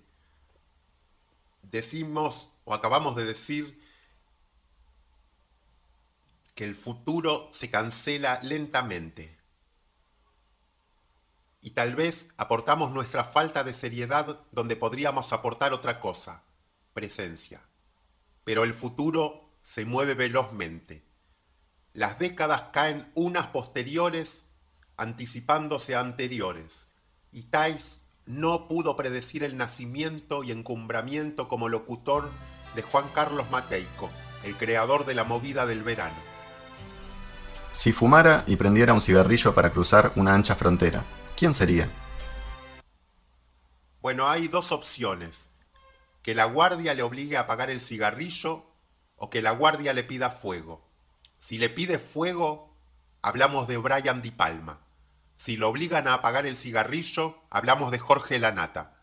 Decimos, o acabamos de decir, que el futuro se cancela lentamente. Y tal vez aportamos nuestra falta de seriedad donde podríamos aportar otra cosa, presencia. Pero el futuro se mueve velozmente. Las décadas caen unas posteriores, anticipándose a anteriores. Y Thais no pudo predecir el nacimiento y encumbramiento como locutor de Juan Carlos Mateico, el creador de la movida del verano. Si fumara y prendiera un cigarrillo para cruzar una ancha frontera, ¿quién sería? Bueno, hay dos opciones. Que la guardia le obligue a apagar el cigarrillo o que la guardia le pida fuego. Si le pide fuego, hablamos de Brian Di Palma. Si lo obligan a apagar el cigarrillo, hablamos de Jorge Lanata.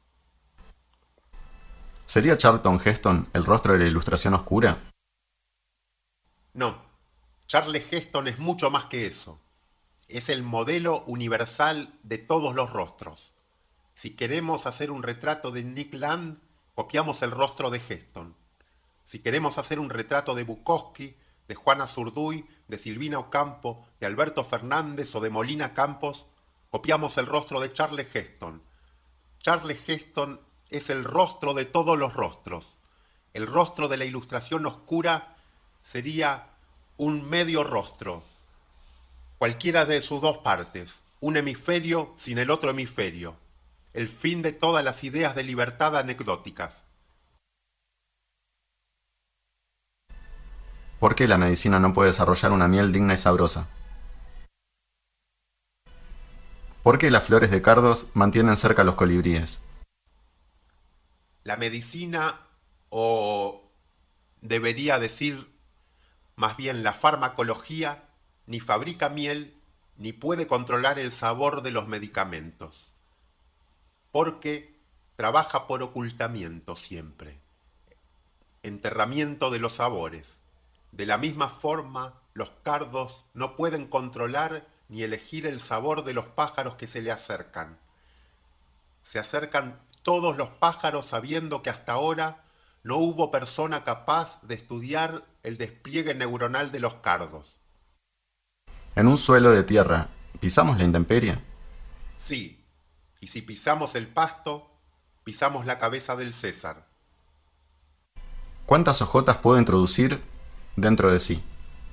¿Sería Charlton Heston el rostro de la Ilustración oscura? No, Charles Heston es mucho más que eso. Es el modelo universal de todos los rostros. Si queremos hacer un retrato de Nick Land, copiamos el rostro de Heston. Si queremos hacer un retrato de Bukowski, de Juana Zurduy, de Silvina Ocampo, de Alberto Fernández o de Molina Campos, copiamos el rostro de Charles Heston. Charles Heston es el rostro de todos los rostros. El rostro de la Ilustración oscura sería un medio rostro, cualquiera de sus dos partes, un hemisferio sin el otro hemisferio, el fin de todas las ideas de libertad anecdóticas. ¿Por qué la medicina no puede desarrollar una miel digna y sabrosa? ¿Por qué las flores de cardos mantienen cerca a los colibríes? La medicina, o debería decir más bien la farmacología, ni fabrica miel, ni puede controlar el sabor de los medicamentos, porque trabaja por ocultamiento siempre, enterramiento de los sabores. De la misma forma, los cardos no pueden controlar ni elegir el sabor de los pájaros que se le acercan. Se acercan todos los pájaros sabiendo que hasta ahora no hubo persona capaz de estudiar el despliegue neuronal de los cardos. En un suelo de tierra, ¿pisamos la intemperie? Sí, y si pisamos el pasto, pisamos la cabeza del César. ¿Cuántas hojotas puedo introducir dentro de sí?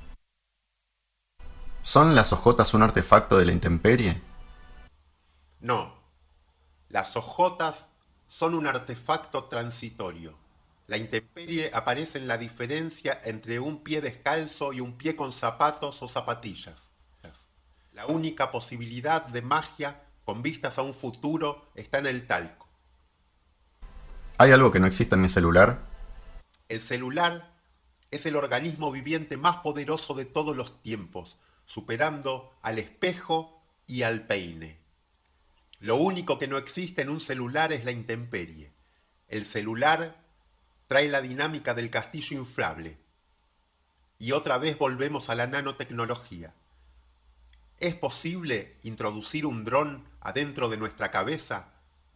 ¿Son las hojotas un artefacto de la intemperie? No, las hojotas son un artefacto transitorio. La intemperie aparece en la diferencia entre un pie descalzo y un pie con zapatos o zapatillas. La única posibilidad de magia con vistas a un futuro está en el talco. ¿Hay algo que no exista en mi celular? El celular es el organismo viviente más poderoso de todos los tiempos, superando al espejo y al peine. Lo único que no existe en un celular es la intemperie. El celular trae la dinámica del castillo inflable. Y otra vez volvemos a la nanotecnología. ¿Es posible introducir un dron adentro de nuestra cabeza?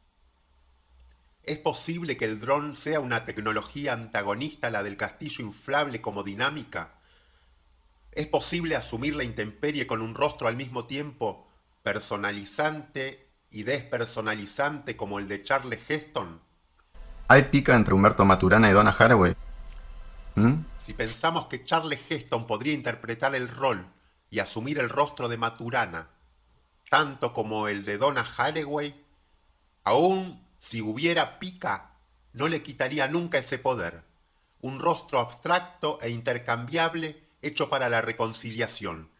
¿Es posible que el dron sea una tecnología antagonista a la del castillo inflable como dinámica? ¿Es posible asumir la intemperie con un rostro al mismo tiempo personalizante y despersonalizante como el de Charles Heston? ¿Hay pica entre Humberto Maturana y Donna Haraway? Si pensamos que Charles Heston podría interpretar el rol y asumir el rostro de Maturana, tanto como el de Donna Haraway, aún si hubiera pica, no le quitaría nunca ese poder. Un rostro abstracto e intercambiable hecho para la reconciliación.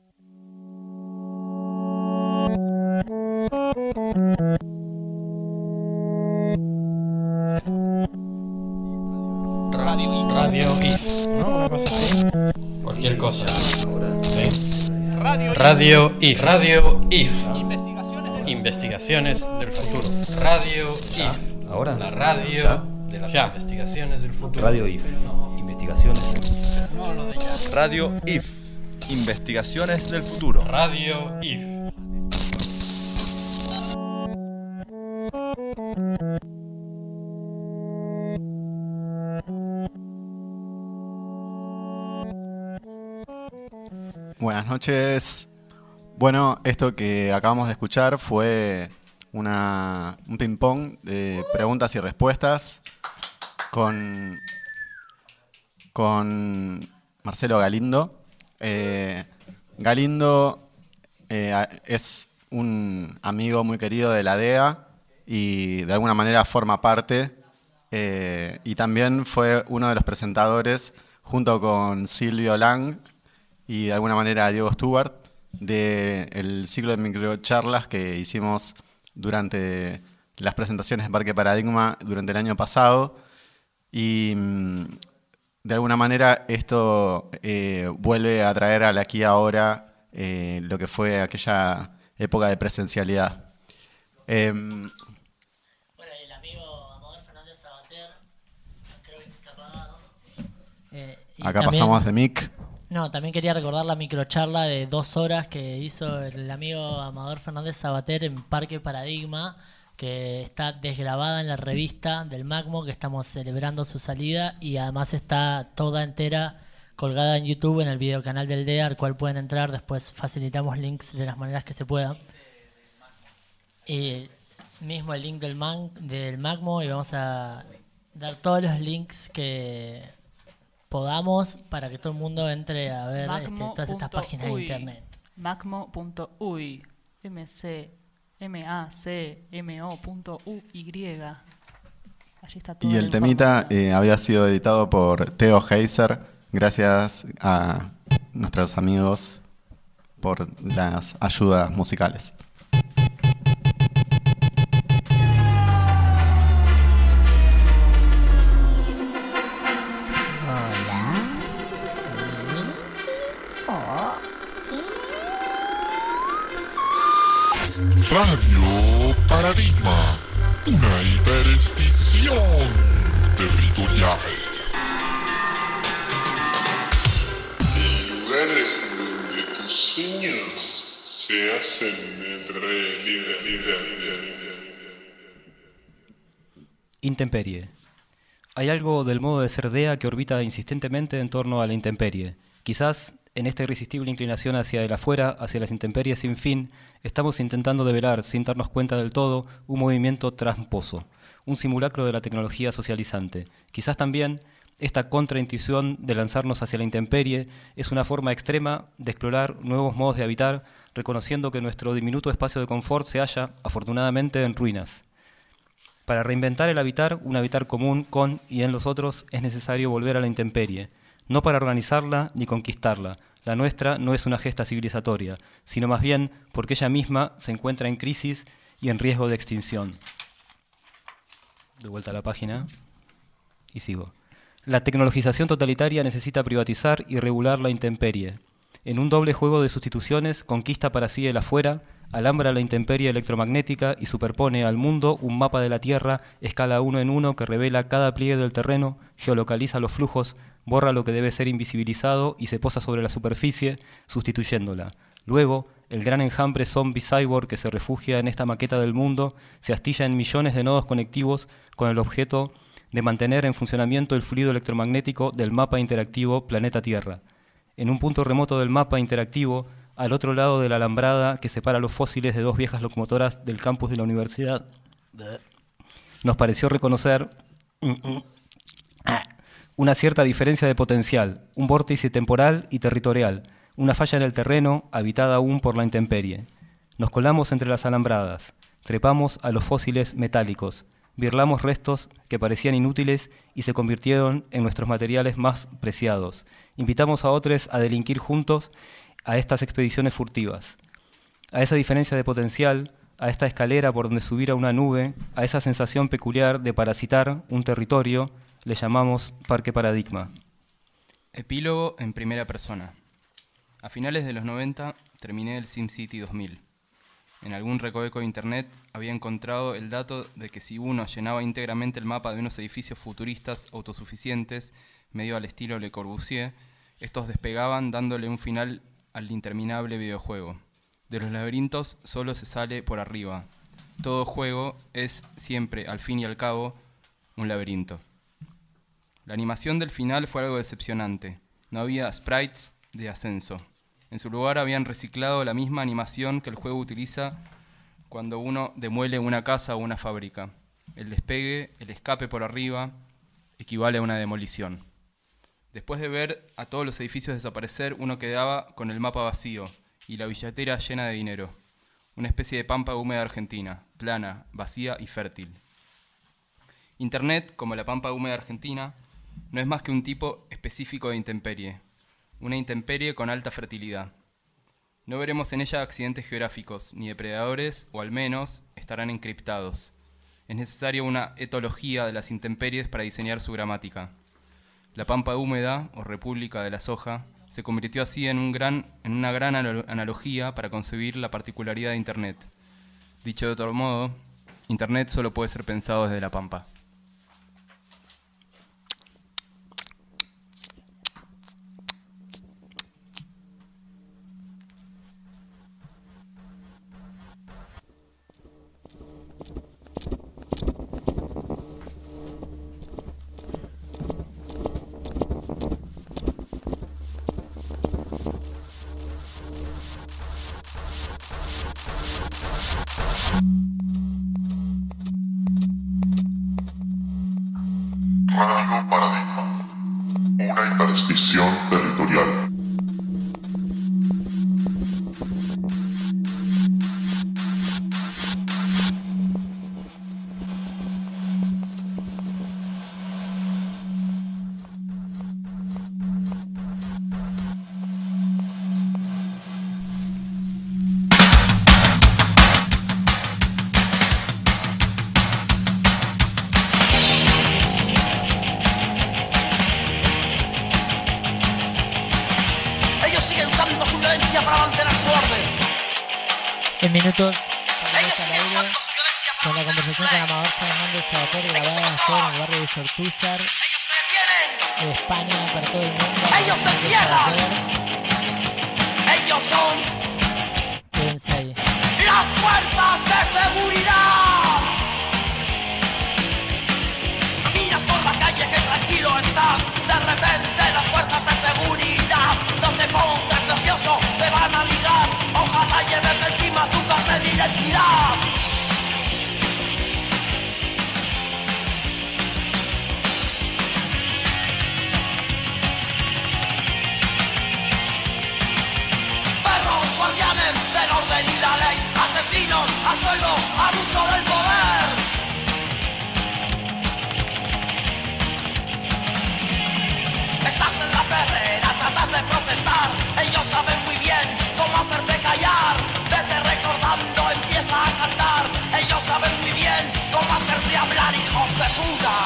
Radio IF, ¿no? Una cosa así. Cualquier cosa. ¿Sí? Radio IF. Radio IF. Investigaciones del futuro. Radio IF. Ahora. La radio de las investigaciones del futuro. Radio IF. Investigaciones. No lo digas. Radio IF. Investigaciones del futuro. Radio IF. Buenas noches. Bueno, esto que acabamos de escuchar fue un ping-pong de preguntas y respuestas con Marcelo Galindo. Galindo es un amigo muy querido de la DEA y de alguna manera forma parte y también fue uno de los presentadores junto con Silvio Lang y de alguna manera Diego Stewart del ciclo de microcharlas que hicimos durante las presentaciones de Parque Paradigma durante el año pasado. Y de alguna manera esto vuelve a traer al aquí y ahora lo que fue aquella época de presencialidad. Bueno, y el amigo Amador Fernández Sabater, creo que está apagado. Acá pasamos de mic. No, también quería recordar la microcharla de 2 horas que hizo el amigo Amador Fernández Sabater en Parque Paradigma, que está desgrabada en la revista del MACMO, que estamos celebrando su salida, y además está toda entera colgada en YouTube en el videocanal del DEA, al cual pueden entrar. Después facilitamos links de las maneras que se puedan. Mismo el link del MACMO, y vamos a dar todos los links que podamos para que todo el mundo entre a ver todas estas páginas de internet. Macmo.uy, macmo.uy. Allí está todo. Y el temita había sido editado por Theo Heiser, gracias a nuestros amigos por las ayudas musicales. Radio Paradigma, una hiperestición territorial. Lugares donde tus sueños se hacen realidad. Intemperie. Hay algo del modo de ser DEA que orbita insistentemente en torno a la intemperie. Quizás en esta irresistible inclinación hacia el afuera, hacia las intemperies sin fin, estamos intentando develar, sin darnos cuenta del todo, un movimiento tramposo, un simulacro de la tecnología socializante. Quizás también esta contraintuición de lanzarnos hacia la intemperie es una forma extrema de explorar nuevos modos de habitar, reconociendo que nuestro diminuto espacio de confort se halla, afortunadamente, en ruinas. Para reinventar el habitar, un habitar común con y en los otros, es necesario volver a la intemperie. No para organizarla ni conquistarla. La nuestra no es una gesta civilizatoria, sino más bien porque ella misma se encuentra en crisis y en riesgo de extinción. De vuelta a la página y sigo. La tecnologización totalitaria necesita privatizar y regular la intemperie. En un doble juego de sustituciones, conquista para sí el afuera, alambra la intemperie electromagnética y superpone al mundo un mapa de la Tierra, escala 1 en 1, que revela cada pliegue del terreno, geolocaliza los flujos, borra lo que debe ser invisibilizado y se posa sobre la superficie, sustituyéndola. Luego, el gran enjambre zombie cyborg que se refugia en esta maqueta del mundo se astilla en millones de nodos conectivos con el objeto de mantener en funcionamiento el fluido electromagnético del mapa interactivo Planeta Tierra. En un punto remoto del mapa interactivo, al otro lado de la alambrada que separa los fósiles de 2 viejas locomotoras del campus de la universidad, nos pareció reconocer una cierta diferencia de potencial, un vórtice temporal y territorial, una falla en el terreno habitada aún por la intemperie. Nos colamos entre las alambradas, trepamos a los fósiles metálicos, birlamos restos que parecían inútiles y se convirtieron en nuestros materiales más preciados. Invitamos a otros a delinquir juntos a estas expediciones furtivas. A esa diferencia de potencial, a esta escalera por donde subir a una nube, a esa sensación peculiar de parasitar un territorio, le llamamos Parque Paradigma. Epílogo en primera persona. A finales de los 90 terminé el SimCity 2000. En algún recoveco de internet había encontrado el dato de que si uno llenaba íntegramente el mapa de unos edificios futuristas autosuficientes, medio al estilo Le Corbusier, estos despegaban dándole un final al interminable videojuego. De los laberintos solo se sale por arriba. Todo juego es siempre, al fin y al cabo, un laberinto. La animación del final fue algo decepcionante. No había sprites de ascenso. En su lugar habían reciclado la misma animación que el juego utiliza cuando uno demuele una casa o una fábrica. El despegue, el escape por arriba, equivale a una demolición. Después de ver a todos los edificios desaparecer, uno quedaba con el mapa vacío y la billetera llena de dinero. Una especie de pampa húmeda argentina, plana, vacía y fértil. Internet, como la pampa húmeda argentina, no es más que un tipo específico de intemperie. Una intemperie con alta fertilidad. No veremos en ella accidentes geográficos, ni depredadores, o al menos estarán encriptados. Es necesaria una etología de las intemperies para diseñar su gramática. La pampa húmeda, o república de la soja, se convirtió así en una gran analogía para concebir la particularidad de Internet. Dicho de otro modo, Internet solo puede ser pensado desde la pampa. Radio Paradigma, una interstición territorial. En minutos salimos al aire con la conversación con Amador Fernández Sabater, grabada ayer en el barrio de Ortúzar, de España para todo el mundo. ¡Ellos te cierran! ¡Ellos son! Quédense ahí. ¡Las fuerzas de seguridad! Miras por la calle que tranquilo estás. De repente las fuerzas de seguridad, donde pongas nervioso te van a ligar. Ojalá lleves encima tu carnet de identidad. Perros guardianes del orden y la ley, asesinos a sueldo, abuso del poder. Estás en la perrera, tratas de protestar. Ellos saben muy bien cómo hacerte callar. Vete recordando, empieza a cantar. Ellos saben muy bien cómo hacerte hablar, hijos de puta.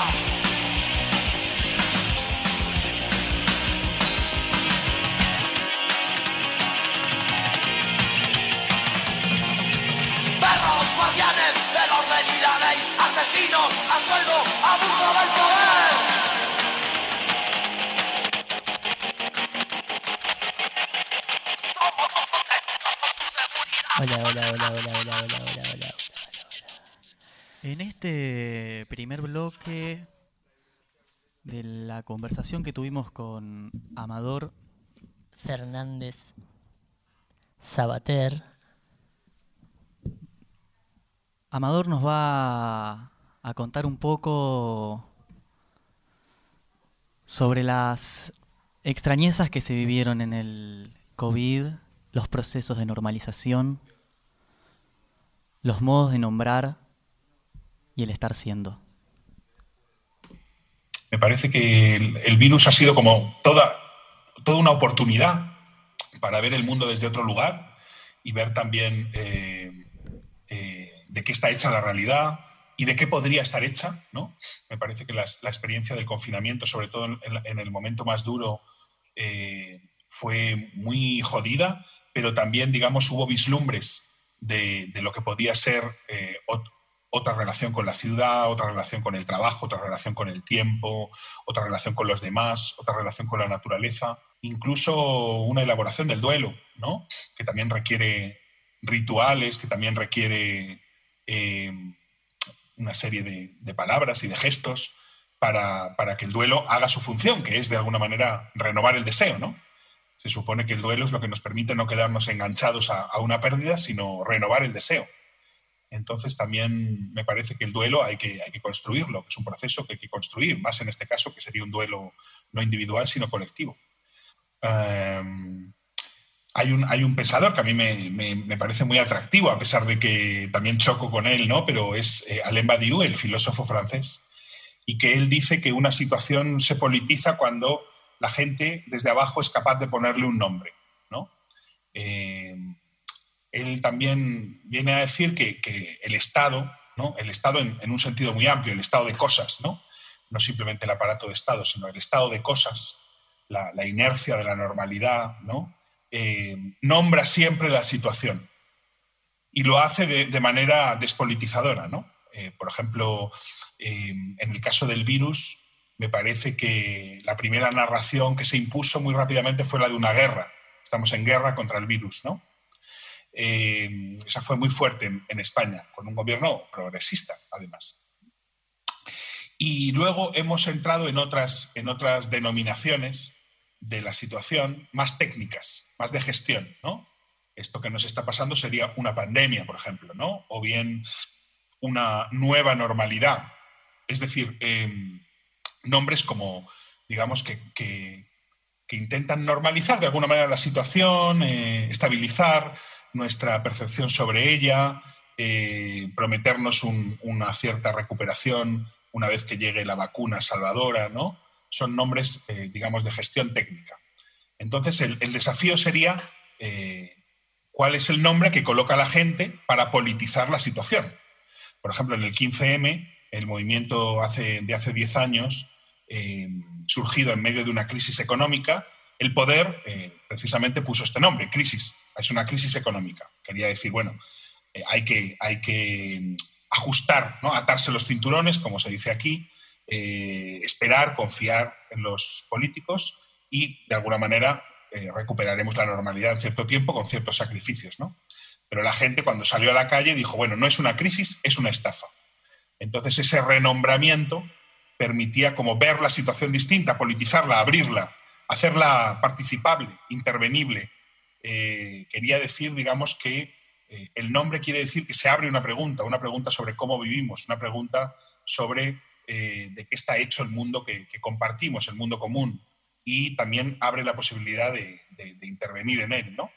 Perros guardianes del orden y la ley, asesinos a sueldo, abuso del poder. Hola. En este primer bloque de la conversación que tuvimos con Amador Fernández Sabater, Amador nos va a contar un poco sobre las extrañezas que se vivieron en el COVID, los procesos de normalización, los modos de nombrar y el estar siendo. Me parece que el virus ha sido como toda una oportunidad para ver el mundo desde otro lugar y ver también de qué está hecha la realidad y de qué podría estar hecha, ¿no? Me parece que la experiencia del confinamiento, sobre todo en el momento más duro, fue muy jodida, pero también, digamos, hubo vislumbres de lo que podía ser otra relación con la ciudad, otra relación con el trabajo, otra relación con el tiempo, otra relación con los demás, otra relación con la naturaleza, incluso una elaboración del duelo, ¿no? Que también requiere rituales, que también requiere una serie de palabras y de gestos para que el duelo haga su función, que es de alguna manera renovar el deseo, ¿no? Se supone que el duelo es lo que nos permite no quedarnos enganchados a una pérdida, sino renovar el deseo. Entonces también me parece que el duelo hay que construirlo, que es un proceso que hay que construir, más en este caso que sería un duelo no individual sino colectivo. Hay un pensador que a mí me parece muy atractivo, a pesar de que también choco con él, ¿no? Pero es Alain Badiou, el filósofo francés, y que él dice que una situación se politiza cuando la gente desde abajo es capaz de ponerle un nombre, ¿no? Él también viene a decir que el Estado, ¿no? El Estado en un sentido muy amplio, el estado de cosas, ¿no? No simplemente el aparato de Estado, sino el estado de cosas, la inercia de la normalidad, ¿no? Nombra siempre la situación y lo hace de manera despolitizadora, ¿no? Por ejemplo, en el caso del virus, me parece que la primera narración que se impuso muy rápidamente fue la de una guerra. Estamos en guerra contra el virus, ¿no? Esa fue muy fuerte en España, con un gobierno progresista, además. Y luego hemos entrado en otras denominaciones de la situación más técnicas, más de gestión, ¿no? Esto que nos está pasando sería una pandemia, por ejemplo, ¿no? O bien una nueva normalidad. Es decir, nombres como, digamos, que intentan normalizar de alguna manera la situación, estabilizar nuestra percepción sobre ella, prometernos una cierta recuperación una vez que llegue la vacuna salvadora, ¿no? Son nombres, digamos, de gestión técnica. Entonces, el desafío sería cuál es el nombre que coloca la gente para politizar la situación. Por ejemplo, en el 15M, el movimiento de hace 10 años, surgido en medio de una crisis económica, el poder precisamente puso este nombre, crisis. Es una crisis económica. Quería decir, bueno, hay que ajustar, ¿no? Atarse los cinturones, como se dice aquí, esperar, confiar en los políticos y, de alguna manera, recuperaremos la normalidad en cierto tiempo con ciertos sacrificios, ¿no? Pero la gente, cuando salió a la calle, dijo, bueno, no es una crisis, es una estafa. Entonces, ese renombramiento permitía como ver la situación distinta, politizarla, abrirla, hacerla participable, intervenible. Quería decir, digamos, que el nombre quiere decir que se abre una pregunta sobre cómo vivimos, una pregunta sobre de qué está hecho el mundo que compartimos, el mundo común, y también abre la posibilidad de intervenir en él, ¿no?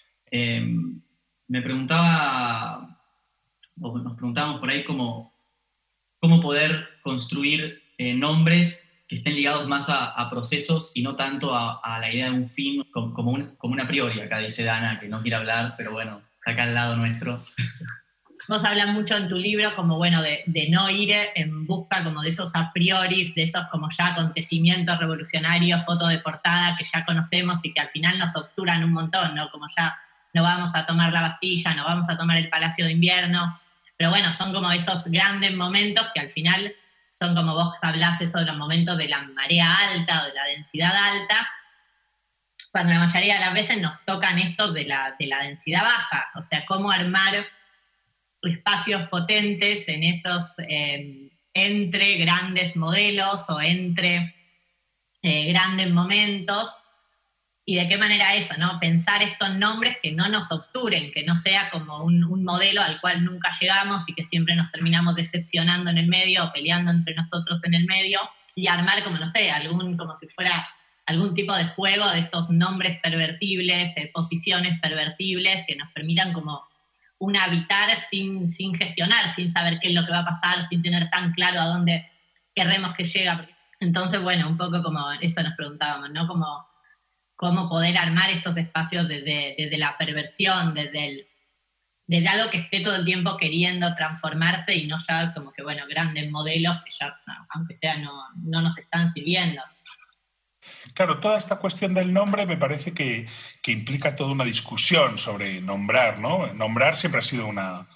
Me preguntaba, o nos preguntábamos por ahí cómo poder construir nombres que estén ligados más a procesos y no tanto a la idea de un fin como una priori. Acá dice Dana que no quiere hablar, pero bueno, está acá al lado nuestro. Vos hablas mucho en tu libro como, bueno, de no ir en busca como de esos a priori, de esos como ya acontecimientos revolucionarios, foto de portada que ya conocemos y que al final nos obturan un montón, ¿no? Como ya no vamos a tomar la Bastilla, no vamos a tomar el Palacio de Invierno, pero bueno, son como esos grandes momentos que al final son como vos hablás eso de los momentos de la marea alta o de la densidad alta, cuando la mayoría de las veces nos tocan estos de la densidad baja, o sea, cómo armar espacios potentes en esos entre grandes modelos o entre grandes momentos, y de qué manera eso, ¿no? Pensar estos nombres que no nos obturen, que no sea como un modelo al cual nunca llegamos y que siempre nos terminamos decepcionando en el medio o peleando entre nosotros en el medio, y armar como, no sé, como si fuera algún tipo de juego de estos nombres pervertibles, posiciones pervertibles que nos permitan como un habitar sin gestionar, sin saber qué es lo que va a pasar, sin tener tan claro a dónde queremos que llegue. Entonces, bueno, un poco como esto nos preguntábamos, ¿no? Como cómo poder armar estos espacios desde la perversión, desde algo que esté todo el tiempo queriendo transformarse y no ya como que, bueno, grandes modelos que ya, aunque sea, no nos están sirviendo. Claro, toda esta cuestión del nombre me parece que implica toda una discusión sobre nombrar, ¿no? Nombrar siempre ha sido una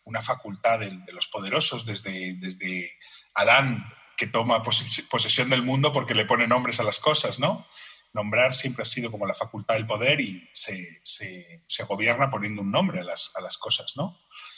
una facultad de los poderosos desde Adán, que toma posesión del mundo porque le pone nombres a las cosas, ¿no? Nombrar siempre ha sido como la facultad del poder y se gobierna poniendo un nombre a las cosas, ¿no?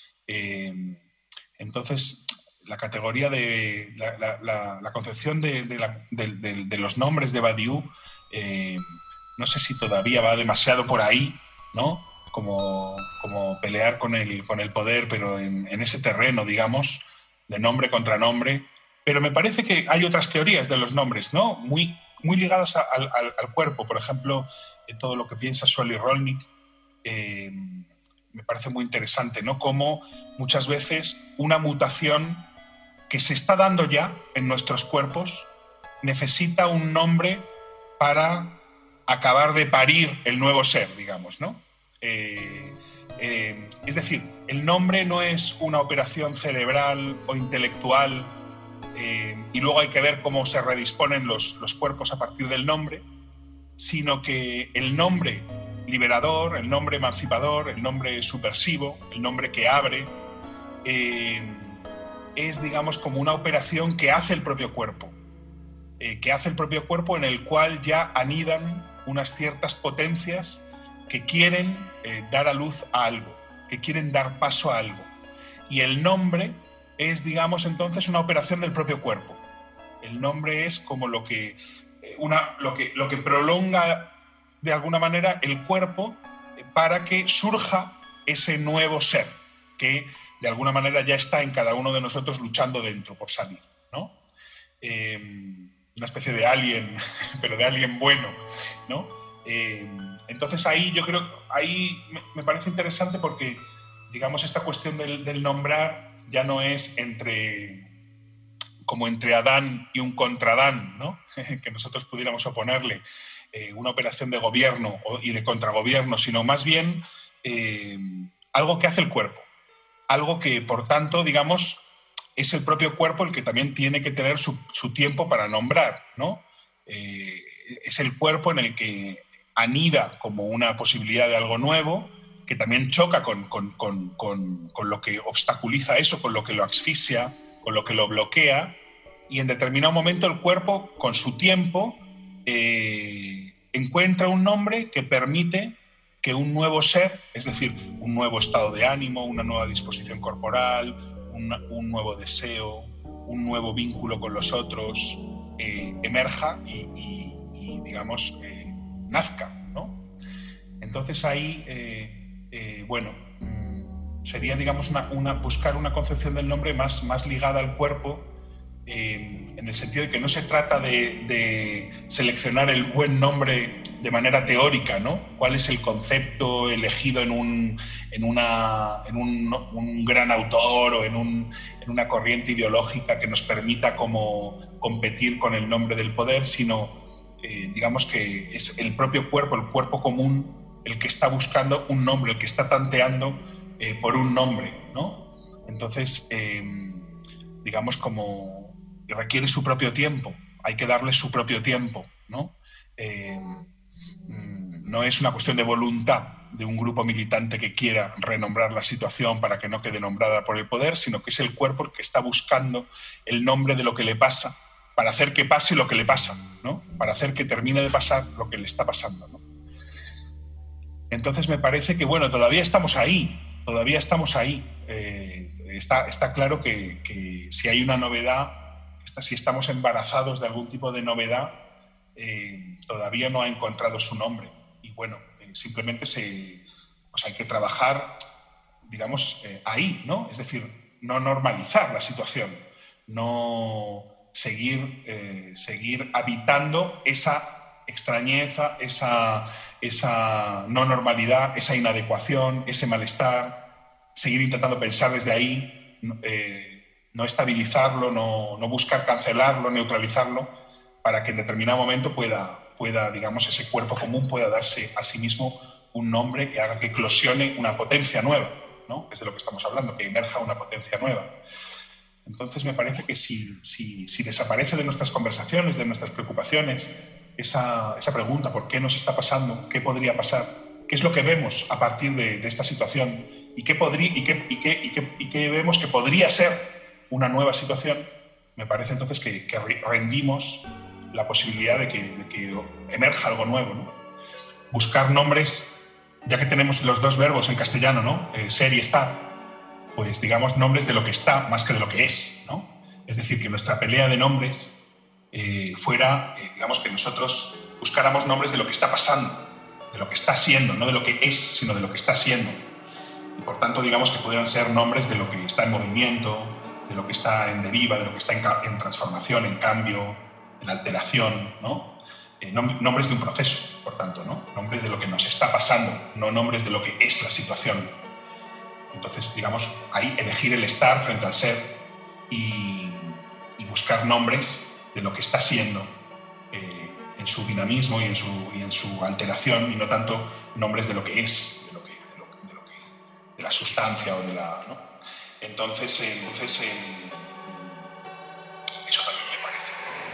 Entonces, la categoría de la concepción de los nombres de Badiou, no sé si todavía va demasiado por ahí, ¿no? Como pelear con el poder, pero en ese terreno, digamos, de nombre contra nombre. Pero me parece que hay otras teorías de los nombres, ¿no? Muy ligadas al cuerpo. Por ejemplo, todo lo que piensa Solly Rolnick me parece muy interesante, ¿no? Cómo muchas veces una mutación que se está dando ya en nuestros cuerpos necesita un nombre para acabar de parir el nuevo ser, digamos, ¿no? Es decir, el nombre no es una operación cerebral o intelectual y luego hay que ver cómo se redisponen los cuerpos a partir del nombre, sino que el nombre liberador, el nombre emancipador, el nombre subversivo, el nombre que abre, es, digamos, como una operación que hace el propio cuerpo, en el cual ya anidan unas ciertas potencias que quieren dar a luz a algo, que quieren dar paso a algo. Y el nombre es, digamos, entonces una operación del propio cuerpo. El nombre es como lo que prolonga de alguna manera el cuerpo para que surja ese nuevo ser que de alguna manera ya está en cada uno de nosotros luchando dentro por salir, ¿no? Una especie de alien, pero de alien bueno, ¿no? Entonces ahí yo creo, ahí me parece interesante porque, digamos, esta cuestión del nombrar ya no es como entre Adán y un contra Adán, ¿no? Que nosotros pudiéramos oponerle una operación de gobierno y de contragobierno, sino más bien algo que hace el cuerpo, algo que, por tanto, digamos, es el propio cuerpo el que también tiene que tener su tiempo para nombrar, ¿no? Es el cuerpo en el que anida como una posibilidad de algo nuevo, que también choca con lo que obstaculiza eso, con lo que lo asfixia, con lo que lo bloquea, y en determinado momento el cuerpo, con su tiempo, encuentra un nombre que permite que un nuevo ser, es decir, un nuevo estado de ánimo, una nueva disposición corporal, un nuevo deseo, un nuevo vínculo con los otros, emerja y digamos, nazca, ¿no? Entonces ahí, sería, digamos, buscar una concepción del nombre más ligada al cuerpo, en el sentido de que no se trata de seleccionar el buen nombre de manera teórica, ¿no? ¿Cuál es el concepto elegido en un gran autor o en una corriente ideológica que nos permita como competir con el nombre del poder, sino digamos que es el propio cuerpo, el cuerpo común, el que está buscando un nombre, el que está tanteando por un nombre, ¿no? Entonces, digamos, como requiere su propio tiempo, hay que darle su propio tiempo, ¿no? No es una cuestión de voluntad de un grupo militante que quiera renombrar la situación para que no quede nombrada por el poder, sino que es el cuerpo el que está buscando el nombre de lo que le pasa para hacer que pase lo que le pasa, ¿no? Para hacer que termine de pasar lo que le está pasando, ¿no? Entonces me parece que, bueno, todavía estamos ahí. Está claro que si hay una novedad, si estamos embarazados de algún tipo de novedad, todavía no ha encontrado su nombre. Y bueno, simplemente hay que trabajar, digamos, ahí, ¿no? Es decir, no normalizar la situación, no seguir habitando esa extrañeza, esa no normalidad, esa inadecuación, ese malestar, seguir intentando pensar desde ahí, no estabilizarlo, no buscar cancelarlo, neutralizarlo, para que en determinado momento pueda, digamos, ese cuerpo común pueda darse a sí mismo un nombre que haga que eclosione una potencia nueva, ¿no? Es de lo que estamos hablando, que emerja una potencia nueva. Entonces me parece que si desaparece de nuestras conversaciones, de nuestras preocupaciones, esa pregunta, ¿por qué nos está pasando? ¿Qué podría pasar? ¿Qué es lo que vemos a partir de esta situación y qué vemos que podría ser una nueva situación, me parece entonces que rendimos la posibilidad de que emerja algo nuevo, ¿no? Buscar nombres, ya que tenemos los dos verbos en castellano, ¿no? Ser y estar, pues digamos nombres de lo que está más que de lo que es, ¿no? Es decir, que nuestra pelea de nombres fuera, digamos, que nosotros buscáramos nombres de lo que está pasando, de lo que está siendo, no de lo que es, sino de lo que está siendo. Y por tanto, digamos que pudieran ser nombres de lo que está en movimiento, de lo que está en deriva, de lo que está en transformación, en cambio, en alteración, ¿no? Nombres de un proceso, por tanto, ¿no? Nombres de lo que nos está pasando, no nombres de lo que es la situación. Entonces, digamos, ahí elegir el estar frente al ser y buscar nombres de lo que está siendo en su dinamismo y en su alteración, y no tanto nombres de lo que es, de la sustancia o de la, ¿no? Entonces eso también me parece.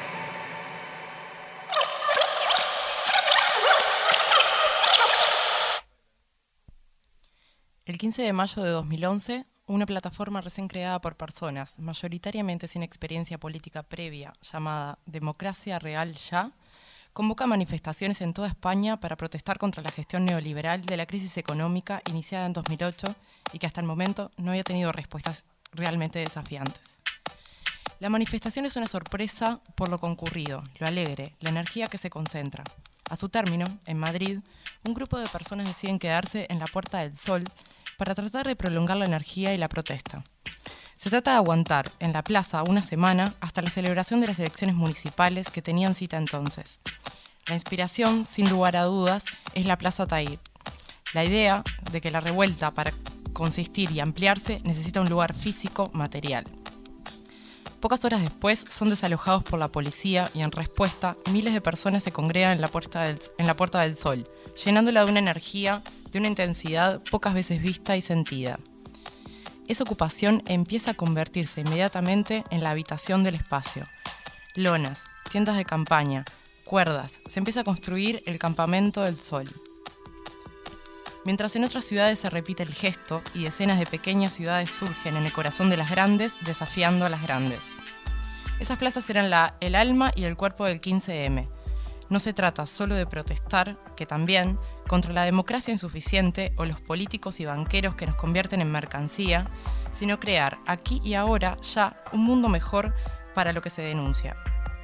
El 15 de mayo de 2011, una plataforma recién creada por personas, mayoritariamente sin experiencia política previa, llamada Democracia Real Ya, convoca manifestaciones en toda España para protestar contra la gestión neoliberal de la crisis económica iniciada en 2008 y que hasta el momento no había tenido respuestas realmente desafiantes. La manifestación es una sorpresa por lo concurrido, lo alegre, la energía que se concentra. A su término, en Madrid, un grupo de personas deciden quedarse en la Puerta del Sol para tratar de prolongar la energía y la protesta. Se trata de aguantar en la plaza una semana hasta la celebración de las elecciones municipales que tenían cita entonces. La inspiración, sin lugar a dudas, es la Plaza Tahrir. La idea de que la revuelta, para consistir y ampliarse, necesita un lugar físico, material. Pocas horas después son desalojados por la policía y en respuesta miles de personas se congregan en la Puerta del Sol, llenándola de una energía, de una intensidad pocas veces vista y sentida. Esa ocupación empieza a convertirse inmediatamente en la habitación del espacio. Lonas, tiendas de campaña, cuerdas, se empieza a construir el campamento del sol. Mientras en otras ciudades se repite el gesto y decenas de pequeñas ciudades surgen en el corazón de las grandes, desafiando a las grandes. Esas plazas eran el alma y el cuerpo del 15M. No se trata solo de protestar, que también, contra la democracia insuficiente o los políticos y banqueros que nos convierten en mercancía, sino crear aquí y ahora ya un mundo mejor para lo que se denuncia.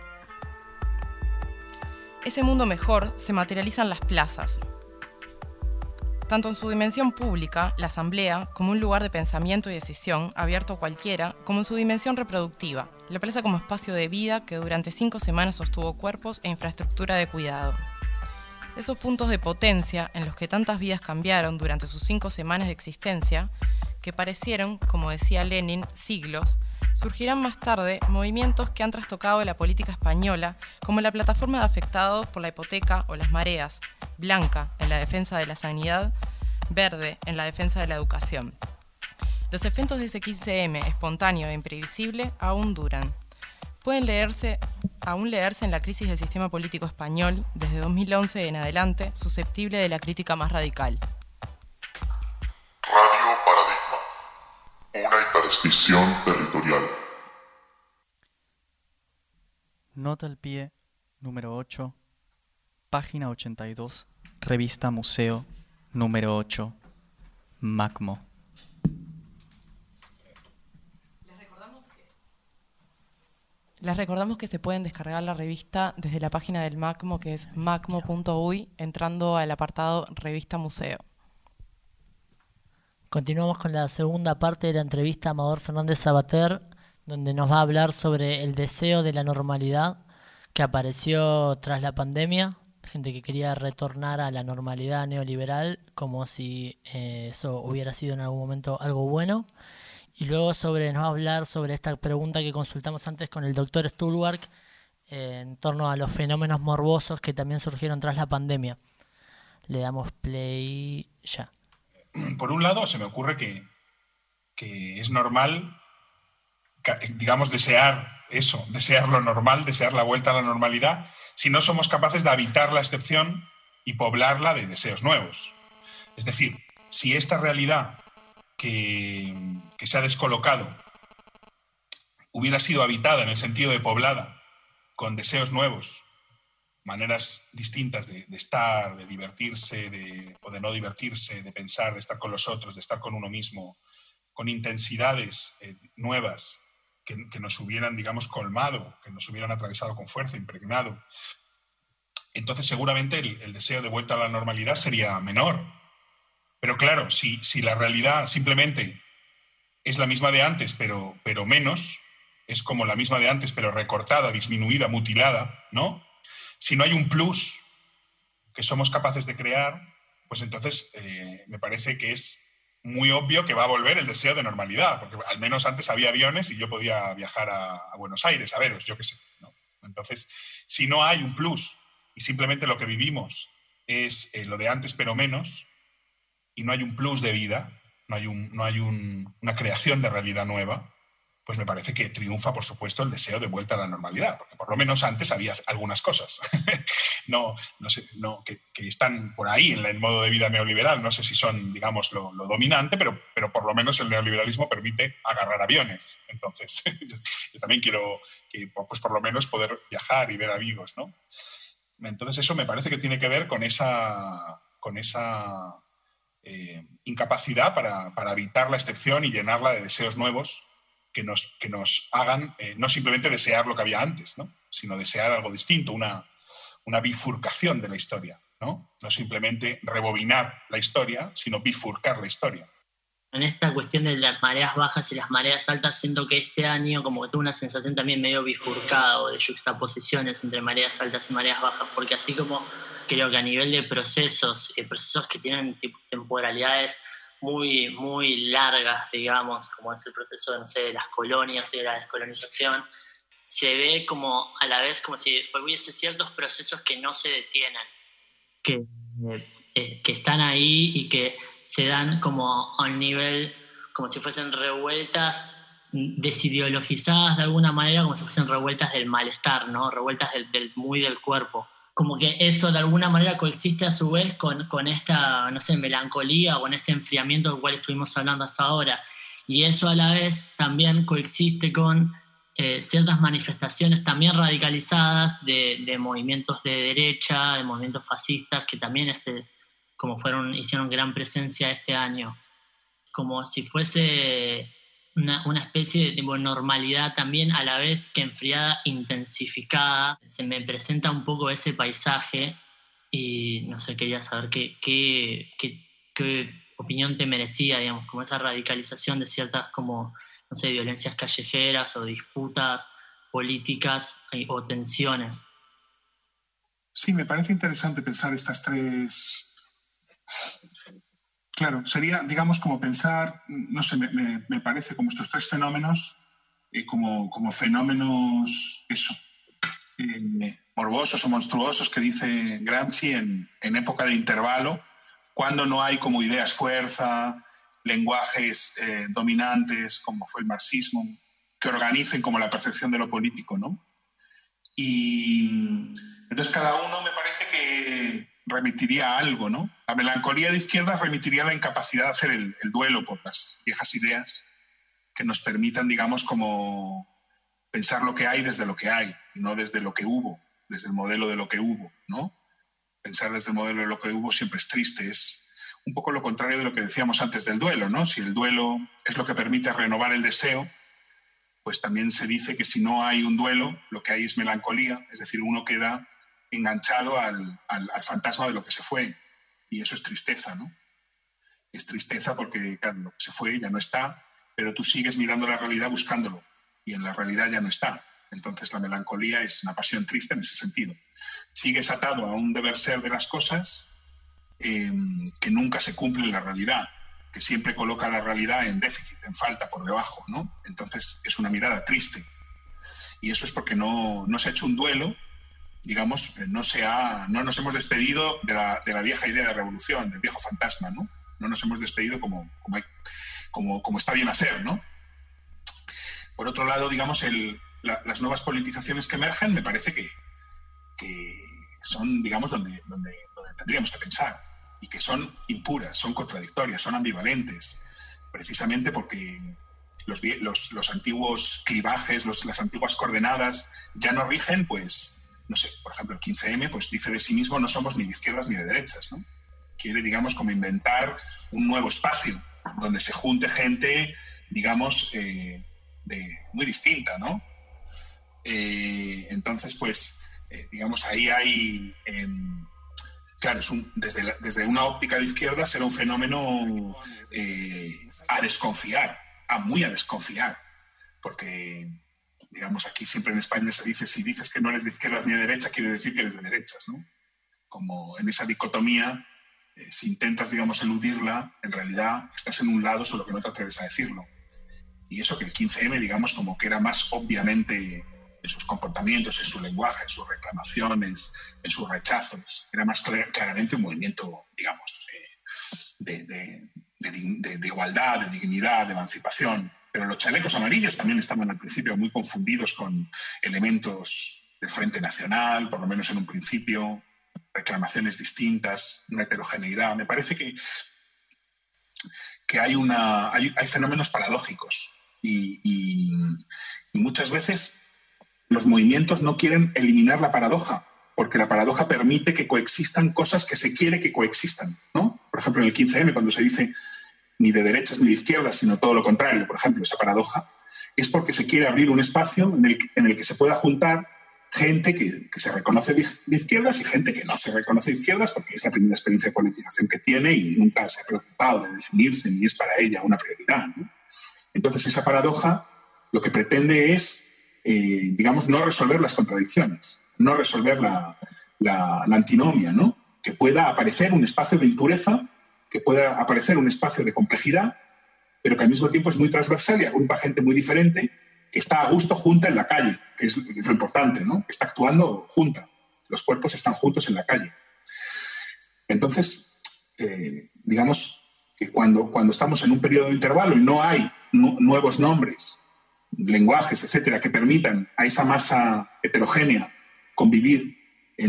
Ese mundo mejor se materializa en las plazas, tanto en su dimensión pública, la asamblea, como un lugar de pensamiento y decisión abierto a cualquiera, como en su dimensión reproductiva, la plaza como espacio de vida que durante 5 semanas sostuvo cuerpos e infraestructura de cuidado. Esos puntos de potencia en los que tantas vidas cambiaron durante sus 5 semanas de existencia, que parecieron, como decía Lenin, siglos, surgirán más tarde movimientos que han trastocado la política española, como la plataforma de afectados por la hipoteca o las mareas, blanca en la defensa de la sanidad, verde en la defensa de la educación. Los efectos de ese 15M espontáneo e imprevisible aún duran. Pueden aún leerse en la crisis del sistema político español, desde 2011 en adelante, susceptible de la crítica más radical. Radio Paradigma. Una interstición territorial. Nota al pie, número 8, página 82, revista Museo, número 8, MACMO. Les recordamos que se pueden descargar la revista desde la página del MACMO, que es macmo.uy, entrando al apartado Revista Museo. Continuamos con la segunda parte de la entrevista a Amador Fernández Sabater, donde nos va a hablar sobre el deseo de la normalidad que apareció tras la pandemia, gente que quería retornar a la normalidad neoliberal como si eso hubiera sido en algún momento algo bueno. Y luego nos va a hablar sobre esta pregunta que consultamos antes con el doctor Stulwark en torno a los fenómenos morbosos que también surgieron tras la pandemia. Le damos play ya. Por un lado, se me ocurre que es normal, digamos, desear eso, desear lo normal, desear la vuelta a la normalidad, si no somos capaces de habitar la excepción y poblarla de deseos nuevos. Es decir, si esta realidad que se ha descolocado hubiera sido habitada en el sentido de poblada, con deseos nuevos, maneras distintas de estar, de divertirse o de no divertirse, de pensar, de estar con los otros, de estar con uno mismo, con intensidades nuevas que nos hubieran, digamos, colmado, que nos hubieran atravesado con fuerza, impregnado, entonces seguramente el deseo de vuelta a la normalidad sería menor. Pero claro, si la realidad simplemente es la misma de antes, pero menos, es como la misma de antes, pero recortada, disminuida, mutilada, ¿no? Si no hay un plus que somos capaces de crear, pues entonces me parece que es muy obvio que va a volver el deseo de normalidad, porque al menos antes había aviones y yo podía viajar a Buenos Aires a veros, yo qué sé, ¿no? Entonces, si no hay un plus y simplemente lo que vivimos es lo de antes pero menos, y no hay un plus de vida, no hay una creación de realidad nueva, pues me parece que triunfa, por supuesto, el deseo de vuelta a la normalidad, porque por lo menos antes había algunas cosas no sé, que están por ahí en el modo de vida neoliberal. No sé si son, digamos, lo dominante, pero por lo menos el neoliberalismo permite agarrar aviones. Entonces, yo también quiero pues por lo menos poder viajar y ver amigos, ¿no? Entonces eso me parece que tiene que ver con esa incapacidad para evitar la excepción y llenarla de deseos nuevos que nos hagan no simplemente desear lo que había antes, ¿no? Sino desear algo distinto, una bifurcación de la historia, ¿no? No simplemente rebobinar la historia, sino bifurcar la historia. En esta cuestión de las mareas bajas y las mareas altas, siento que este año como que tuve una sensación también medio bifurcada o de juxtaposiciones entre mareas altas y mareas bajas, porque así como creo que a nivel de procesos que tienen temporalidades muy, muy largas, digamos, como es el proceso, no sé, de las colonias y de la descolonización, se ve como a la vez como si hubiese ciertos procesos que no se detienen, que están ahí y que se dan como a un nivel, como si fuesen revueltas desideologizadas de alguna manera, como si fuesen revueltas del malestar, ¿no? Revueltas del cuerpo. Como que eso de alguna manera coexiste a su vez con esta, no sé, melancolía o con este enfriamiento del cual estuvimos hablando hasta ahora. Y eso a la vez también coexiste con ciertas manifestaciones también radicalizadas de movimientos de derecha, de movimientos fascistas, que también hicieron gran presencia este año. Como si fuese una especie de normalidad también, a la vez que enfriada, intensificada. Se me presenta un poco ese paisaje y no sé, quería saber qué opinión te merecía, digamos, como esa radicalización de ciertas, como, no sé, violencias callejeras o disputas políticas o tensiones. Sí, me parece interesante pensar estas tres. Claro, sería, digamos, como pensar, no sé, me parece como estos tres fenómenos, como fenómenos, morbosos o monstruosos que dice Gramsci en época de intervalo, cuando no hay como ideas fuerza, lenguajes dominantes, como fue el marxismo, que organicen como la percepción de lo político, ¿no? Y entonces cada uno me parece que remitiría a algo, ¿no? La melancolía de izquierda remitiría a la incapacidad de hacer el duelo por las viejas ideas que nos permitan, digamos, como pensar lo que hay desde lo que hay y no desde lo que hubo, desde el modelo de lo que hubo, ¿no? Pensar desde el modelo de lo que hubo siempre es triste, es un poco lo contrario de lo que decíamos antes del duelo, ¿no? Si el duelo es lo que permite renovar el deseo, pues también se dice que si no hay un duelo, lo que hay es melancolía, es decir, uno queda enganchado al fantasma de lo que se fue, y eso es tristeza, ¿no? Es tristeza porque, claro, lo que se fue ya no está, pero tú sigues mirando la realidad buscándolo, y en la realidad ya no está. Entonces la melancolía es una pasión triste en ese sentido. Sigues atado a un deber ser de las cosas que nunca se cumple en la realidad, que siempre coloca la realidad en déficit, en falta, por debajo, ¿no? Entonces es una mirada triste. Y eso es porque no se ha hecho un duelo, digamos, no nos hemos despedido de la vieja idea de revolución, del viejo fantasma, ¿no? No nos hemos despedido como está bien hacer, ¿no? Por otro lado, digamos, las nuevas politizaciones que emergen me parece que son, digamos, donde tendríamos que pensar, y que son impuras, son contradictorias, son ambivalentes. precisamente porque los antiguos clivajes, las antiguas coordenadas ya no rigen, pues, no sé, por ejemplo, el 15M pues dice de sí mismo no somos ni de izquierdas ni de derechas, ¿no? Quiere, digamos, como inventar un nuevo espacio donde se junte gente, digamos, muy distinta, ¿no? Entonces, pues, digamos, ahí hay... claro, desde una óptica de izquierda será un fenómeno a desconfiar, muy a desconfiar, porque, digamos, aquí siempre en España se dice, si dices que no eres de izquierdas ni de derecha, quiere decir que eres de derechas, ¿no? Como en esa dicotomía, si intentas, digamos, eludirla, en realidad estás en un lado, solo que no te atreves a decirlo. Y eso que el 15M, digamos, como que era más obviamente en sus comportamientos, en su lenguaje, en sus reclamaciones, en sus rechazos, era más claramente un movimiento, digamos, de igualdad, de dignidad, de emancipación. Pero los chalecos amarillos también estaban al principio muy confundidos con elementos del Frente Nacional, por lo menos en un principio, reclamaciones distintas, una heterogeneidad. Me parece que hay fenómenos paradójicos y muchas veces los movimientos no quieren eliminar la paradoja, porque la paradoja permite que coexistan cosas que se quiere que coexistan, ¿no? Por ejemplo, en el 15M, cuando se dice ni de derechas ni de izquierdas, sino todo lo contrario, por ejemplo, esa paradoja, es porque se quiere abrir un espacio en el que se pueda juntar gente que se reconoce de izquierdas y gente que no se reconoce de izquierdas porque es la primera experiencia de politización que tiene y nunca se ha preocupado de definirse ni es para ella una prioridad, ¿no? Entonces, esa paradoja lo que pretende es, digamos, no resolver las contradicciones, no resolver la antinomia, ¿no? Que pueda aparecer un espacio de impureza, que pueda aparecer un espacio de complejidad, pero que al mismo tiempo es muy transversal y agrupa gente muy diferente que está a gusto junta en la calle, que es lo importante, ¿no? Que está actuando junta. Los cuerpos están juntos en la calle. Entonces, digamos que cuando estamos en un periodo de intervalo y no hay nuevos nombres, lenguajes, etcétera, que permitan a esa masa heterogénea convivir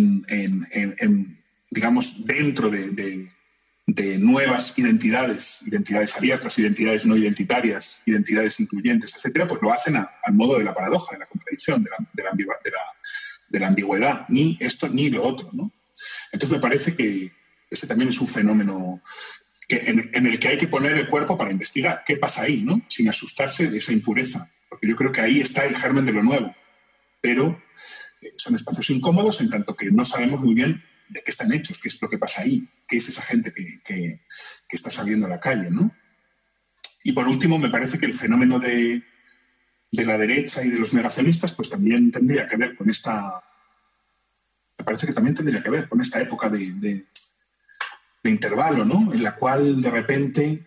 digamos, dentro de nuevas identidades abiertas, identidades no identitarias, identidades incluyentes, etcétera, pues lo hacen al modo de la paradoja, de la contradicción, de la ambigüedad, ni esto ni lo otro, ¿no? Entonces me parece que ese también es un fenómeno en el que hay que poner el cuerpo para investigar qué pasa ahí, ¿no? Sin asustarse de esa impureza, porque yo creo que ahí está el germen de lo nuevo, pero son espacios incómodos en tanto que no sabemos muy bien de qué están hechos, qué es lo que pasa ahí, qué es esa gente que está saliendo a la calle, ¿no? Y por último, me parece que el fenómeno de la derecha y de los negacionistas, pues también tendría que ver con esta... Me parece que también tendría que ver con esta época de intervalo, ¿no? En la cual de repente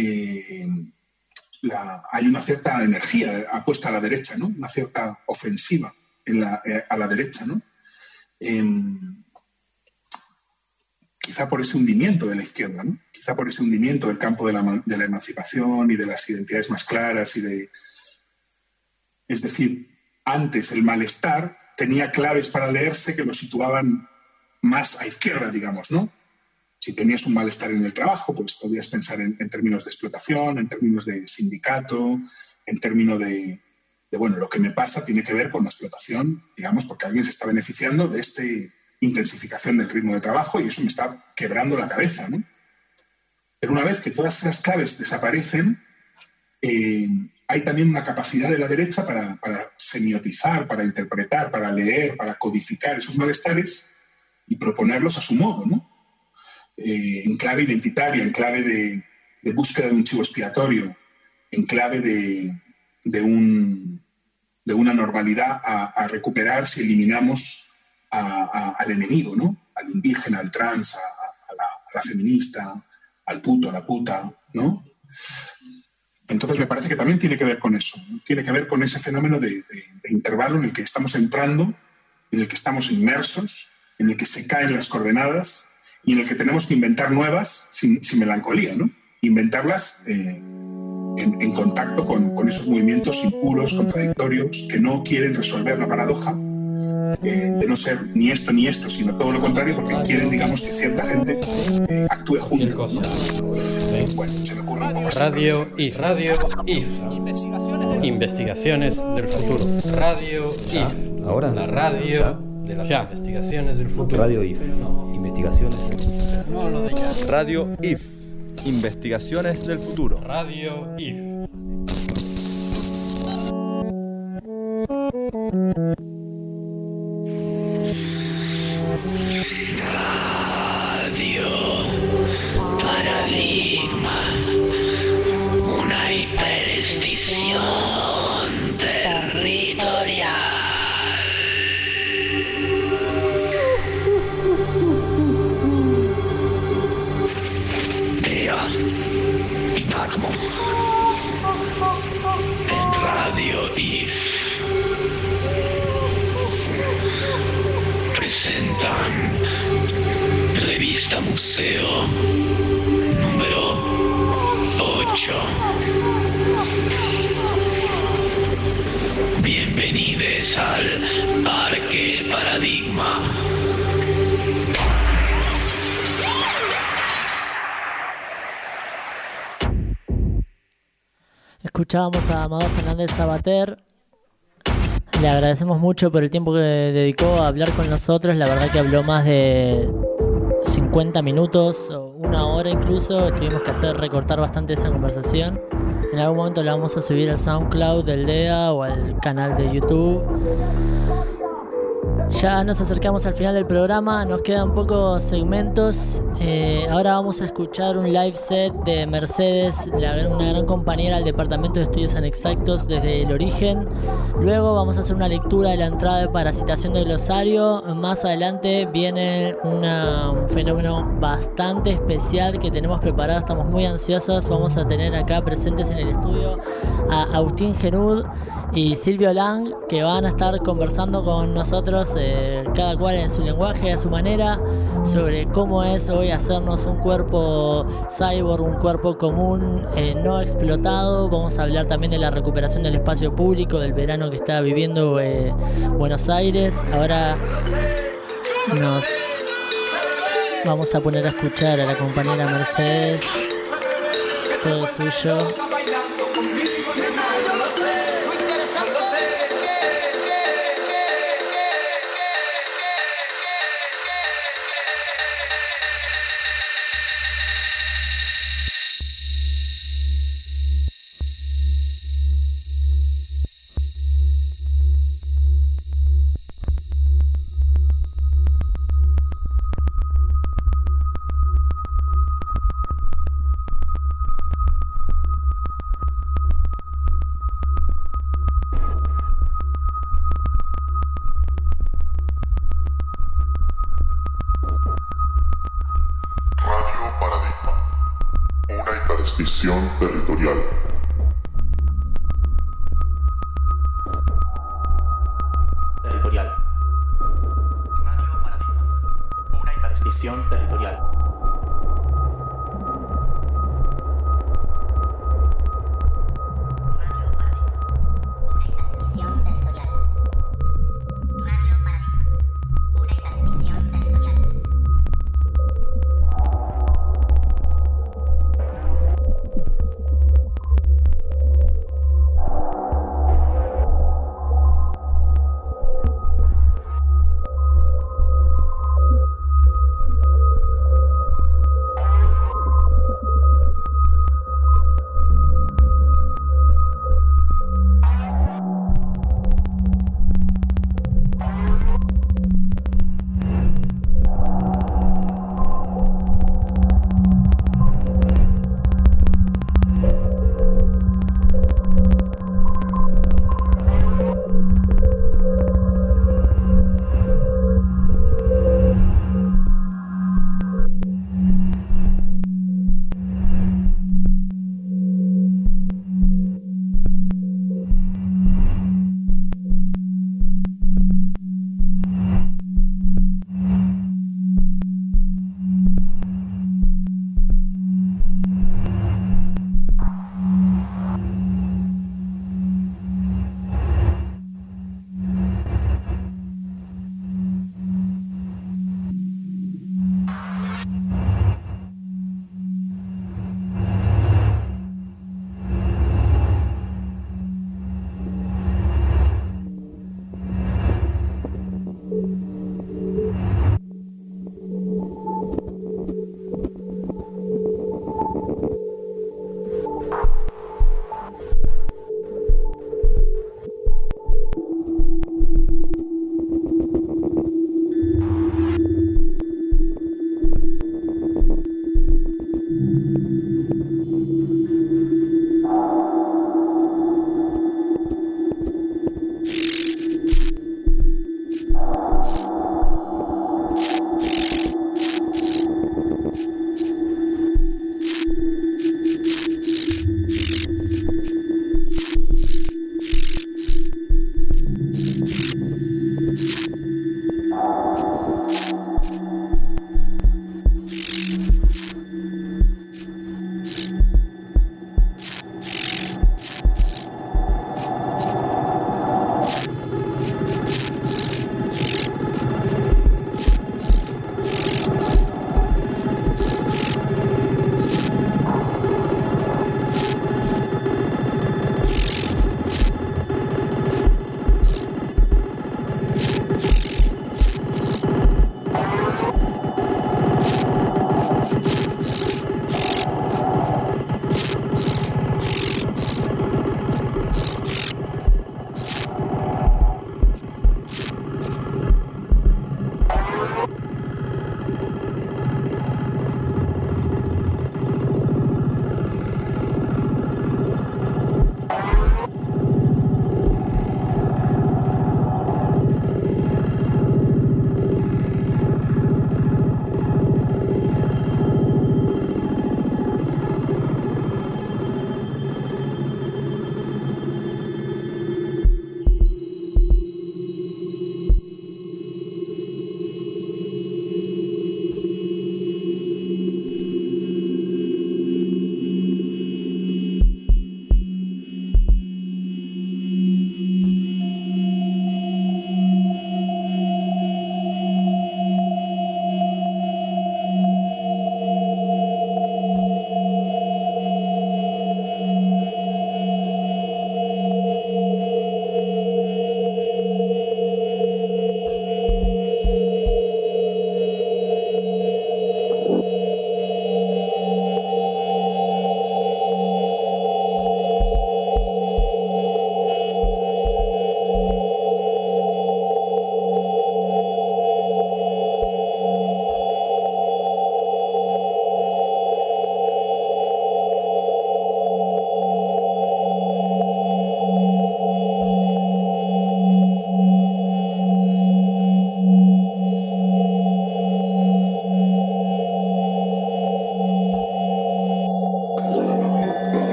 hay una cierta energía apuesta a la derecha, ¿no? Una cierta ofensiva a la derecha, ¿no? Quizá por ese hundimiento de la izquierda, ¿no? Quizá por ese hundimiento del campo de la emancipación y de las identidades más claras es decir, antes el malestar tenía claves para leerse que lo situaban más a izquierda, digamos, ¿no? Si tenías un malestar en el trabajo, pues podías pensar en términos de explotación, en términos de sindicato, en términos de bueno, lo que me pasa tiene que ver con la explotación, digamos, porque alguien se está beneficiando de esta intensificación del ritmo de trabajo y eso me está quebrando la cabeza, ¿no? Pero una vez que todas esas claves desaparecen, hay también una capacidad de la derecha para semiotizar, para interpretar, para leer, para codificar esos malestares y proponerlos a su modo, ¿no? En clave identitaria, en clave de búsqueda de un chivo expiatorio, en clave de una normalidad a recuperar si eliminamos al enemigo, ¿no? Al indígena, al trans, a la feminista, al puto, a la puta, ¿no? Entonces me parece que también tiene que ver con eso, ¿no? Tiene que ver con ese fenómeno de intervalo en el que estamos entrando, en el que estamos inmersos, en el que se caen las coordenadas y en el que tenemos que inventar nuevas sin melancolía, ¿no? Inventarlas en contacto con esos movimientos impuros, contradictorios, que no quieren resolver la paradoja, de no ser ni esto, sino todo lo contrario, porque quieren, digamos, que cierta gente actúe junto. Bueno, se me ocurre un poco así. Radio IF. Investigaciones del futuro. Radio IF. Ahora. La radio de las investigaciones del futuro. Radio IF. Investigaciones. No, lo de ya. Radio IF. Investigaciones del futuro. Radio IF. Radio Paradigma. Una hiperestición territorial. Dea y Magmo en Radio IF presentan Revista Museo número 8. Bienvenidos al Parque Paradigma. Escuchábamos a Amador Fernández Sabater. Le agradecemos mucho por el tiempo que dedicó a hablar con nosotros. La verdad que habló más de 50 minutos o una hora incluso. Tuvimos que recortar bastante esa conversación. En algún momento la vamos a subir al SoundCloud del DEA o al canal de YouTube. Ya nos acercamos al final del programa, nos quedan pocos segmentos. Ahora vamos a escuchar un live set de Mercedes, una gran compañera del Departamento de Estudios Inexactos desde el origen. Luego vamos a hacer una lectura de la entrada para citación del glosario. Más adelante viene un fenómeno bastante especial que tenemos preparado, estamos muy ansiosos. Vamos a tener acá presentes en el estudio a Agustín Genud y Silvio Lang, que van a estar conversando con nosotros, cada cual en su lenguaje, a su manera, sobre cómo es hoy hacernos un cuerpo cyborg, un cuerpo común, no explotado. Vamos a hablar también de la recuperación del espacio público, del verano que está viviendo Buenos Aires. Ahora nos vamos a poner a escuchar a la compañera Mercedes, todo suyo. Visión territorial. Territorial. Radio Paradigma. Una hiperestición territorial.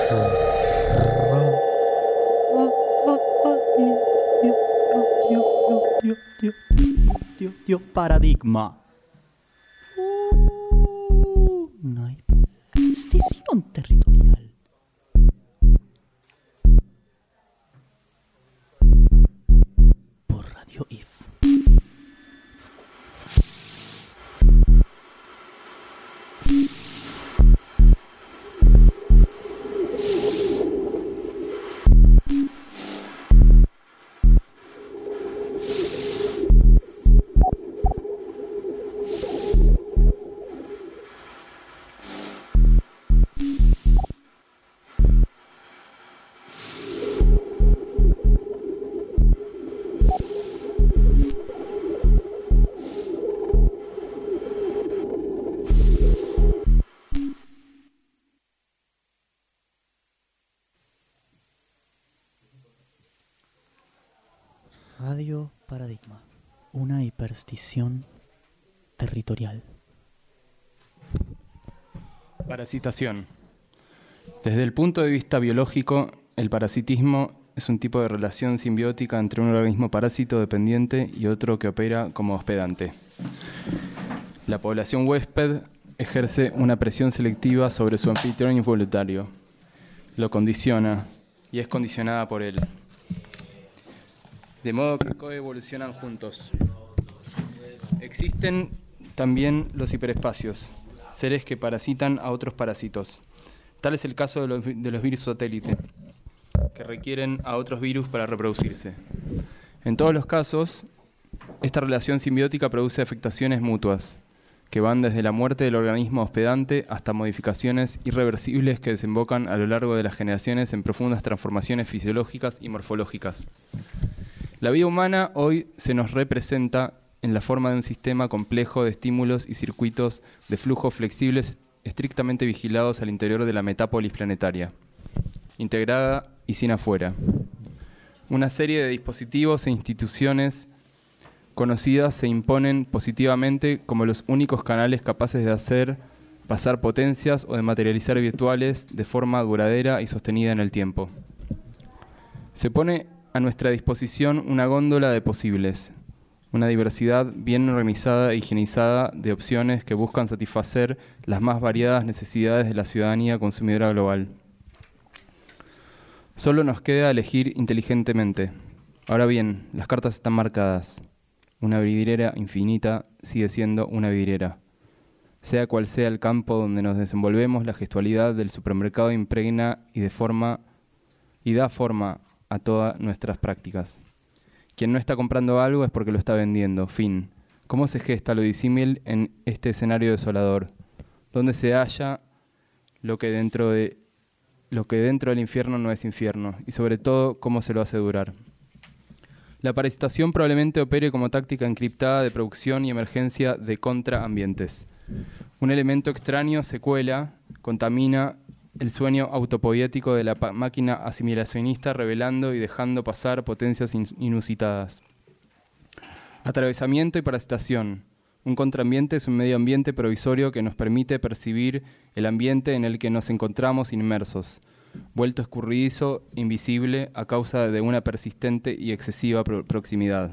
Paradigma. Una hiperextensión territorial. Por Radio IF. Radio Paradigma, una hiperstición territorial. Parasitación. Desde el punto de vista biológico, el parasitismo es un tipo de relación simbiótica entre un organismo parásito dependiente y otro que opera como hospedante. La población huésped ejerce una presión selectiva sobre su anfitrión involuntario, lo condiciona y es condicionada por él. De modo que coevolucionan juntos. Existen también los hiperespacios, seres que parasitan a otros parásitos. Tal es el caso de los virus satélite, que requieren a otros virus para reproducirse. En todos los casos, esta relación simbiótica produce afectaciones mutuas, que van desde la muerte del organismo hospedante hasta modificaciones irreversibles que desembocan a lo largo de las generaciones en profundas transformaciones fisiológicas y morfológicas. La vida humana hoy se nos representa en la forma de un sistema complejo de estímulos y circuitos de flujo flexibles estrictamente vigilados al interior de la metápolis planetaria, integrada y sin afuera. Una serie de dispositivos e instituciones conocidas se imponen positivamente como los únicos canales capaces de hacer pasar potencias o de materializar virtuales de forma duradera y sostenida en el tiempo. Se pone a nuestra disposición una góndola de posibles, una diversidad bien organizada e higienizada de opciones que buscan satisfacer las más variadas necesidades de la ciudadanía consumidora global. Solo nos queda elegir inteligentemente. Ahora bien, las cartas están marcadas. Una vidriera infinita sigue siendo una vidriera. Sea cual sea el campo donde nos desenvolvemos, la gestualidad del supermercado impregna y da forma a todas nuestras prácticas. Quien no está comprando algo es porque lo está vendiendo. Fin. ¿Cómo se gesta lo disímil en este escenario desolador? ¿Dónde se halla lo que dentro del infierno no es infierno? Y sobre todo, ¿cómo se lo hace durar? La parasitación probablemente opere como táctica encriptada de producción y emergencia de contraambientes. Un elemento extraño se cuela, contamina el sueño autopoético de la máquina asimilacionista, revelando y dejando pasar potencias inusitadas. Atravesamiento y parasitación. Un contraambiente es un medio ambiente provisorio que nos permite percibir el ambiente en el que nos encontramos inmersos, vuelto escurridizo, invisible, a causa de una persistente y excesiva proximidad.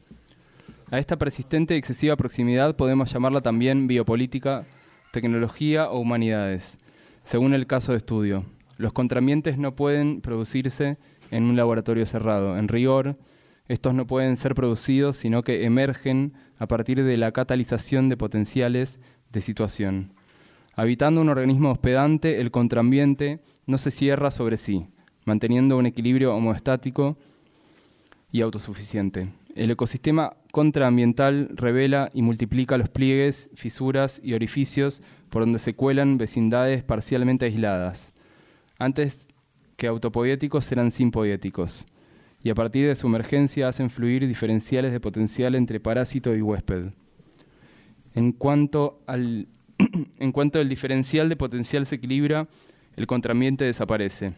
A esta persistente y excesiva proximidad podemos llamarla también biopolítica, tecnología o humanidades, según el caso de estudio. Los contraambientes no pueden producirse en un laboratorio cerrado. En rigor, estos no pueden ser producidos, sino que emergen a partir de la catalización de potenciales de situación. Habitando un organismo hospedante, el contraambiente no se cierra sobre sí, manteniendo un equilibrio homeostático y autosuficiente. El ecosistema contraambiental revela y multiplica los pliegues, fisuras y orificios por donde se cuelan vecindades parcialmente aisladas. Antes que autopoéticos eran simpoéticos, y a partir de su emergencia hacen fluir diferenciales de potencial entre parásito y huésped. En cuanto el diferencial de potencial se equilibra, el contraambiente desaparece.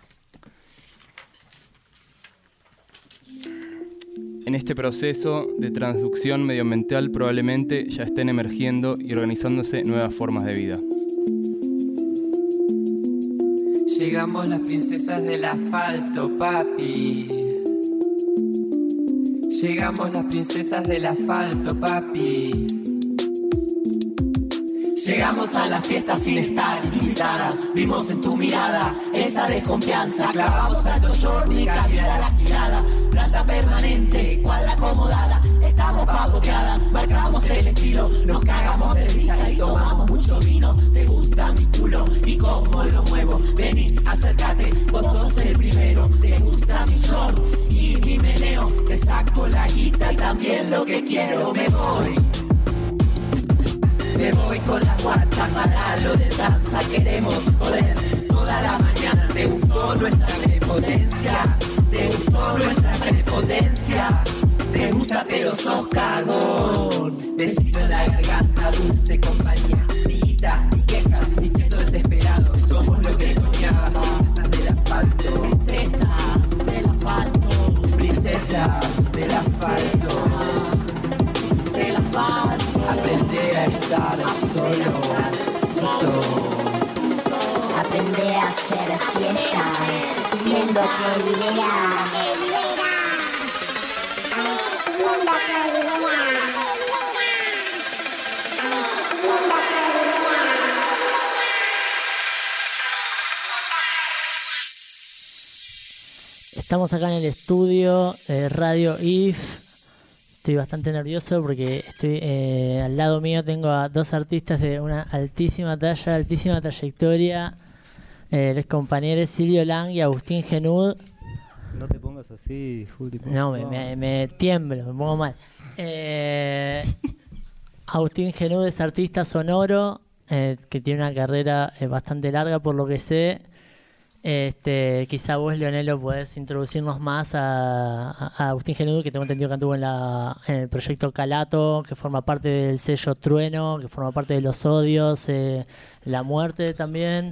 En este proceso de transducción medioambiental probablemente ya estén emergiendo y organizándose nuevas formas de vida. Llegamos las princesas del asfalto, papi. Llegamos las princesas del asfalto, papi. Llegamos a la fiesta sin estar invitadas. Vimos en tu mirada esa desconfianza. Clavamos alto short y caviar a la girada. Planta permanente, cuadra acomodada. Estamos papoteadas, marcamos el estilo. Nos cagamos de risa y tomamos mucho vino. Te gusta mi culo y cómo lo muevo. Vení, acércate, vos sos el primero. Te gusta mi short y mi meneo. Te saco la guita y también lo que quiero. Me voy con la guacha para lo de danza. Queremos joder toda la mañana. ¿Te gustó nuestra prepotencia? ¿Te gustó nuestra prepotencia? Te gusta pero sos cagón. Besito en la garganta, dulce compañía. Niñita, ni quejas, ni cheto desesperado. Somos lo que soñaba. Princesas del asfalto. Princesas del asfalto. Princesas del asfalto. Del asfalto. Aprende a estar solo. Aprende a hacer fiesta. Viendo que libera. Estamos acá en el estudio de Radio IF. Estoy bastante nervioso porque estoy al lado mío tengo a dos artistas de una altísima talla, altísima trayectoria. Los compañeros Silvio Lang y Agustín Genud. No te pongas así, Juli. No, me tiemblo, me pongo mal. Agustín Genud es artista sonoro, que tiene una carrera bastante larga por lo que sé. Quizá vos, Leonelo, podés introducirnos más a Agustín Genud, que tengo entendido que anduvo en el proyecto Calato, que forma parte del sello Trueno, que forma parte de Los Odios, La Muerte también.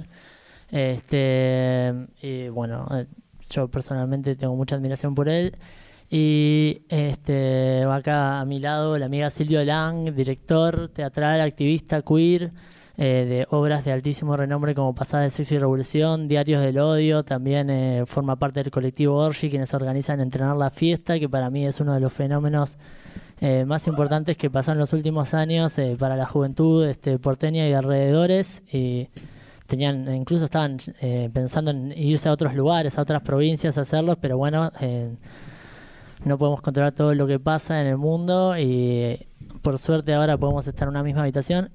Y bueno, yo personalmente tengo mucha admiración por él. Y va acá a mi lado la amiga Silvio Lang, director teatral, activista queer, de obras de altísimo renombre como Pasada del Sexo y Revolución, Diarios del Odio. También forma parte del colectivo Orgy, quienes organizan Entrenar la Fiesta, que para mí es uno de los fenómenos más importantes que pasaron en los últimos años para la juventud porteña y alrededores. Y incluso estaban pensando en irse a otros lugares, a otras provincias a hacerlos, pero bueno, no podemos controlar todo lo que pasa en el mundo y por suerte ahora podemos estar en una misma habitación.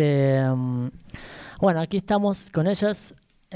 Bueno, aquí estamos con ellos.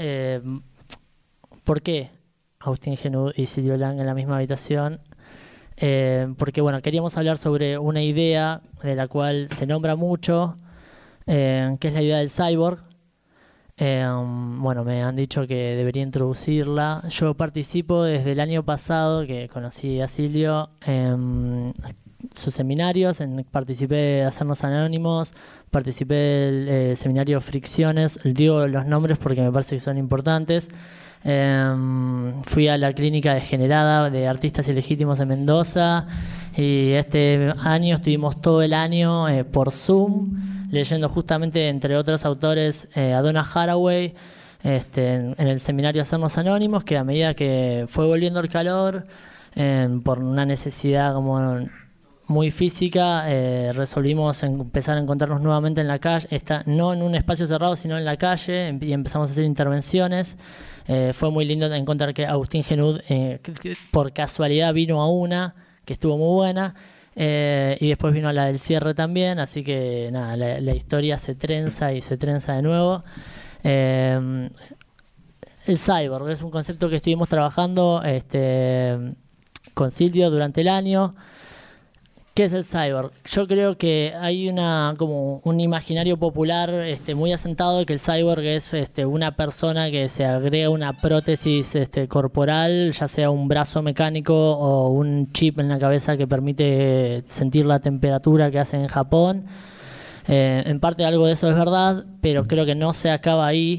¿Por qué Agustín Genud y Silvio Lang en la misma habitación? Porque bueno, queríamos hablar sobre una idea de la cual se nombra mucho, que es la idea del cyborg. Bueno, me han dicho que debería introducirla. Yo participo desde el año pasado que conocí a Silvio en sus seminarios, participé de Hacernos Anónimos, participé del seminario Fricciones. Digo los nombres porque me parece que son importantes. Fui a la clínica degenerada de artistas ilegítimos en Mendoza y este año estuvimos todo el año por Zoom leyendo justamente, entre otros autores, a Donna Haraway en el seminario Hacernos Anónimos, que a medida que fue volviendo el calor, por una necesidad como muy física, resolvimos empezar a encontrarnos nuevamente en la calle, no en un espacio cerrado, sino en la calle, y empezamos a hacer intervenciones. Fue muy lindo encontrar que Agustín Genud, por casualidad, vino a una que estuvo muy buena, y después vino a la del cierre también, así que nada, la historia se trenza y se trenza de nuevo. El cyborg es un concepto que estuvimos trabajando con Silvio durante el año. ¿Qué es el cyborg? Yo creo que hay como un imaginario popular muy asentado de que el cyborg es una persona que se agrega una prótesis corporal, ya sea un brazo mecánico o un chip en la cabeza que permite sentir la temperatura que hace en Japón. En parte algo de eso es verdad, pero creo que no se acaba ahí,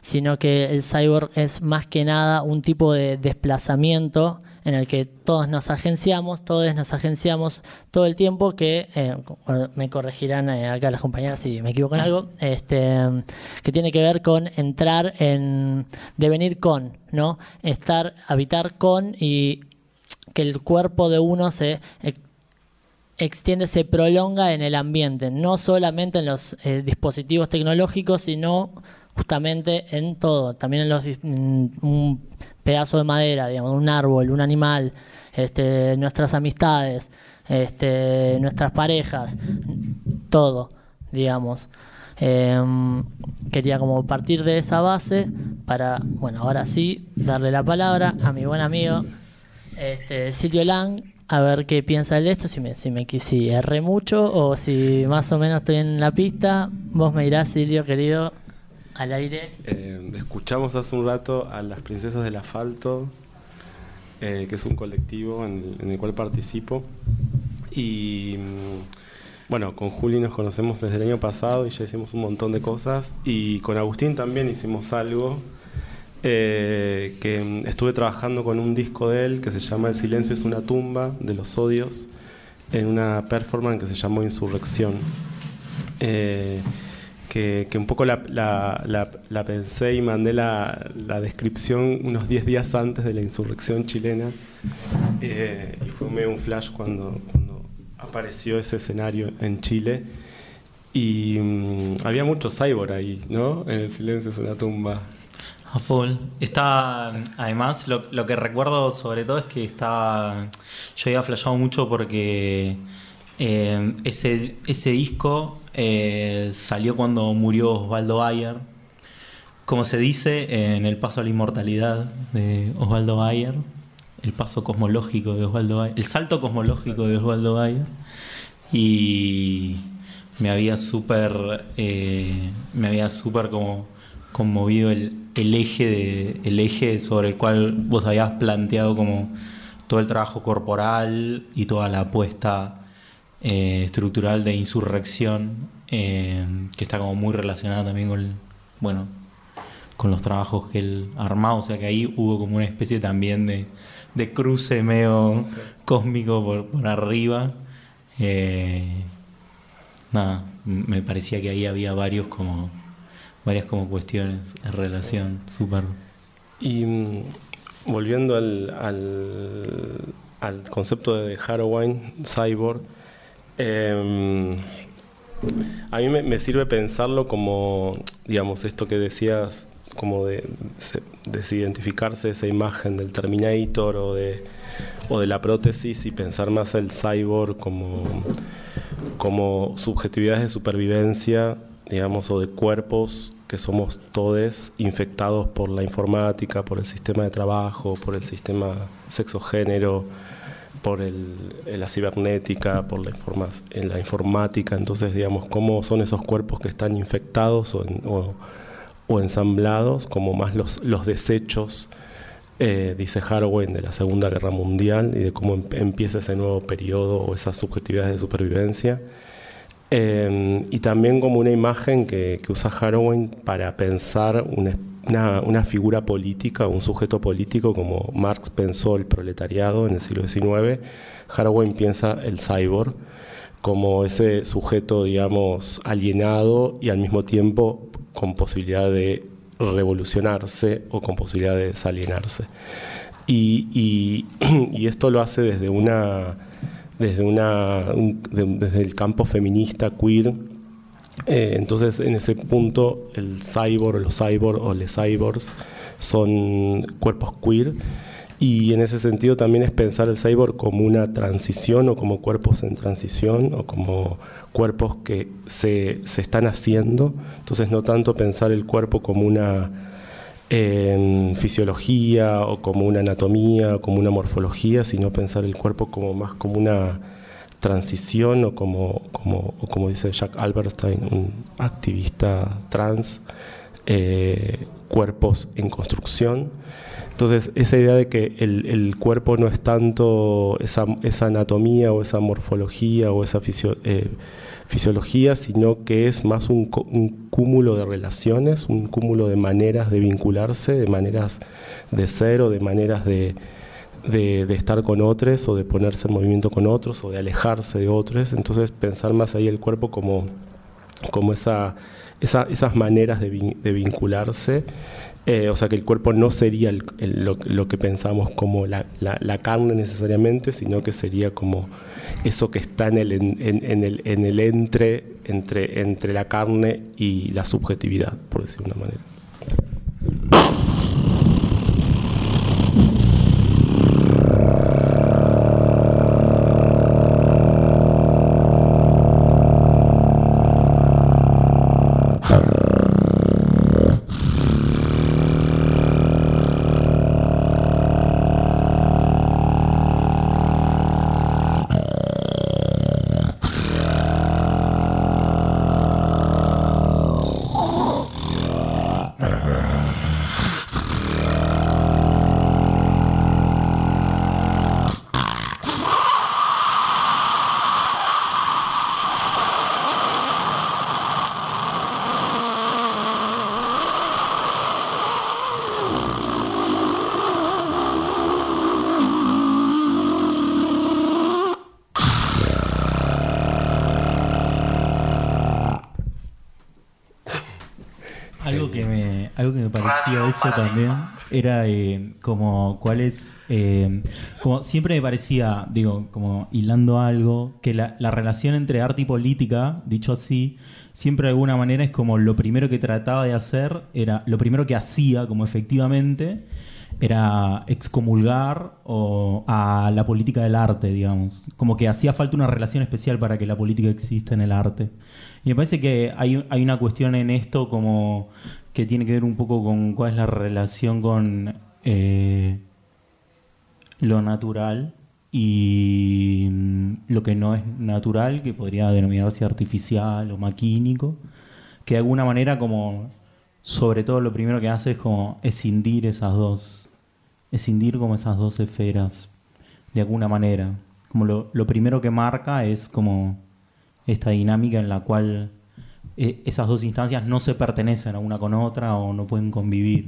sino que el cyborg es más que nada un tipo de desplazamiento en el que todos nos agenciamos todo el tiempo, que me corregirán acá las compañeras si me equivoco en algo, que tiene que ver con entrar en devenir con, ¿no? Habitar con, y que el cuerpo de uno se extiende, se prolonga en el ambiente, no solamente en los dispositivos tecnológicos, sino justamente en todo, también en un pedazo de madera, digamos, un árbol, un animal, nuestras amistades, nuestras parejas, todo, digamos. Quería como partir de esa base para, bueno, ahora sí, darle la palabra a mi buen amigo Silvio Lang, a ver qué piensa él de esto, si erré mucho o si más o menos estoy en la pista. Vos me dirás, Silvio, querido, al aire. Escuchamos hace un rato a las Princesas del Asfalto, que es un colectivo en el cual participo. Y bueno, con Juli nos conocemos desde el año pasado y ya hicimos un montón de cosas. Y con Agustín también hicimos algo, que estuve trabajando con un disco de él que se llama El silencio es una tumba, de Los Odios, en una performance que se llamó Insurrección. Que un poco la pensé y mandé la descripción unos 10 días antes de la insurrección chilena, y fue medio un flash cuando apareció ese escenario en Chile, y había mucho cyborg ahí, ¿no? En El silencio es una tumba. A full. Además, lo que recuerdo sobre todo es que yo había flashado mucho porque ese disco salió cuando murió Osvaldo Bayer, como se dice en El paso a la inmortalidad de Osvaldo Bayer, el paso cosmológico de Osvaldo Bayer, el salto cosmológico de Osvaldo Bayer, y me había súper como conmovido el eje sobre el cual vos habías planteado como todo el trabajo corporal y toda la apuesta estructural de insurrección, que está como muy relacionada también con los trabajos que él armaba. O sea que ahí hubo como una especie también de cruce medio cósmico por arriba. Me parecía que ahí había varias como cuestiones en relación. Súper. Y volviendo al concepto de Haraway, cyborg, a mí me sirve pensarlo como, digamos, esto que decías, como de desidentificarse de esa imagen del Terminator o de la prótesis, y pensar más el cyborg como subjetividades de supervivencia, digamos, o de cuerpos que somos todos infectados por la informática, por el sistema de trabajo, por el sistema sexo-género, por la cibernética, por la informática. Entonces, digamos, cómo son esos cuerpos que están infectados o ensamblados, como más los desechos, dice Haraway, de la Segunda Guerra Mundial, y de cómo empieza ese nuevo periodo o esas subjetividades de supervivencia. Y también como una imagen que usa Haraway para pensar una figura política, un sujeto político, como Marx pensó el proletariado en el siglo XIX. Haraway piensa el cyborg como ese sujeto, digamos, alienado y al mismo tiempo con posibilidad de revolucionarse o con posibilidad de desalienarse. Y esto lo hace desde el campo feminista, queer. Entonces, en ese punto, el cyborg o los cyborg o les cyborgs son cuerpos queer, y en ese sentido también es pensar el cyborg como una transición, o como cuerpos en transición, o como cuerpos que se están haciendo. Entonces, no tanto pensar el cuerpo como una fisiología o como una anatomía o como una morfología, sino pensar el cuerpo como más como una transición, o como dice Jack Alberstein, un activista trans, cuerpos en construcción. Entonces, esa idea de que el cuerpo no es tanto esa anatomía o esa morfología o esa fisiología, sino que es más un cúmulo de relaciones, un cúmulo de maneras de vincularse, de maneras de ser o de maneras de estar con otros o de ponerse en movimiento con otros o de alejarse de otros. Entonces pensar más ahí el cuerpo como esas maneras de vincularse. O sea que el cuerpo no sería lo que pensamos como la carne necesariamente, sino que sería como eso que está en el entre la carne y la subjetividad, por decirlo de una manera. Algo que me parecía eso también era como cuál es, como siempre me parecía, digo, como hilando algo, que la relación entre arte y política, dicho así, siempre de alguna manera es como lo primero que trataba de hacer, era lo primero que hacía como efectivamente, era excomulgar a la política del arte, digamos. Como que hacía falta una relación especial para que la política exista en el arte. Y me parece que hay una cuestión en esto como que tiene que ver un poco con cuál es la relación con lo natural y lo que no es natural, que podría denominarse artificial o maquínico, que de alguna manera como sobre todo lo primero que hace es como escindir como esas dos esferas de alguna manera. Como lo primero que marca es como esta dinámica en la cual esas dos instancias no se pertenecen a una con otra o no pueden convivir.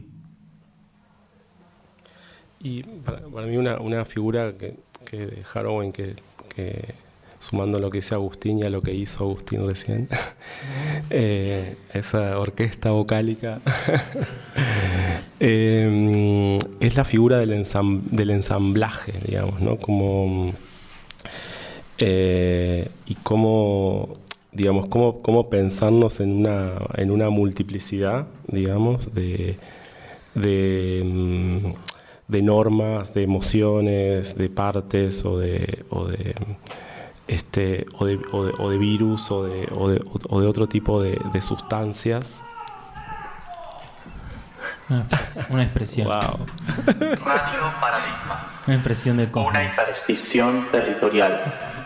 Y para mí una figura que de Haraway que sumando lo que dice Agustín y a lo que hizo Agustín recién, esa orquesta vocálica, es la figura del ensamblaje, digamos, ¿no? Como, y cómo, digamos, cómo pensarnos en una multiplicidad, digamos, de normas, de emociones, de partes o de virus o de otro tipo de sustancias. Una expresión. Wow. Radio Paradigma. Una impresión del cosmos. Una interstición territorial.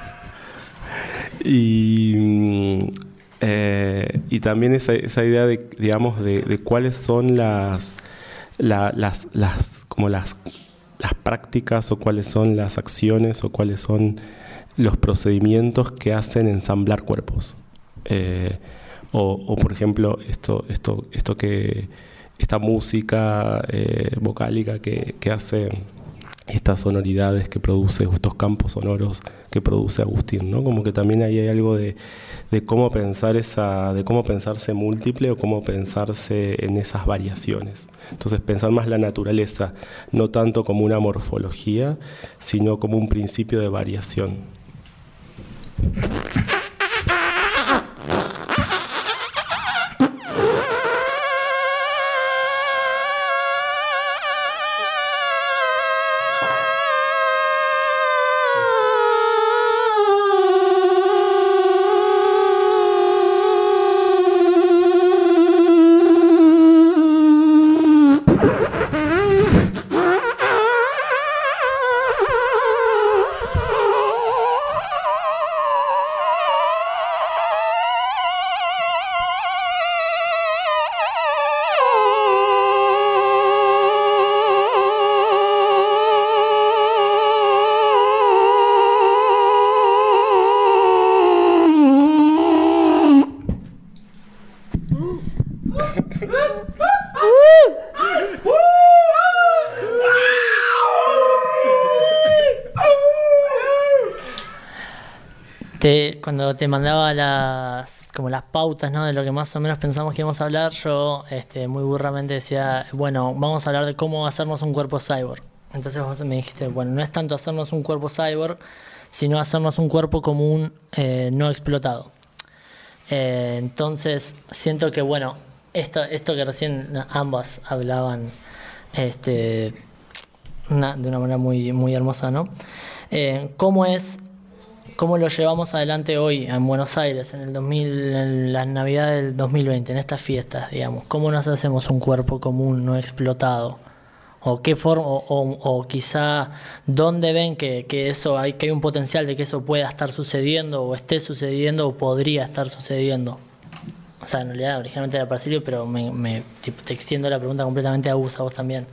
Y también esa idea de, digamos, de cuáles son las prácticas o cuáles son las acciones o cuáles son los procedimientos que hacen ensamblar cuerpos. O por ejemplo, esta música vocálica que hace estas sonoridades que produce, estos campos sonoros que produce Agustín, ¿no? Como que también ahí hay algo de cómo pensar de cómo pensarse múltiple o cómo pensarse en esas variaciones. Entonces pensar más la naturaleza, no tanto como una morfología, sino como un principio de variación. Cuando te mandaba las pautas, ¿no?, de lo que más o menos pensamos que íbamos a hablar, yo muy burramente decía, bueno, vamos a hablar de cómo hacernos un cuerpo cyborg. Entonces vos me dijiste, bueno, no es tanto hacernos un cuerpo cyborg, sino hacernos un cuerpo común no explotado. Entonces siento que, bueno, esto que recién ambas hablaban de una manera muy, muy hermosa, ¿no? ¿Cómo lo llevamos adelante hoy en Buenos Aires, en la Navidad del 2020, en estas fiestas, digamos? ¿Cómo nos hacemos un cuerpo común no explotado? ¿O qué forma, o quizá dónde ven que hay un potencial de que eso pueda estar sucediendo, o esté sucediendo, o podría estar sucediendo? O sea, en realidad originalmente era para Silvio, pero te extiendo la pregunta completamente a vos también.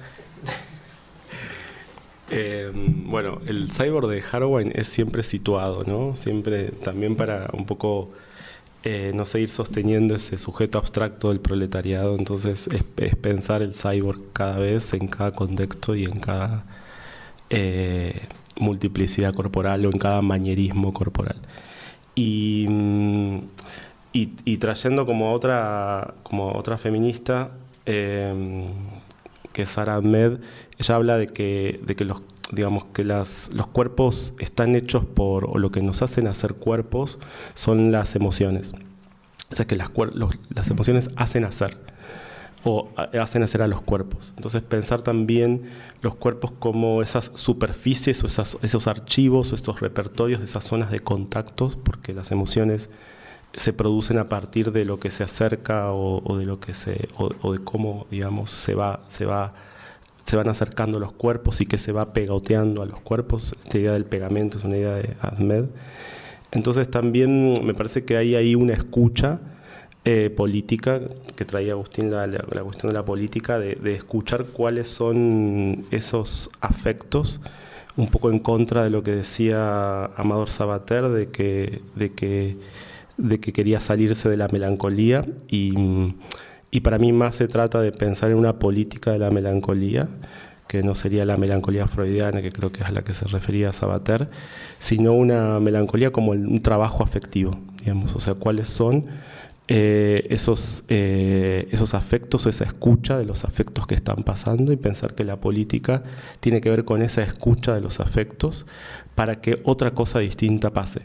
Bueno, el cyborg de Haraway es siempre situado, ¿no? Siempre también para un poco no seguir sosteniendo ese sujeto abstracto del proletariado. Entonces es pensar el cyborg cada vez en cada contexto y en cada multiplicidad corporal o en cada manierismo corporal. Y trayendo como otra feminista, que es Sara Ahmed, ella habla de que los cuerpos están hechos o lo que nos hacen hacer cuerpos son las emociones. O sea, que las emociones hacen hacer, o hacen hacer a los cuerpos. Entonces pensar también los cuerpos como esas superficies, o esos archivos, o estos repertorios de esas zonas de contactos, porque las emociones se producen a partir de lo que se acerca o de lo que o de cómo, digamos, se van acercando los cuerpos y que se va pegoteando a los cuerpos. Esta idea del pegamento es una idea de Ahmed. Entonces también me parece que hay ahí una escucha política que traía Agustín, la cuestión de la política, de escuchar cuáles son esos afectos, un poco en contra de lo que decía Amador Sabater, de que quería salirse de la melancolía, y para mí más se trata de pensar en una política de la melancolía, que no sería la melancolía freudiana, que creo que es a la que se refería Sabater, sino una melancolía como un trabajo afectivo, digamos. O sea, cuáles son esos afectos, esa escucha de los afectos que están pasando, y pensar que la política tiene que ver con esa escucha de los afectos para que otra cosa distinta pase.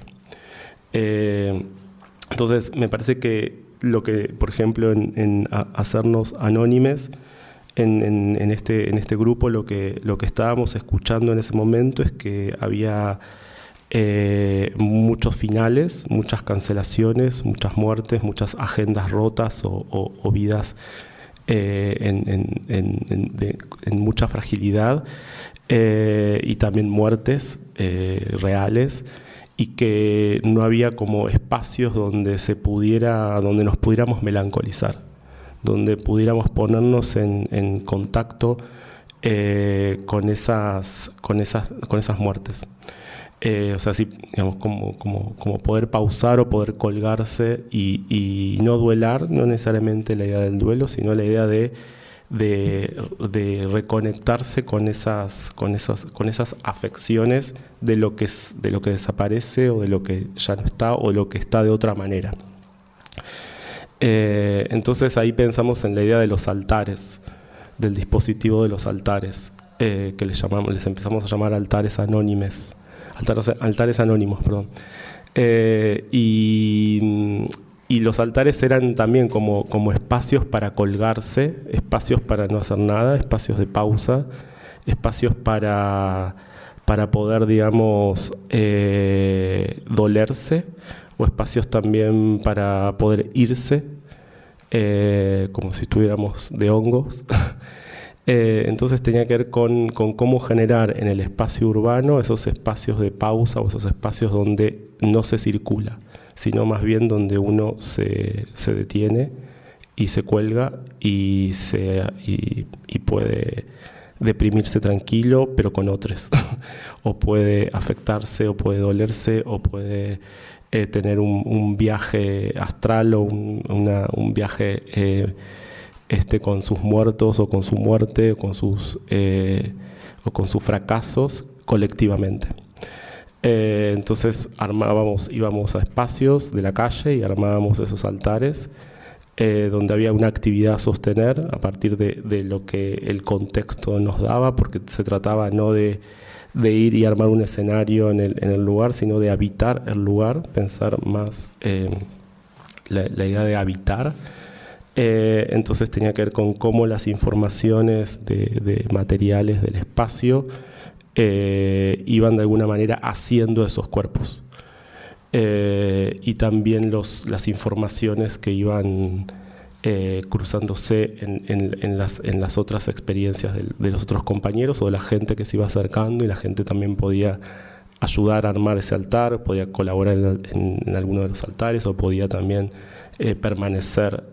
Entonces me parece que lo que, por ejemplo, en hacernos anónimes, en este grupo, lo que estábamos escuchando en ese momento es que había muchos finales, muchas cancelaciones, muchas muertes, muchas agendas rotas o vidas en mucha fragilidad, y también muertes reales, y que no había como espacios donde nos pudiéramos melancolizar, donde pudiéramos ponernos en contacto con esas muertes. O sea, sí, digamos, como poder pausar o poder colgarse y no duelar, no necesariamente la idea del duelo, sino la idea de reconectarse con esas afecciones de lo que desaparece, o de lo que ya no está, o de lo que está de otra manera. Entonces ahí pensamos en la idea de los altares, del dispositivo de los altares, que les empezamos a llamar altares anónimos, perdón. Y los altares eran también como espacios para colgarse, espacios para no hacer nada, espacios de pausa, espacios para poder, digamos, dolerse, o espacios también para poder irse, como si estuviéramos de hongos. Entonces tenía que ver con cómo generar en el espacio urbano esos espacios de pausa, o esos espacios donde no se circula, sino más bien donde uno se detiene y se cuelga y puede deprimirse tranquilo, pero con otros, o puede afectarse, o puede dolerse, o puede tener un viaje astral, o un viaje con sus muertos, o con su muerte, o con sus fracasos colectivamente. Entonces íbamos a espacios de la calle y armábamos esos altares donde había una actividad a sostener a partir de lo que el contexto nos daba, porque se trataba no de ir y armar un escenario en el lugar, sino de habitar el lugar, pensar más la idea de habitar. Entonces tenía que ver con cómo las informaciones de materiales del espacio iban de alguna manera haciendo esos cuerpos. Y también las informaciones que iban cruzándose en las otras experiencias de los otros compañeros o de la gente que se iba acercando, y la gente también podía ayudar a armar ese altar, podía colaborar en alguno de los altares, o podía también permanecer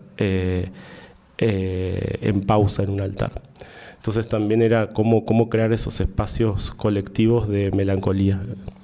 en pausa en un altar. Entonces también era cómo crear esos espacios colectivos de melancolía.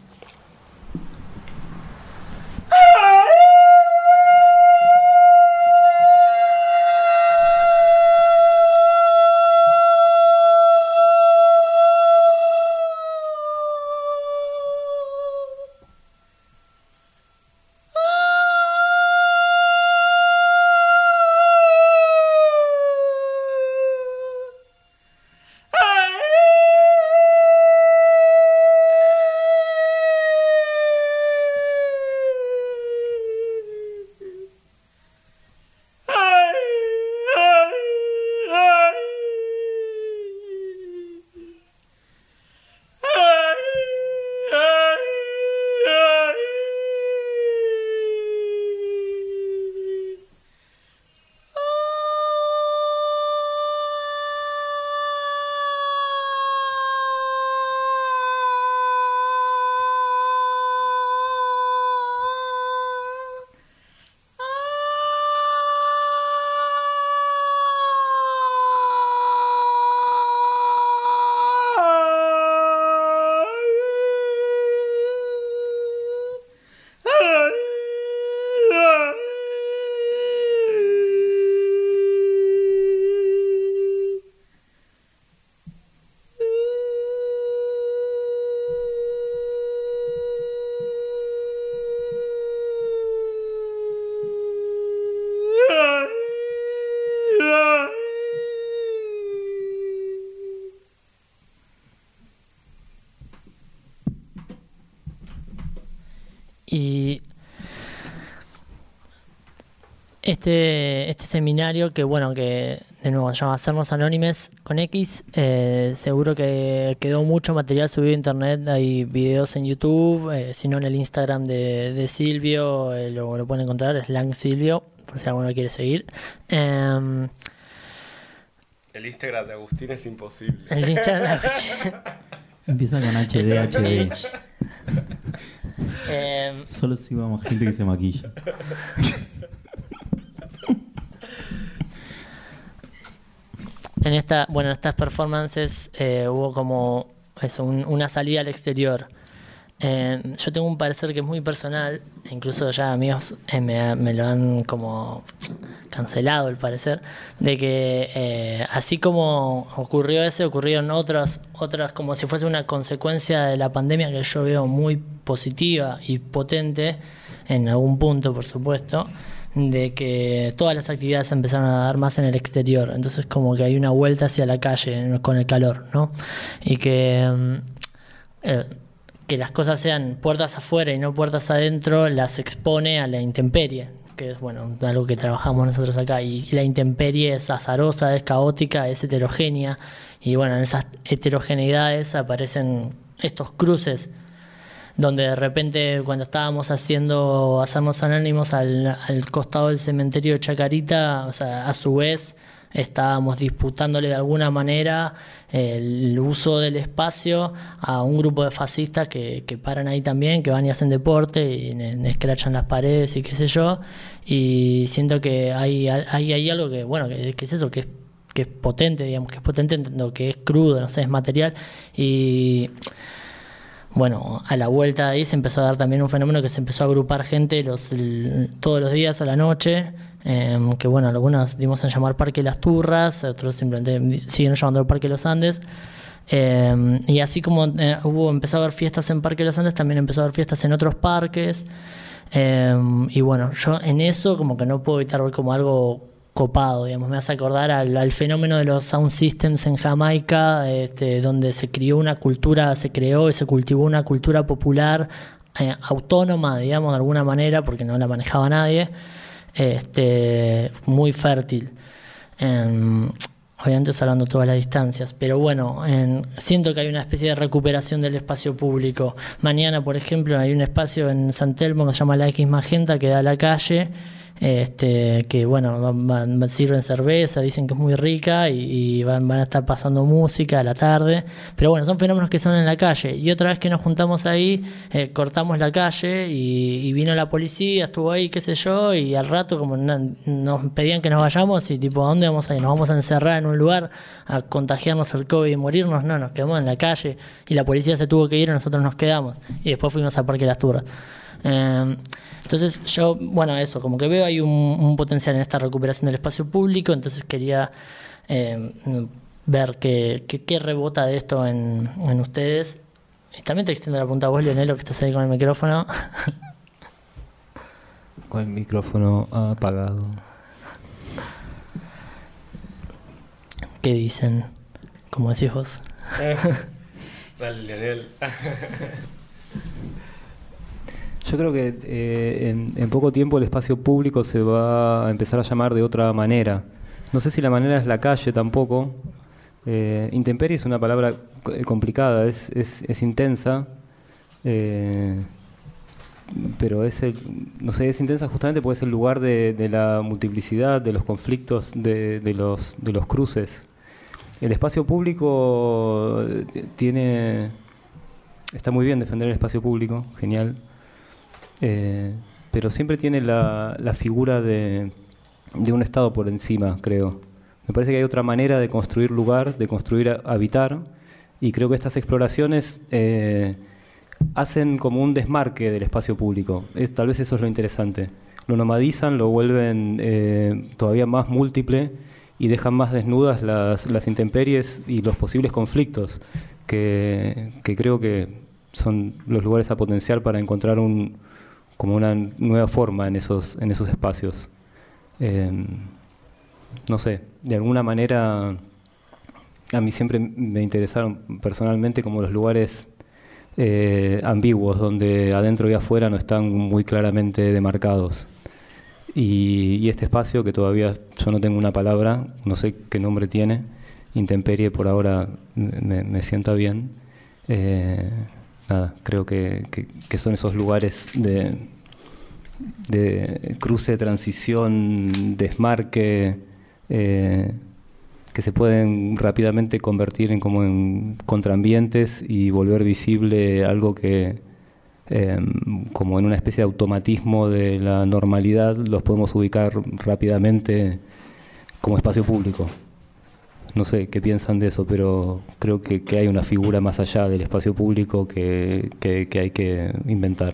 Y este seminario, que bueno, que de nuevo se llama Hacernos Anónimes con X, seguro que quedó mucho material subido a internet, hay videos en YouTube, si no en el Instagram de Silvio, lo pueden encontrar, es LangSilvio, por si alguno lo quiere seguir. El Instagram de Agustín es imposible. El Instagram de Empieza con HD. Solo sigamos gente que se maquilla. En estas performances hubo como eso, una salida al exterior. Yo tengo un parecer que es muy personal, incluso ya amigos me lo han como cancelado el parecer, de que así como ocurrió ocurrieron otras como si fuese una consecuencia de la pandemia, que yo veo muy positiva y potente en algún punto, por supuesto, de que todas las actividades se empezaron a dar más en el exterior. Entonces como que hay una vuelta hacia la calle con el calor, ¿no? Y que las cosas sean puertas afuera y no puertas adentro las expone a la intemperie, que es bueno, algo que trabajamos nosotros acá. Y la intemperie es azarosa, es caótica, es heterogénea, y bueno, en esas heterogeneidades aparecen estos cruces, donde de repente cuando estábamos haciendo Hacernos Anónimos al costado del cementerio de Chacarita, o sea, a su vez estábamos disputándole de alguna manera el uso del espacio a un grupo de fascistas que paran ahí también, que van y hacen deporte y escrachan las paredes y qué sé yo, y siento que hay algo que, bueno, que es eso, que es potente, digamos, que es potente, entiendo que es crudo, no sé, es material. Y bueno, a la vuelta de ahí se empezó a dar también un fenómeno que se empezó a agrupar gente todos los días a la noche, que bueno, algunos dimos en llamar Parque Las Turras, otros simplemente siguen llamando Parque Los Andes, Y así como empezó a haber fiestas en Parque Los Andes, también empezó a haber fiestas en otros parques. Y bueno, yo en eso como que no puedo evitar ver como algo copado, digamos. Me hace acordar al fenómeno de los sound systems en Jamaica, donde se creó y se cultivó una cultura popular autónoma, digamos, de alguna manera, porque no la manejaba nadie, muy fértil. Obviamente salvando todas las distancias, pero bueno, siento que hay una especie de recuperación del espacio público. Mañana, por ejemplo, hay un espacio en San Telmo que se llama la X Magenta, que da a la calle, que bueno, sirven cerveza, dicen que es muy rica y van a estar pasando música a la tarde, pero bueno, son fenómenos que son en la calle. Y otra vez que nos juntamos ahí, cortamos la calle y vino la policía, estuvo ahí, qué sé yo, y al rato como nos pedían que nos vayamos y tipo, ¿a dónde vamos a ir? ¿Nos vamos a encerrar en un lugar a contagiarnos el COVID y morirnos? No, nos quedamos en la calle y la policía se tuvo que ir y nosotros nos quedamos y después fuimos al Parque Las Turras. Entonces yo, bueno, eso, como que veo ahí un potencial en esta recuperación del espacio público, entonces quería ver qué rebota de esto en ustedes. Y también te extiendo la pregunta a vos, Leonelo, que estás ahí con el micrófono. Con el micrófono apagado. ¿Qué dicen? ¿Cómo decís vos? Dale, Leonel. Yo creo que en poco tiempo el espacio público se va a empezar a llamar de otra manera. No sé si la manera es la calle tampoco. Intemperie es una palabra complicada, es intensa, pero es intensa justamente porque es el lugar de la multiplicidad, de los conflictos, de los cruces. El espacio público está muy bien defender el espacio público, genial. Pero siempre tiene la figura de un Estado por encima, creo. Me parece que hay otra manera de construir lugar, de construir habitar, y creo que estas exploraciones hacen como un desmarque del espacio público. Tal vez eso es lo interesante. Lo nomadizan, lo vuelven todavía más múltiple y dejan más desnudas las intemperies y los posibles conflictos que creo que son los lugares a potenciar para encontrar como una nueva forma en esos espacios. No sé, de alguna manera a mí siempre me interesaron personalmente como los lugares ambiguos, donde adentro y afuera no están muy claramente demarcados. Y este espacio, que todavía yo no tengo una palabra, no sé qué nombre tiene, intemperie por ahora me sienta bien. Nada, creo que son esos lugares de cruce, transición, desmarque, que se pueden rápidamente convertir en contraambientes y volver visible algo que, como en una especie de automatismo de la normalidad, los podemos ubicar rápidamente como espacio público. No sé qué piensan de eso, pero creo que hay una figura más allá del espacio público que hay que inventar.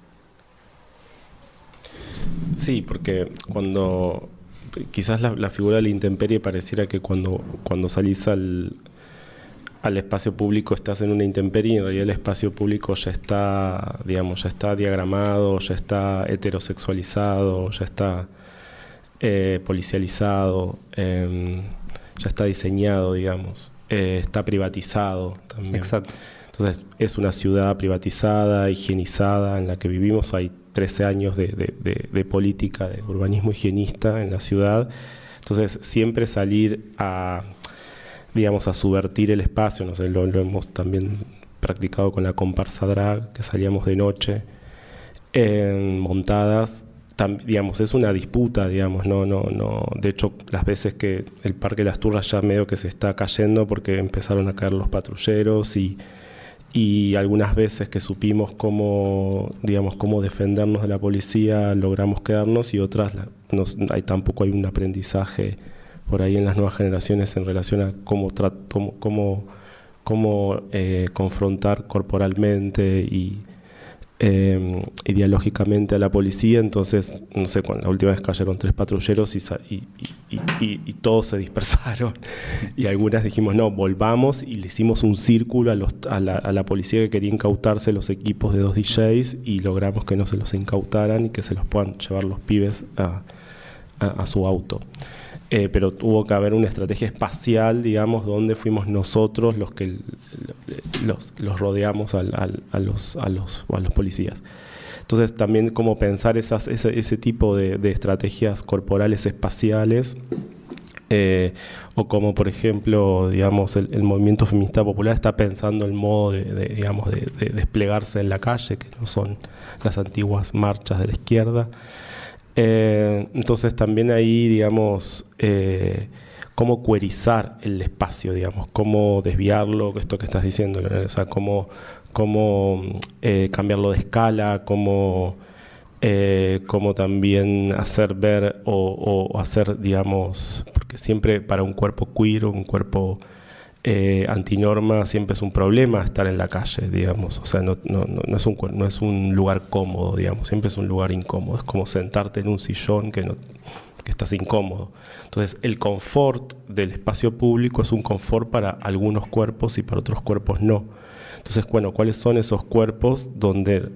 Sí, porque quizás la figura de la intemperie pareciera que cuando salís al espacio público estás en una intemperie, y en realidad el espacio público ya está diagramado, ya está heterosexualizado, ya está policializado, ya está diseñado, digamos, está privatizado también. Exacto. Entonces es una ciudad privatizada, higienizada, en la que vivimos. Hay 13 años de política, de urbanismo higienista en la ciudad. Entonces siempre salir a subvertir el espacio, no sé, lo hemos también practicado con la comparsa drag, que salíamos de noche montadas. Es una disputa, no. De hecho, las veces que el Parque Las Turras ya medio que se está cayendo porque empezaron a caer los patrulleros y algunas veces que supimos cómo defendernos de la policía, logramos quedarnos, y otras tampoco hay un aprendizaje por ahí en las nuevas generaciones en relación a cómo confrontar corporalmente ideológicamente a la policía. Entonces, no sé, cuando la última vez cayeron 3 patrulleros y todos se dispersaron, y algunas dijimos no, volvamos, y le hicimos un círculo a la policía que quería incautarse los equipos de 2 DJs, y logramos que no se los incautaran y que se los puedan llevar los pibes a su auto. Pero tuvo que haber una estrategia espacial, digamos, donde fuimos nosotros los que los rodeamos a los policías. Entonces también como pensar ese tipo de estrategias corporales espaciales, o como por ejemplo, digamos, el movimiento feminista popular está pensando el modo de desplegarse en la calle, que no son las antiguas marchas de la izquierda. Entonces también ahí, digamos, cómo querizar el espacio, digamos, cómo desviarlo, esto que estás diciendo, ¿no? O sea, cómo cambiarlo de escala, cómo también hacer ver o hacer, digamos, porque siempre para un cuerpo queer o un cuerpo antinorma siempre es un problema estar en la calle, digamos. O sea, no es un lugar cómodo, digamos, siempre es un lugar incómodo. Es como sentarte en un sillón que estás incómodo. Entonces, el confort del espacio público es un confort para algunos cuerpos y para otros cuerpos no. Entonces, bueno, ¿cuáles son esos cuerpos donde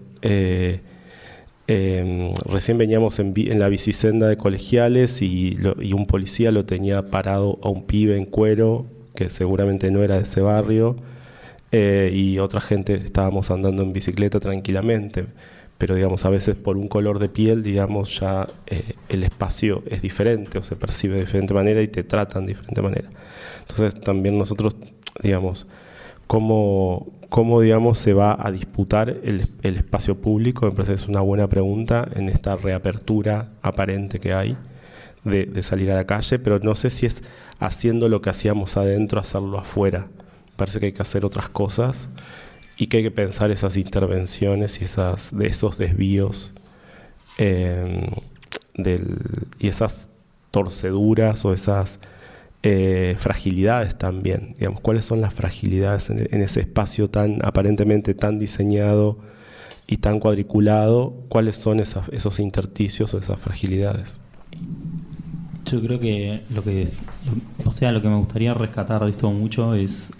recién veníamos en la bicisenda de Colegiales y un policía lo tenía parado a un pibe en cuero que seguramente no era de ese barrio, y otra gente estábamos andando en bicicleta tranquilamente, pero digamos a veces por un color de piel, digamos, ya el espacio es diferente o se percibe de diferente manera y te tratan de diferente manera. Entonces también nosotros, digamos, cómo digamos se va a disputar el espacio público, me parece que es una buena pregunta en esta reapertura aparente que hay de salir a la calle, pero no sé si es haciendo lo que hacíamos adentro, hacerlo afuera. Parece que hay que hacer otras cosas y que hay que pensar esas intervenciones y esos desvíos y esas torceduras o esas fragilidades también. Digamos, ¿cuáles son las fragilidades en ese espacio tan aparentemente tan diseñado y tan cuadriculado? ¿Cuáles son esos intersticios o esas fragilidades? Yo creo que lo que me gustaría rescatar de esto mucho es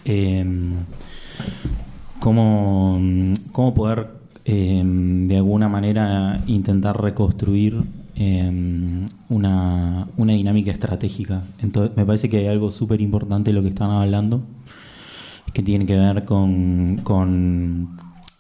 cómo poder de alguna manera intentar reconstruir una dinámica estratégica. Entonces me parece que hay algo súper importante de lo que están hablando, que tiene que ver con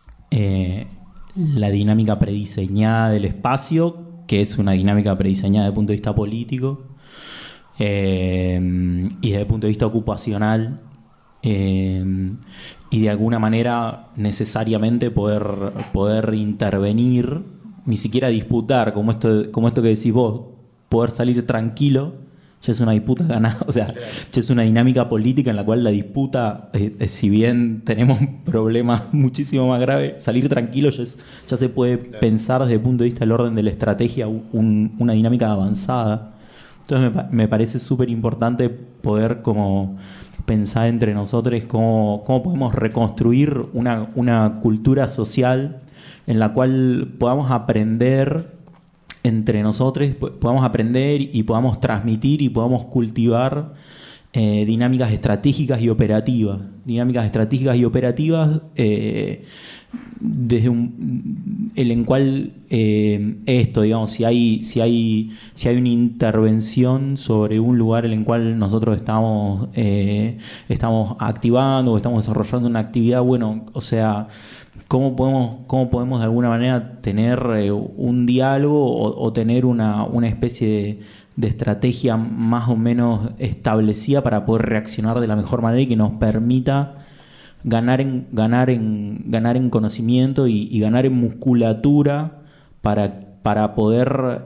la dinámica prediseñada del espacio, que es una dinámica prediseñada desde el punto de vista político, y desde el punto de vista ocupacional, y de alguna manera necesariamente poder intervenir, ni siquiera disputar, como esto que decís vos, poder salir tranquilo, ya es una disputa ganada. O sea, ya es una dinámica política en la cual la disputa, si bien tenemos problemas muchísimo más graves, salir tranquilo ya se puede pensar desde el punto de vista del orden de la estrategia una dinámica avanzada. Entonces me parece súper importante poder como pensar entre nosotros cómo podemos reconstruir una cultura social en la cual podamos aprender entre nosotros, podamos aprender y podamos transmitir y podamos cultivar dinámicas estratégicas y operativas. Dinámicas estratégicas y operativas desde en cual esto, digamos, si hay una intervención sobre un lugar en el cual nosotros estamos activando o estamos desarrollando una actividad, bueno, o sea, ¿cómo podemos de alguna manera tener un diálogo o tener una especie de estrategia más o menos establecida para poder reaccionar de la mejor manera y que nos permita ganar en conocimiento y ganar en musculatura para poder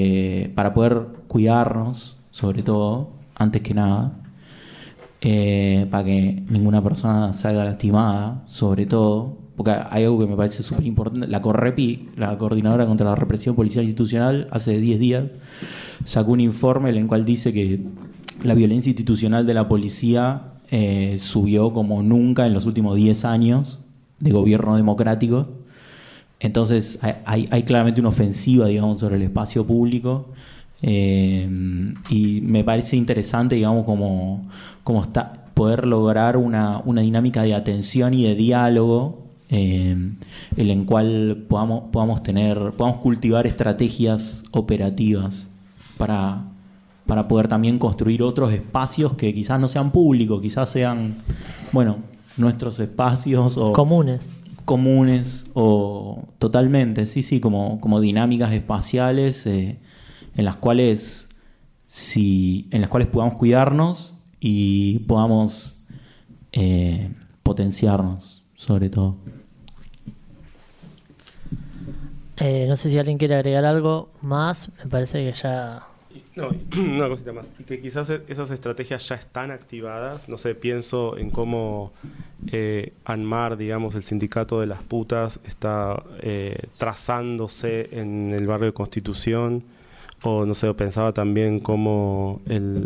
cuidarnos, sobre todo, antes que nada, para que ninguna persona salga lastimada, sobre todo, porque hay algo que me parece súper importante. La CORREPI, la Coordinadora contra la Represión Policial Institucional, hace 10 días sacó un informe en el cual dice que la violencia institucional de la policía subió como nunca en los últimos 10 años de gobierno democrático, Entonces hay claramente una ofensiva, digamos, sobre el espacio público, y me parece interesante, digamos, como poder lograr una dinámica de atención y de diálogo en el cual podamos cultivar estrategias operativas para poder también construir otros espacios que quizás no sean públicos, quizás sean, bueno, nuestros espacios o comunes o totalmente, sí, como dinámicas espaciales en las cuales podamos cuidarnos y podamos potenciarnos, sobre todo. No sé si alguien quiere agregar algo más. Me parece que ya... No, una cosita más. Y que quizás esas estrategias ya están activadas. No sé, pienso en cómo ANMAR, digamos, el sindicato de las putas, está trazándose en el barrio de Constitución. O, no sé, pensaba también cómo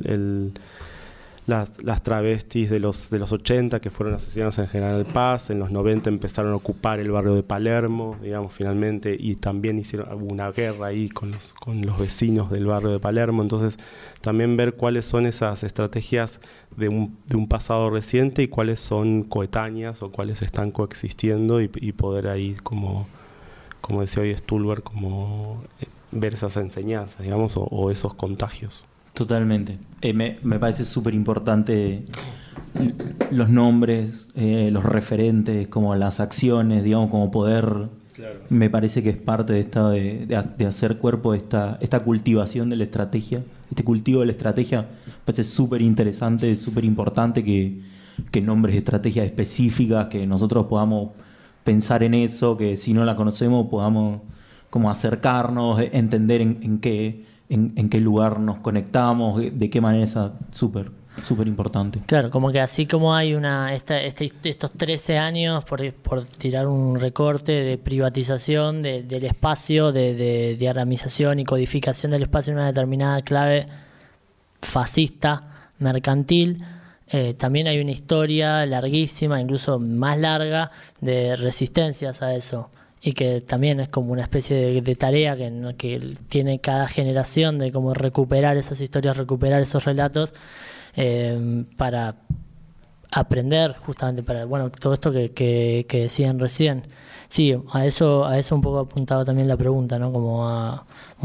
las travestis de los 80 que fueron asesinadas en General Paz, en los 90 empezaron a ocupar el barrio de Palermo, digamos, finalmente, y también hubo una guerra ahí con los vecinos del barrio de Palermo. Entonces también ver cuáles son esas estrategias de un pasado reciente y cuáles son coetáneas o cuáles están coexistiendo, y poder ahí, como decía hoy Stulberg, como ver esas enseñanzas, digamos, o esos contagios. Totalmente. Me parece súper importante los nombres, los referentes, como las acciones, digamos, como poder... Claro. Me parece que es parte de hacer cuerpo esta cultivación de la estrategia, este cultivo de la estrategia. Me parece súper interesante, súper importante que nombres estrategias específicas, que nosotros podamos pensar en eso, que si no la conocemos podamos como acercarnos, entender en qué lugar nos conectamos, de qué manera es súper importante. Claro, como que así como hay estos 13 años, por tirar un recorte de privatización del espacio, de diagramización y codificación del espacio en una determinada clave fascista, mercantil, también hay una historia larguísima, incluso más larga, de resistencias a eso. Y que también es como una especie de tarea que tiene cada generación, de cómo recuperar esas historias, recuperar esos relatos, para aprender justamente, para todo esto que decían recién. Sí, a eso un poco apuntaba también la pregunta, ¿no? Como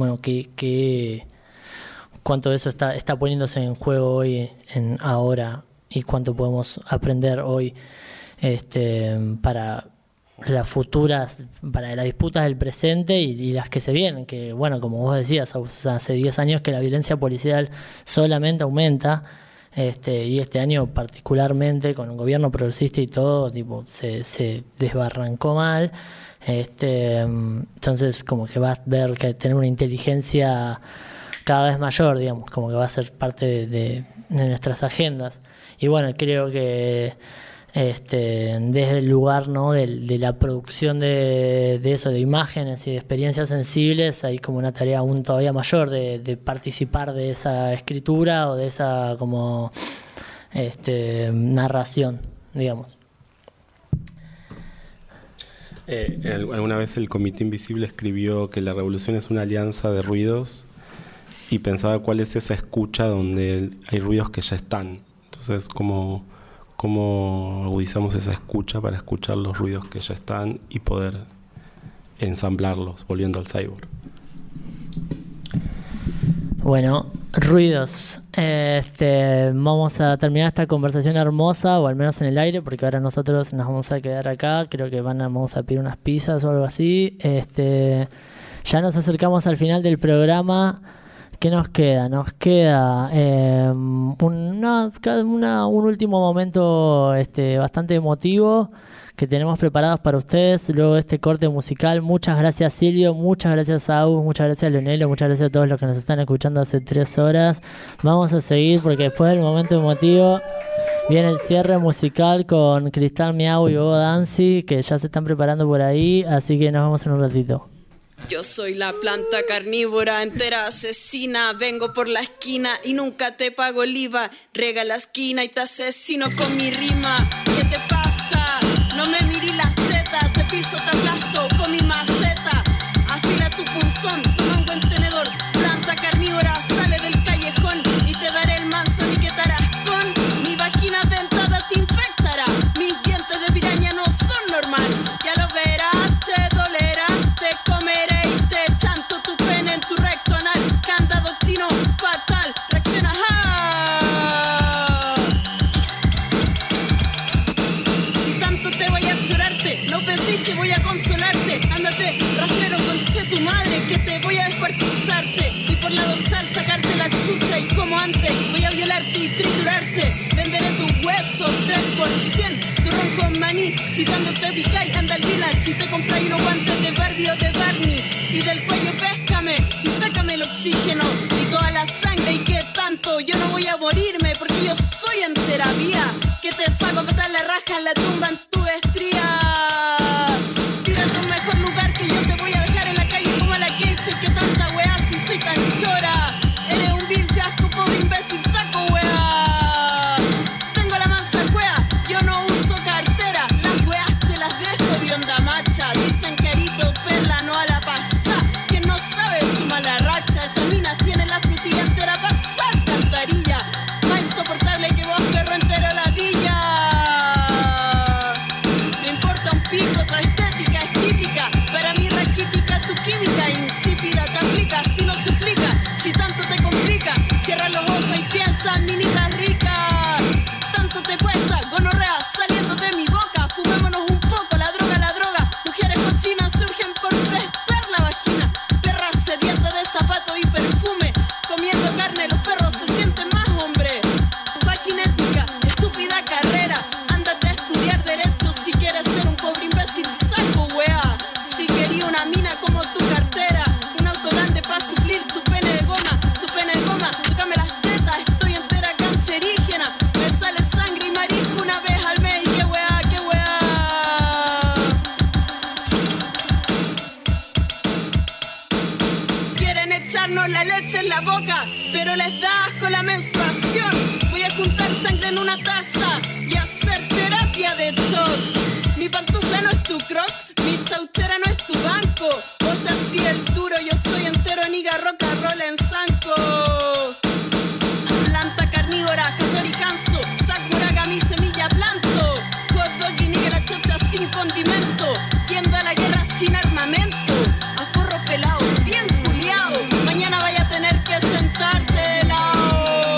cuánto de eso está poniéndose en juego hoy, ahora, y cuánto podemos aprender hoy para las futuras, para las disputas del presente y las que se vienen, que bueno, como vos decías, hace 10 años que la violencia policial solamente aumenta, y este año particularmente con un gobierno progresista y todo, se desbarrancó mal, entonces como que va a haber que tener una inteligencia cada vez mayor, digamos, como que va a ser parte de nuestras agendas. Y bueno, creo que desde el lugar, ¿no?, de la producción de eso, de imágenes y de experiencias sensibles, hay como una tarea aún todavía mayor de participar de esa escritura o de esa como narración, digamos. Alguna vez el Comité Invisible escribió que la revolución es una alianza de ruidos, y pensaba cuál es esa escucha donde hay ruidos que ya están. Entonces, cómo agudizamos esa escucha para escuchar los ruidos que ya están y poder ensamblarlos, volviendo al cyborg. Bueno, ruidos. Vamos a terminar esta conversación hermosa, o al menos en el aire, porque ahora nosotros nos vamos a quedar acá. Creo que vamos a pedir unas pizzas o algo así. Ya nos acercamos al final del programa. ¿Qué nos queda? Nos queda un último momento bastante emotivo que tenemos preparados para ustedes luego de este corte musical. Muchas gracias, Silvio, muchas gracias, Agus, muchas gracias, Leonelo, muchas gracias a todos los que nos están escuchando hace 3 horas. Vamos a seguir porque después del momento emotivo viene el cierre musical con Cristal Miau y Bobo Dancy, que ya se están preparando por ahí, así que nos vemos en un ratito. Yo soy la planta carnívora, entera asesina. Vengo por la esquina y nunca te pago el IVA. Rega la esquina y te asesino con mi rima. ¿Qué te pasa? No me mirí las tetas, te piso, te aplasto con mi maceta. decís que voy a consolarte. Ándate, rastrero, conche tu madre, que te voy a descuartizarte. Y por la dorsal sacarte la chucha y como antes voy a violarte y triturarte. Venderé tus huesos 3%, tu ron con maní. Si tanto te picáis, anda al village. Si te compráis unos guantes de Barbie o de Barney. Y del cuello péscame y sácame el oxígeno y toda la sangre. Y que tanto, yo no voy a morirme porque yo soy en terapia. Que te saco a petar la raja en la tumba en tu estría. Tírate a un mejor lugar que yo te voy a dejar en la calle como a la quecha. Y que tanta weá si soy tan chora. Eres un vil fiasco, pobre imbécil, saco weá. Tengo la mansa cuea, yo no uso cartera. Las weas te las dejo de onda macha. Dicen que Arito perla no a la pasa. Que no sabe sumar la racha. Esas minas tienen la frutilla entera pa' pasar cantarilla. Más insoportable que vos, perro entero ladilla. Me importa un pico tu estética, estítica. Para mí raquítica tu química insípida te aplica. Si no suplica, si tanto te complica. Cierra los ojos y piensa, minita rica. Tanto te cuesta, gonorrea saliendo de mi boca. Fumémonos un poco, la droga, la droga. Mujeres cochinas surgen por prestar la vagina. Perras sedientas de zapato y perfume. Comiendo carne, los perros se sienten más hombre. Faquinética, estúpida carrera. Ándate a estudiar derecho si quieres ser un pobre imbécil, saco wea. Si quería una mina como tu cartera. Un auto grande pa' suplir tu pene de goma. Tu pene de goma, tócame las tetas. Estoy entera cancerígena. Me sale sangre y marisco una vez al mes. Y qué wea, qué wea. Quieren echarnos la leche en la boca, pero les da asco la menstruación. Voy a juntar sangre en una taza y hacer terapia de shock. Mi pantufla no es tu croc, mi chauchera no es tu banco. Vos te hacía el duro, yo soy entero niga roca roll en zanco. Planta carnívora, Hattori Hanzo, Sakura mi semilla planto. Hot dog y niga la chocha sin condimento. Yendo a la guerra sin armamento. A forro pelado, bien culiao. Mañana vaya a tener que sentarte de lado.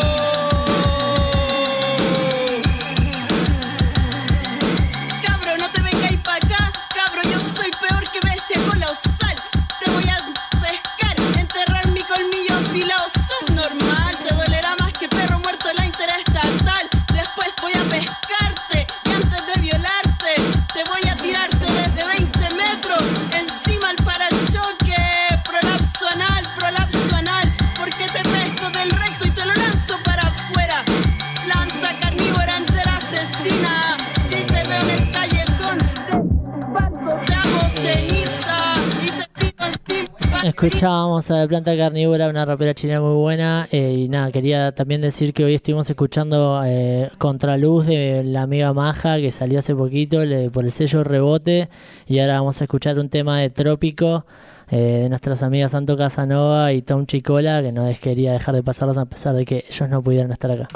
Cabro, no te vengáis pa' acá. Cabro, yo soy peor que bestia colosal. Te voy a pescar, enterrar mi colmillo afilado subnormal. Te dolerá más que perro muerto en la interestatal. Después voy a pescarte y antes de violarte te voy a tirarte desde 20 metros encima al parachoque. Prolapso anal, porque te pesco del recto y te lo lanzo para afuera. Planta carnívora entera asesina. Si te veo en el callejón, te hago ceniza y te tiro encima. Escuchábamos a Planta Carnívora, una rapera chilena muy buena. Y nada, quería también decir que hoy estuvimos escuchando Contraluz de la amiga Maja, que salió hace poquito por el sello Rebote. Y ahora vamos a escuchar un tema de Trópico de nuestras amigas Santo Casanova y Tom Chicola, que no quería dejar de pasarlos a pesar de que ellos no pudieran estar acá.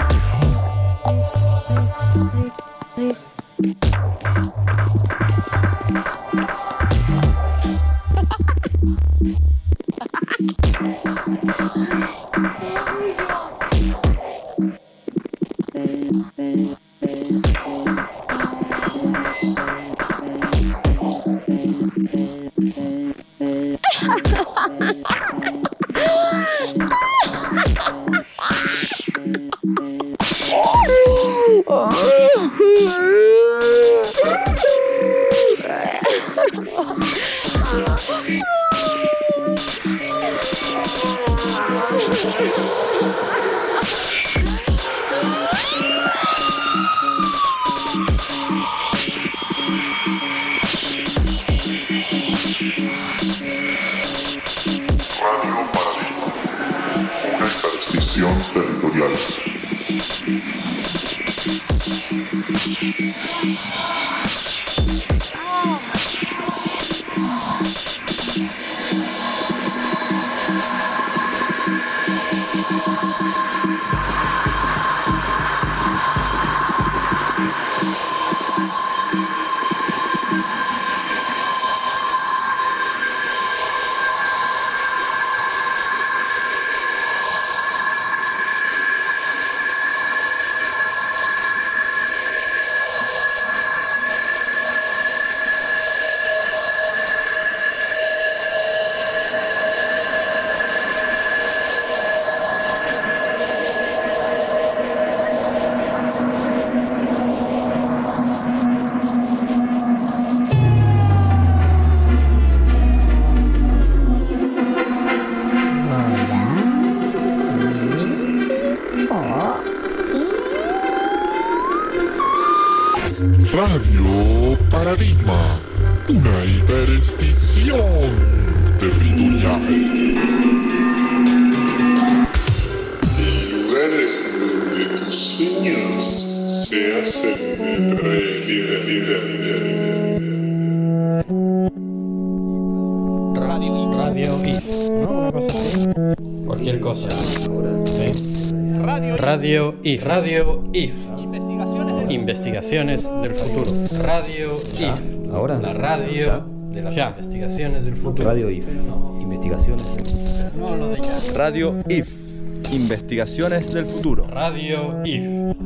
Visión territorial. paradigma, una hiperestición territorial. Lugares donde tus sueños se hacen realidad. Radio IF, ¿no? Una cosa así. Cualquier cosa. ¿Sí? Radio IF. Radio IF. Investigaciones del futuro. Radio IF. Ahora. La radio de las investigaciones del futuro. Radio IF. Investigaciones del futuro. No, lo de ya. Radio IF. Investigaciones del futuro. Radio IF.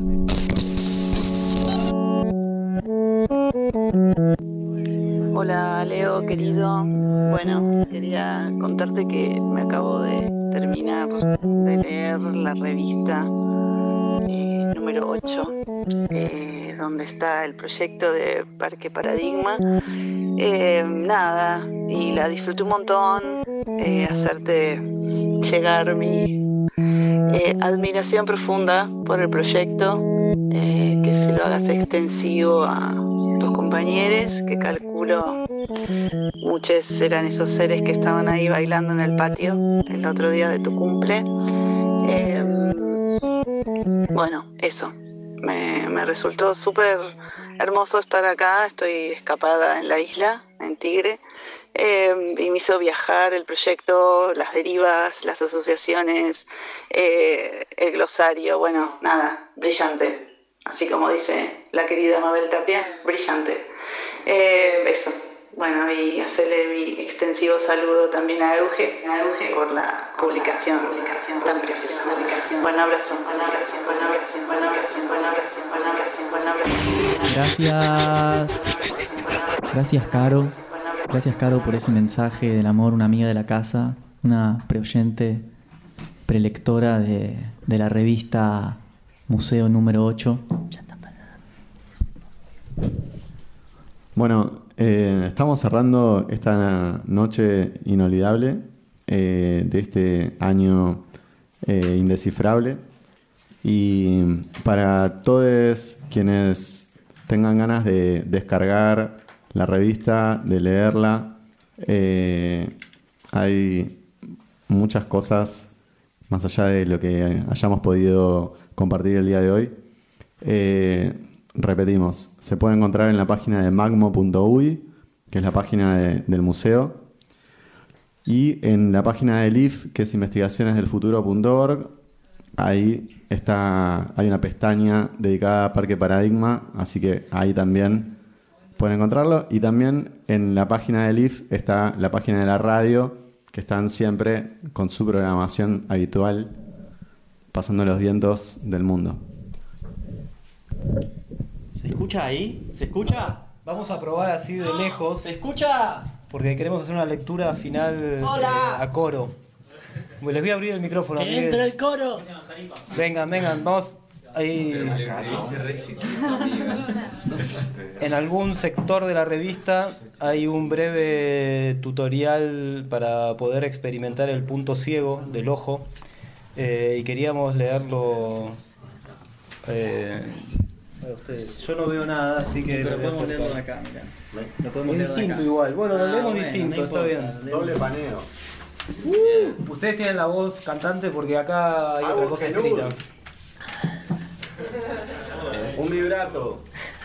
Hola Leo, querido. Bueno, quería contarte que me acabo de terminar de leer la revista número 8, donde está el proyecto de Parque Paradigma. Nada, y la disfruté un montón. Hacerte llegar mi admiración profunda por el proyecto, que se lo hagas extensivo a tus compañeros, que calculo muchos eran esos seres que estaban ahí bailando en el patio el otro día de tu cumple. Bueno, eso, me resultó súper hermoso estar acá. Estoy escapada en la isla, en Tigre, y me hizo viajar el proyecto, las derivas, las asociaciones, el glosario. Bueno, nada, brillante. Así como dice la querida Mabel Tapia, brillante. Eso. Bueno, y hacerle mi extensivo saludo también a Euge por la publicación tan precisa. Buen abrazo. Gracias, Caro. Gracias, Caro, por ese mensaje del amor, una amiga de la casa, una preoyente, prelectora de la revista Museo número 8. Bueno, estamos cerrando esta noche inolvidable de este año indescifrable, y para todos quienes tengan ganas de descargar la revista, de leerla, hay muchas cosas más allá de lo que hayamos podido compartir el día de hoy. Repetimos, se puede encontrar en la página de magmo.uy, que es la página del museo, y en la página del IF, que es investigacionesdelfuturo.org. Ahí hay una pestaña dedicada a Parque Paradigma, así que ahí también pueden encontrarlo. Y también en la página del IF está la página de la radio, que están siempre con su programación habitual, pasando los vientos del mundo. ¿Se escucha ahí? ¿Se escucha? Vamos a probar así de lejos. ¿Se escucha? Porque queremos hacer una lectura final a coro. Les voy a abrir el micrófono. ¡Que entre el coro! Vengan, vamos ahí. En algún sector de la revista hay un breve tutorial para poder experimentar el punto ciego del ojo, y queríamos leerlo. Ustedes. Yo no veo nada, así que... Pero podemos leerlo acá, mirá. Es distinto igual. Bueno, lo leemos distinto, no está bien. Doble paneo. Ustedes tienen la voz cantante porque acá hay otra cosa escrita. Un vibrato.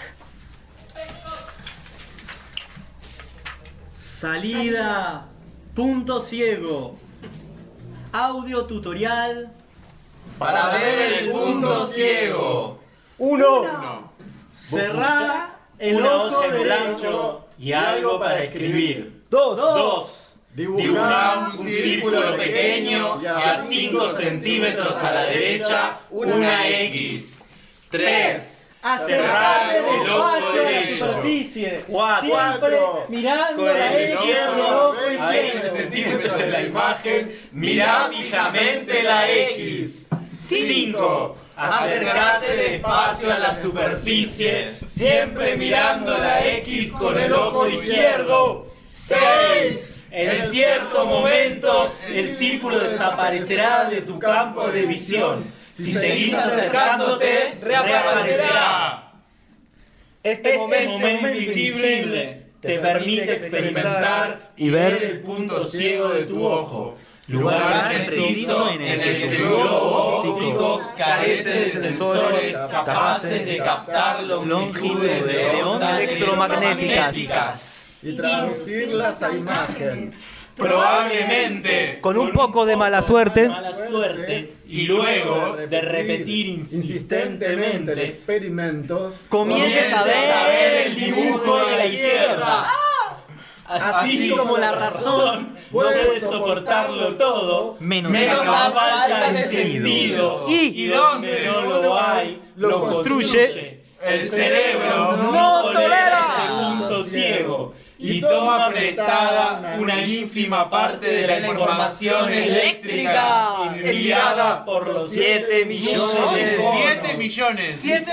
Salida. Punto ciego. Audio tutorial. Para ver el mundo ciego. 1. Cerrá el ojo derecho y algo para escribir. 2. Dibujá un círculo pequeño y a 5 centímetros a la derecha una X. 3. Cerrar el ojo hacia la derecho. superficie. 4. Siempre mirando Con la el X. izquierdo a 20 centímetros de la imagen, mirá fijamente la X. 5. Acércate despacio a la superficie, siempre mirando la X con el ojo izquierdo. 6. En cierto momento, el círculo desaparecerá de tu campo de visión. Si seguís acercándote, reaparecerá. Este momento invisible te permite experimentar y ver el punto ciego de tu ojo. Lugar preciso en el que tu globo óptico carece de sensores capaces de captar longitudes de ondas electromagnéticas y traducirlas a imagen. Probablemente con un poco de mala suerte y luego de repetir insistentemente el experimento, comiences a ver el dibujo de la izquierda. Así como la razón puede soportarlo todo, menos la falta de sentido. Y donde no lo hay, lo construye. El cerebro no tolera el punto ciego y toma prestada una ínfima parte de la información eléctrica enviada por los 7 millones. 7 millones. 7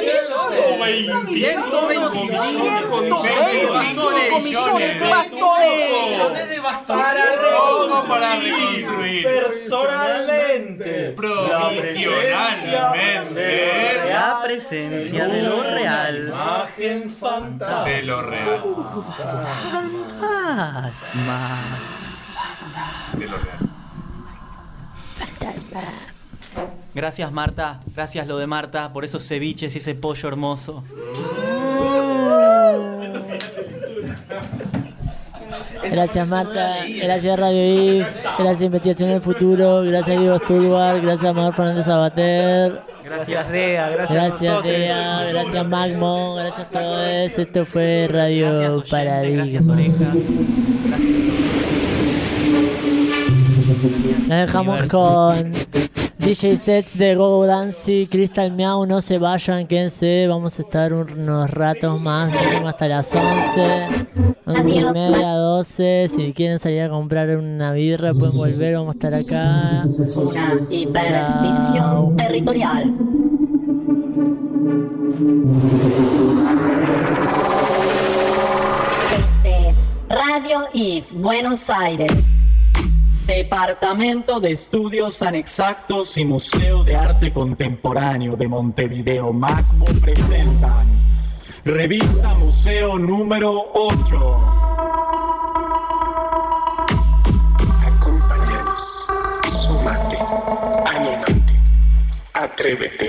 millones de bastones para reconstruir personalmente, provisionalmente la presencia de lo real, imagen fantasma de lo real, fantasma de lo real. Gracias Marta, gracias lo de Marta por esos ceviches y ese pollo hermoso. Gracias Marta, gracias Radio IF, gracias Investigación del Futuro, gracias Diego Stulbar, gracias Manuel Fernández Sabater. Gracias Dea, gracias Dea, gracias Magmo, gracias a todos. Esto fue Radio Paradigma. Gracias Orejas. Nos dejamos con DJ sets de Go Dancy, Crystal Meow. No se vayan, quédense. Vamos a estar unos ratos más, mínimo hasta las 11:30, 12. Si quieren salir a comprar una birra, pueden volver. Vamos a estar acá. Una hiperextinción territorial. Desde Radio IF, Buenos Aires. Departamento de Estudios Anexactos y Museo de Arte Contemporáneo de Montevideo, MACMO, presentan Revista Museo número 8. Acompáñanos, súmate, anímate, atrévete.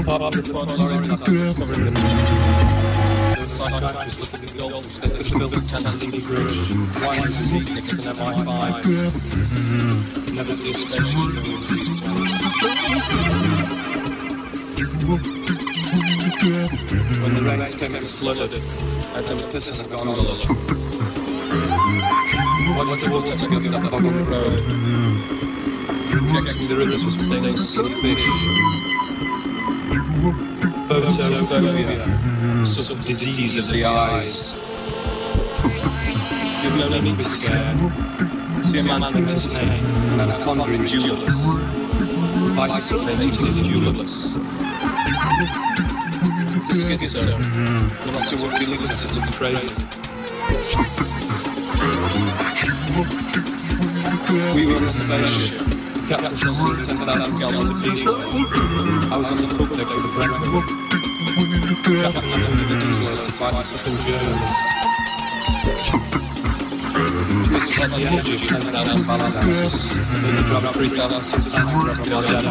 Apart from the front lorries covering the there were psychiatrists looking at the goldfish that could have built a Tanzania bridge. Wine was a Nick and MI5. Never see a spaceship going into these When the Rex came exploded, I had to piss in a gondola. Watch the water take up that bog on the road. Projecting the rivers with staining skinny fish. Photophobia, sort of disease of the eyes. You've no need to be scared. See a man in a snake, an anaconda in jewellers. Bicycle paintings in jewellers. It's a schizo. No matter what you look at, it's crazy. We were on a spaceship. Captain Johnson 10,000 gallons of diesel. I was on the poop deck with the Brentford. Captain London did the details to fight the flipping Germans. This is like the energy of 10,000 balances. Then you drop 3,000 times across the Algerian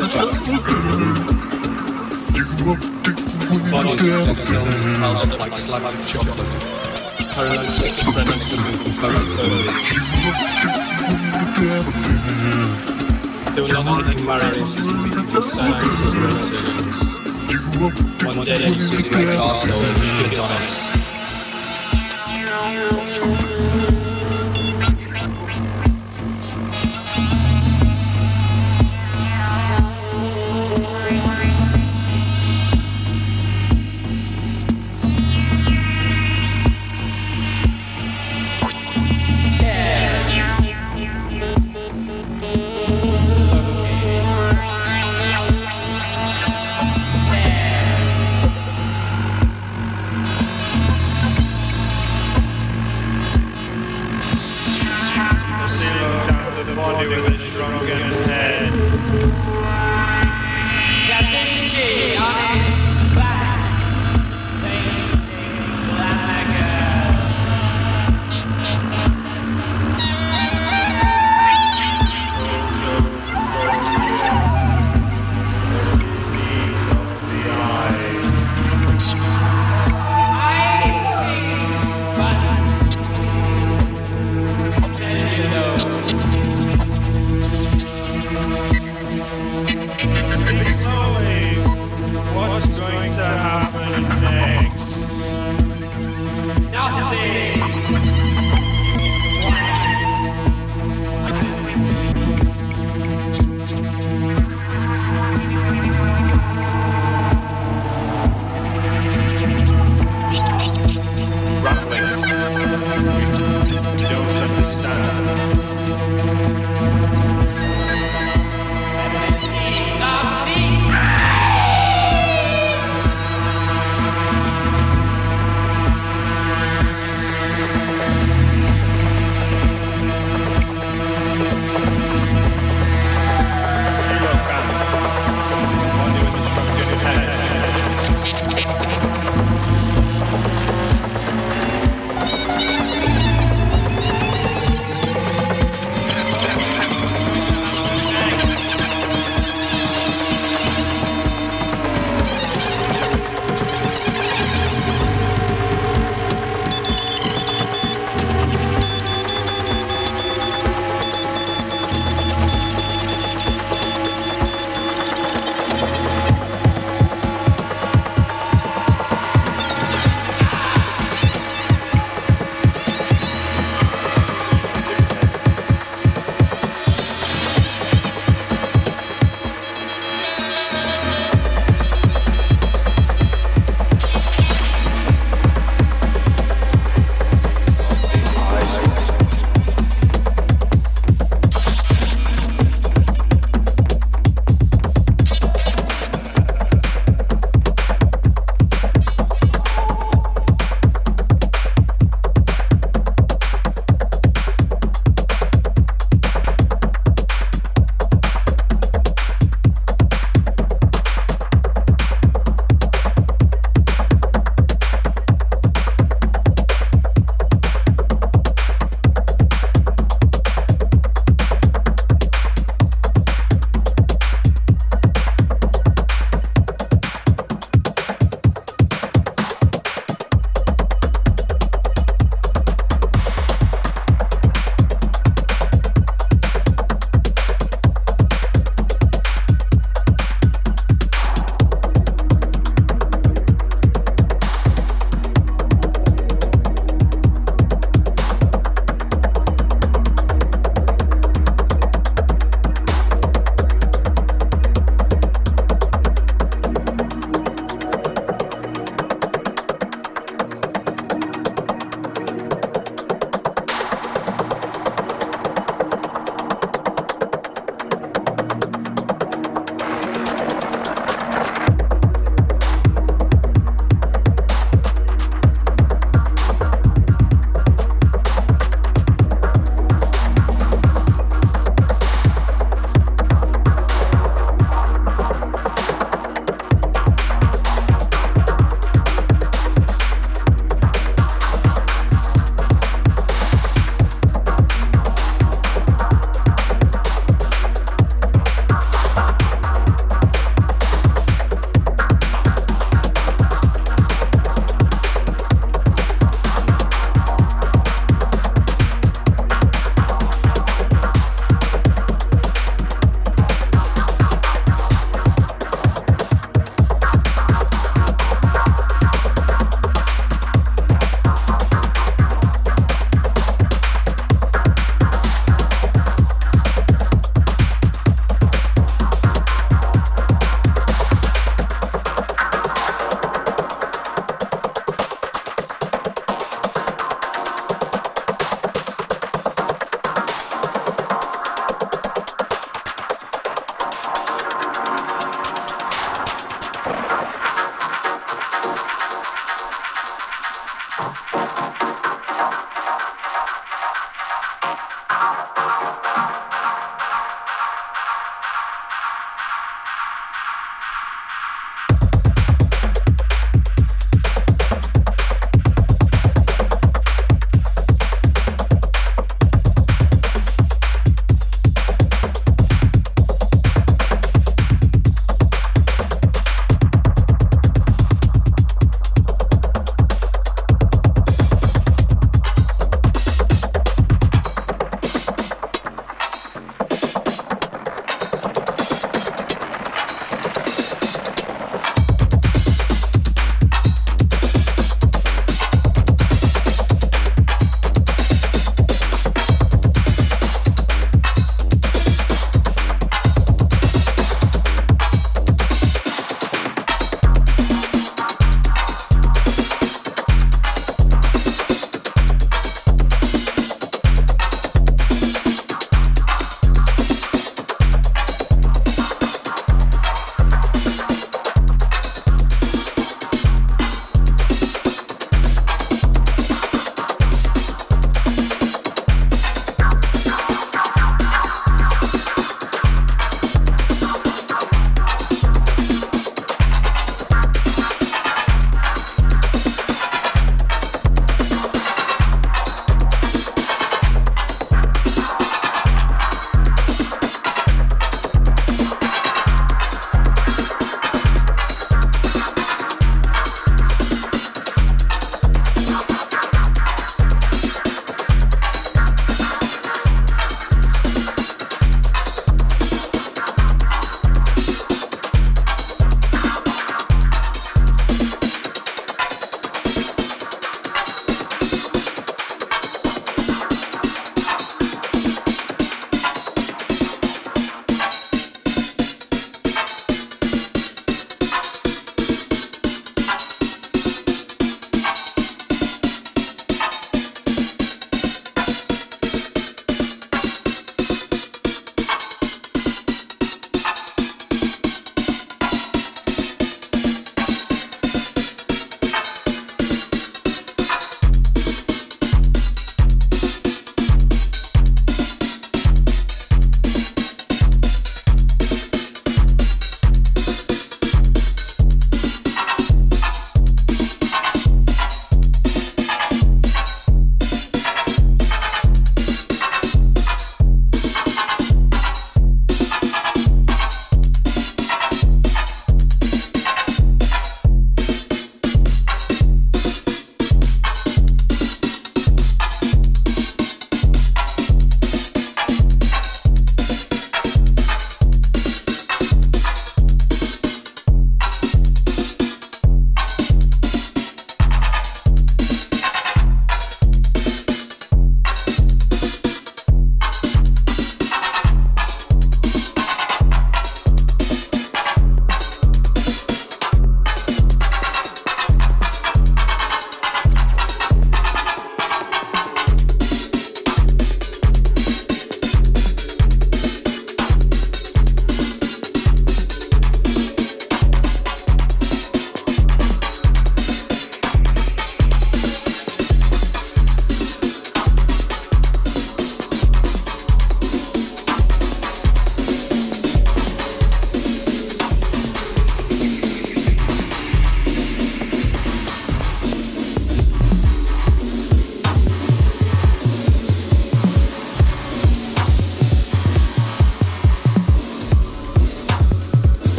bodies of dead soldiers piled up like slabs of chocolate. Parallel schizophrenics to move from There were not anything marriages, just science and relatives. One day you see the great arsehole and shit on it.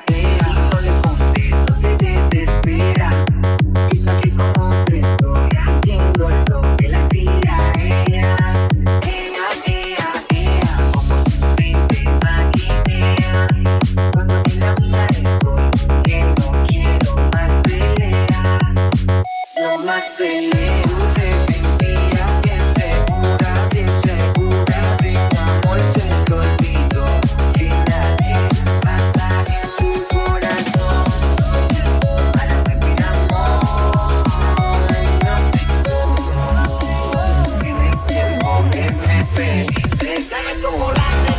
fea. No le contesto, se desespera. Piso aquí como te estoy haciendo lo que la hacía ella. Como tu mente maquinea. Cuando en la mía estoy, que no quiero más pelea. No más pelea. Tú te sentías bien segura de tu amor, se te olvidó que nadie manda en su corazón. Para pedir amor, no tengo en el tiempo que me pediste sale chocolate.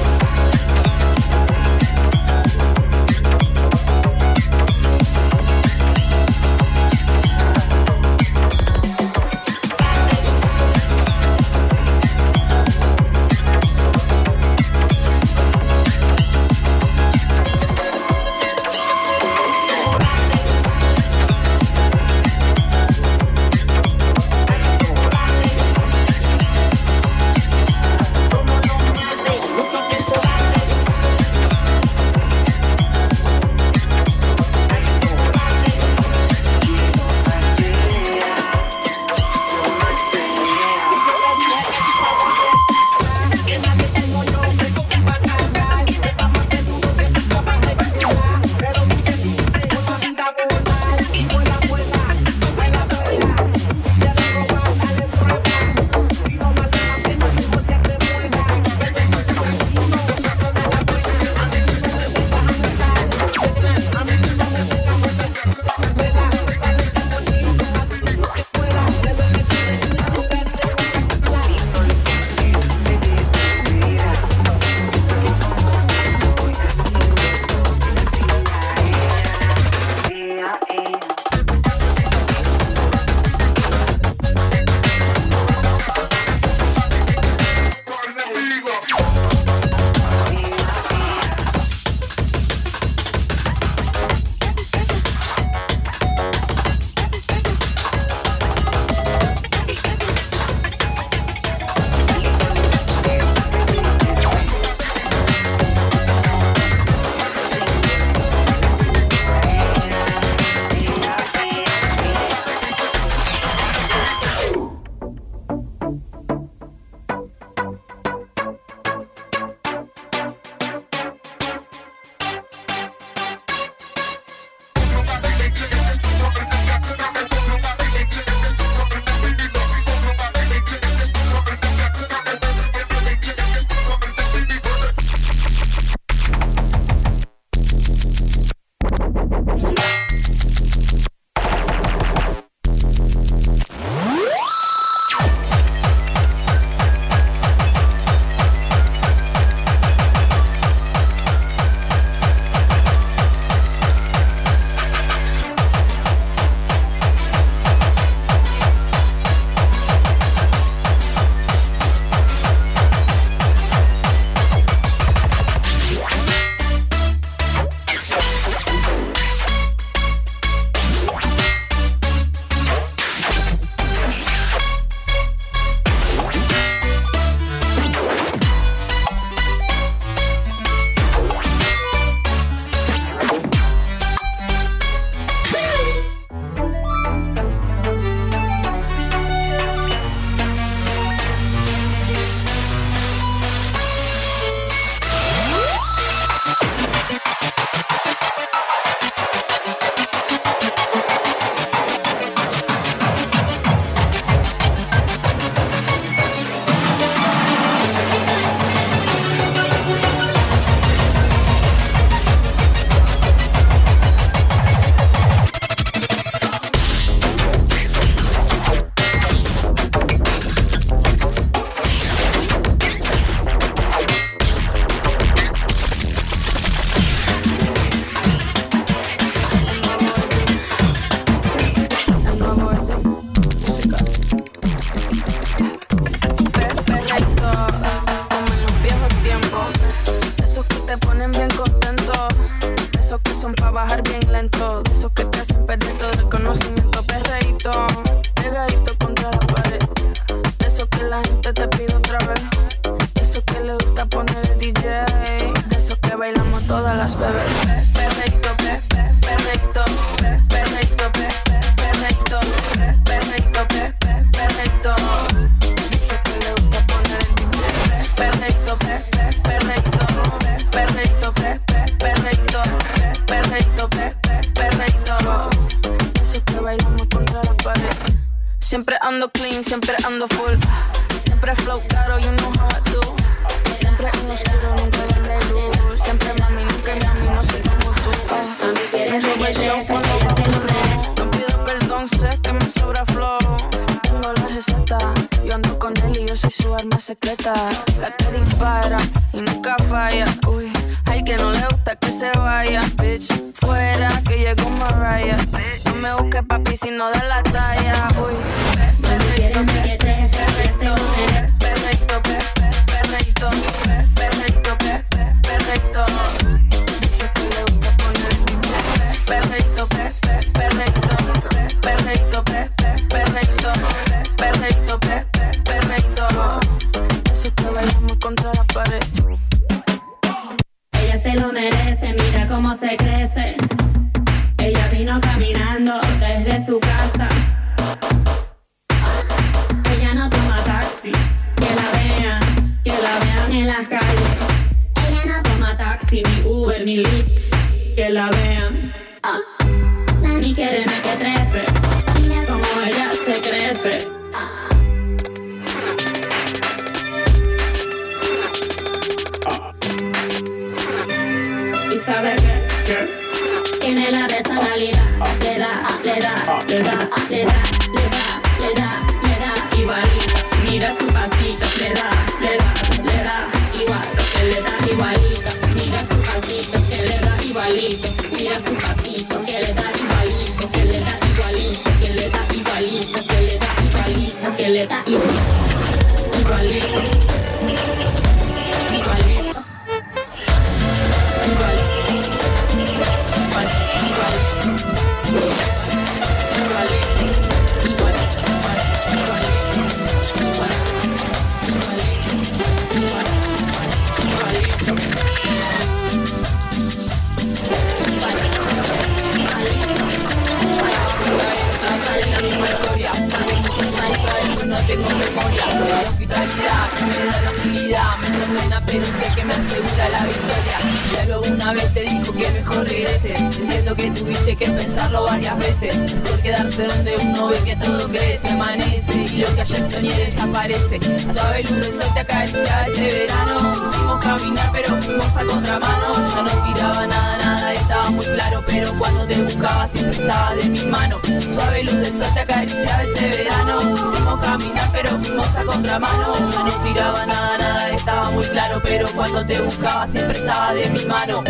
todas las bebés. Perreíto, perreíto. Eso que bailamos contra la pared. Siempre ando clean, siempre ando full. Siempre flow caro, you know how I do. Siempre en oscuro, nunca vende luz. Siempre mami, nunca mami, no soy como tú. Mami, quieres reggaetón, ella te lo merece. No pido perdón, sé que me sobra flow. Tengo la receta, yo ando con él y yo soy su arma secreta. La que dispara y nunca falla. Uy, al que no le gusta que se vaya, bitch. Fuera que llegó Mariah. No me busques papi si no da la talla. Uy, perreíto, perreíto, perreíto, perreíto, perreíto, perreíto. Dice que le gusta poner perreíto, perreíto, perreíto, perreíto, perreíto, perreíto. Eso que bailamos contra la pared. Ella se lo merece, mira cómo se crece. Ella vino caminando desde su casa. Ella no toma taxi, que la vean en las calles. Ella no toma taxi, ni Uber, ni Lyft, que la vean. Ni quiere que trece, mira cómo ella se crece. ¿Y sabe qué? Tiene la personalidad, le da igualito. Mira su pasito, le da igual, que le da igualito. Mira su pasito, que le da igualito. Mira su pasito, que le da igualito, que le da igualito, que le da igualito, que le da igualito, que le da igualito, igualito. No tengo memoria, la hospitalidad me da la utilidad, me condena pero sé que me asegura la victoria. Ya luego una vez te dijo que mejor regreses, entiendo que tuviste que pensarlo varias veces. Mejor quedarse donde uno ve que todo crece, amanece y lo que ayer soñé desaparece. Suave luz del sol te acaricia ese verano, hicimos caminar pero fuimos a contramano. Ya no tiraba nada, estaba muy claro, pero cuando te buscaba siempre estaba de mi mano. Suave luz del sol te acaricia ese verano, hicimos caminar pero fuimos a contramano. Ya no tiraba nada, estaba muy claro, pero cuando te buscaba siempre estaba de mi mano.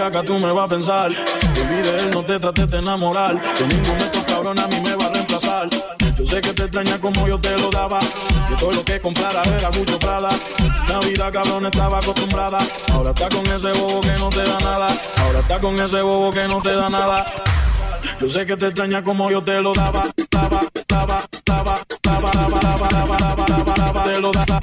bellaca, tú me vas a pensar. Que olvide él, no te trates de enamorar. Que ninguno de estos cabrones a mí me va a reemplazar. Yo sé que te extraña como yo te lo daba. Que todo lo que comprara era mucho Prada. La vida cabrón estaba acostumbrada. Ahora está con ese bobo que no te da nada. Ahora está con ese bobo que no te da nada. Yo sé que te extraña como yo te lo daba. Te lo daba.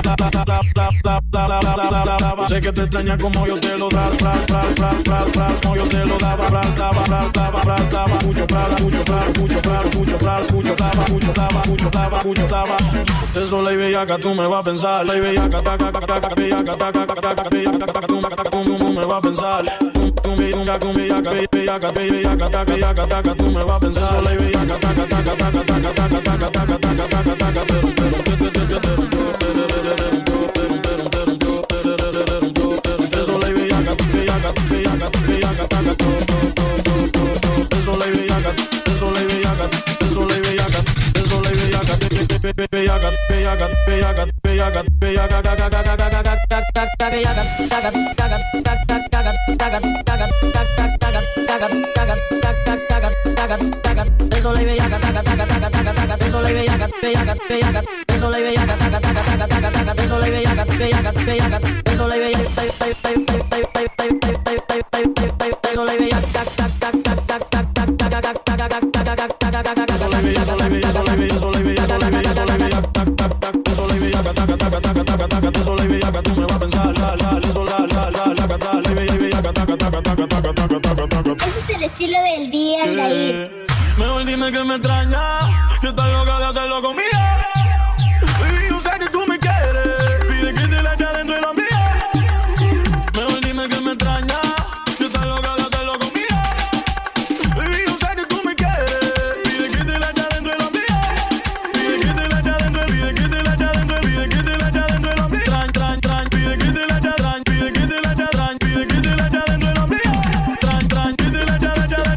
Sé que te extraña como yo te lo daba. Como yo te lo daba. Mucho Prada, mucho Prada, mucho Prada, mucho Prada, mucho daba, mucho daba, mucho daba, mucho daba. Usted sola y bellaca, tú me vas a pensar. La bellaca, bellaca, tú me vas a pensar. Tú me vas a pensar. Sola y bellaca, mejor dime que me extraña, que estás loca de hacerlo conmigo. Baby, yo sé que tú me quieres, pide que te la eche dentro de la mía. Mejor dime que me extraña, que estás loca de hacerlo conmigo. Baby, yo sé que tú me quieres, pide que te la eche dentro de la mía. Pide que te la eche dentro, pide que te la eche dentro, pide que te la eche dentro de la mía. Tran, pide que te la eche, pide que te la eche, pide que te la eche dentro de la mía. Tran, que te la eche,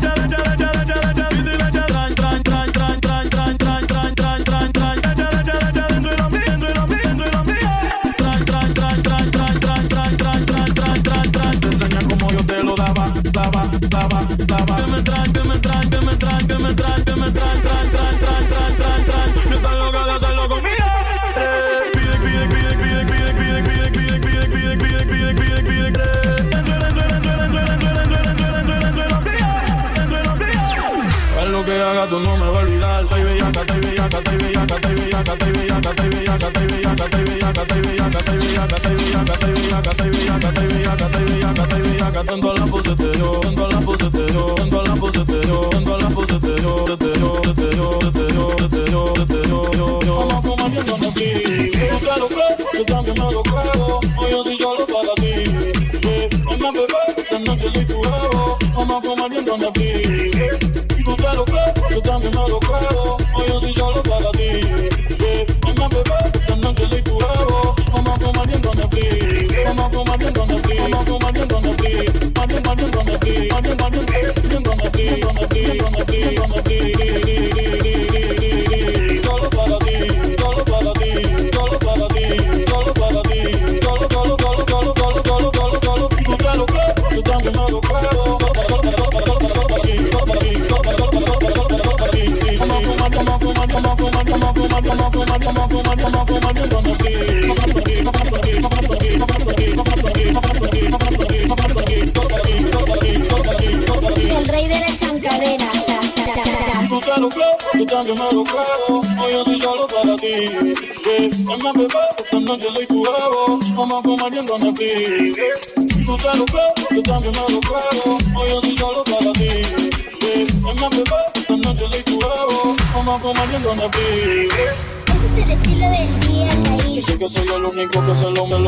que haga tú no me va a olvidar. Tay bellaca, tay bellaca, tay bellaca, tay bellaca, tay bellaca, tay bellaca, tay bellaca, tay bellaca, tay bellaca, tay bellaca, tay bellaca, tay bellaca, tay bellaca, tay bellaca, tay bellaca, tay bellaca. Tanto a la pose te yo, tanto a la pose te yo, tanto a la pose te yo, tanto a la pose te yo, vamos a fumar bien donde fui. Tú te lo crees, yo también me lo creo. Hoy yo soy solo para ti. Venga bebé, esta noche soy tu juego. Vamos a fumar bien donde fui. Tú te lo crees, yo también me lo creo. Hoy yo soy solo para ti. Venga bebé, esta noche soy tu juego. Vamos a fumar bien donde fui. Vamos a fumar bien donde fui. Vamos a fumar bien donde fui. Bien donde fui. Bien donde fui. Donde fui. Solo para ti. Solo para ti. Solo para ti. Solo para ti. Solo. Y tú te lo crees, yo también me lo creo. El rey de la chancadera. Tú te lo crees, yo también me lo creo. Hoy yo soy solo para ti. Venga bebé, esta noche soy tu juego. Vamos a fumar bien donde fui. Tú te lo crees, yo también me lo creo. Hoy yo soy solo para ti. Venga bebé, esta noche soy tu juego. Vamos a fumar bien donde fui. Ese es el estilo del día, ahí. Yo sé que soy el único que se lo mete.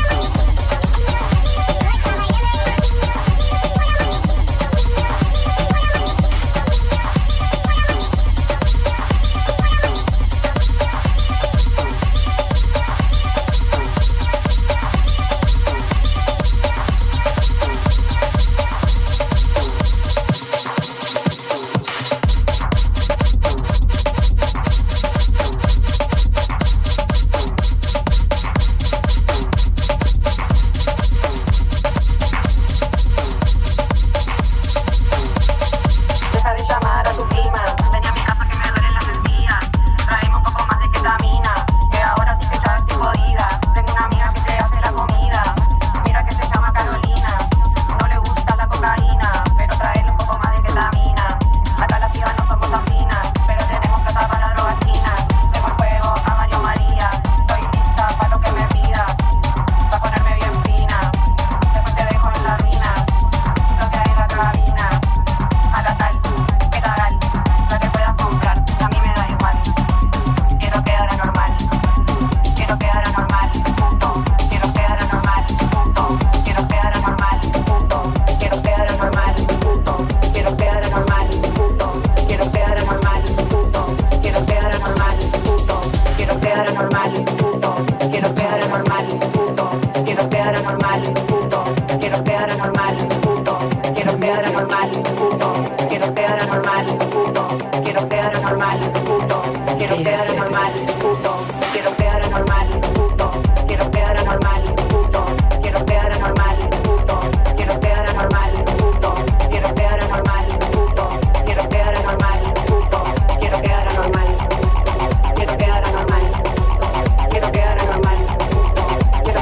Quiero quedar anormal,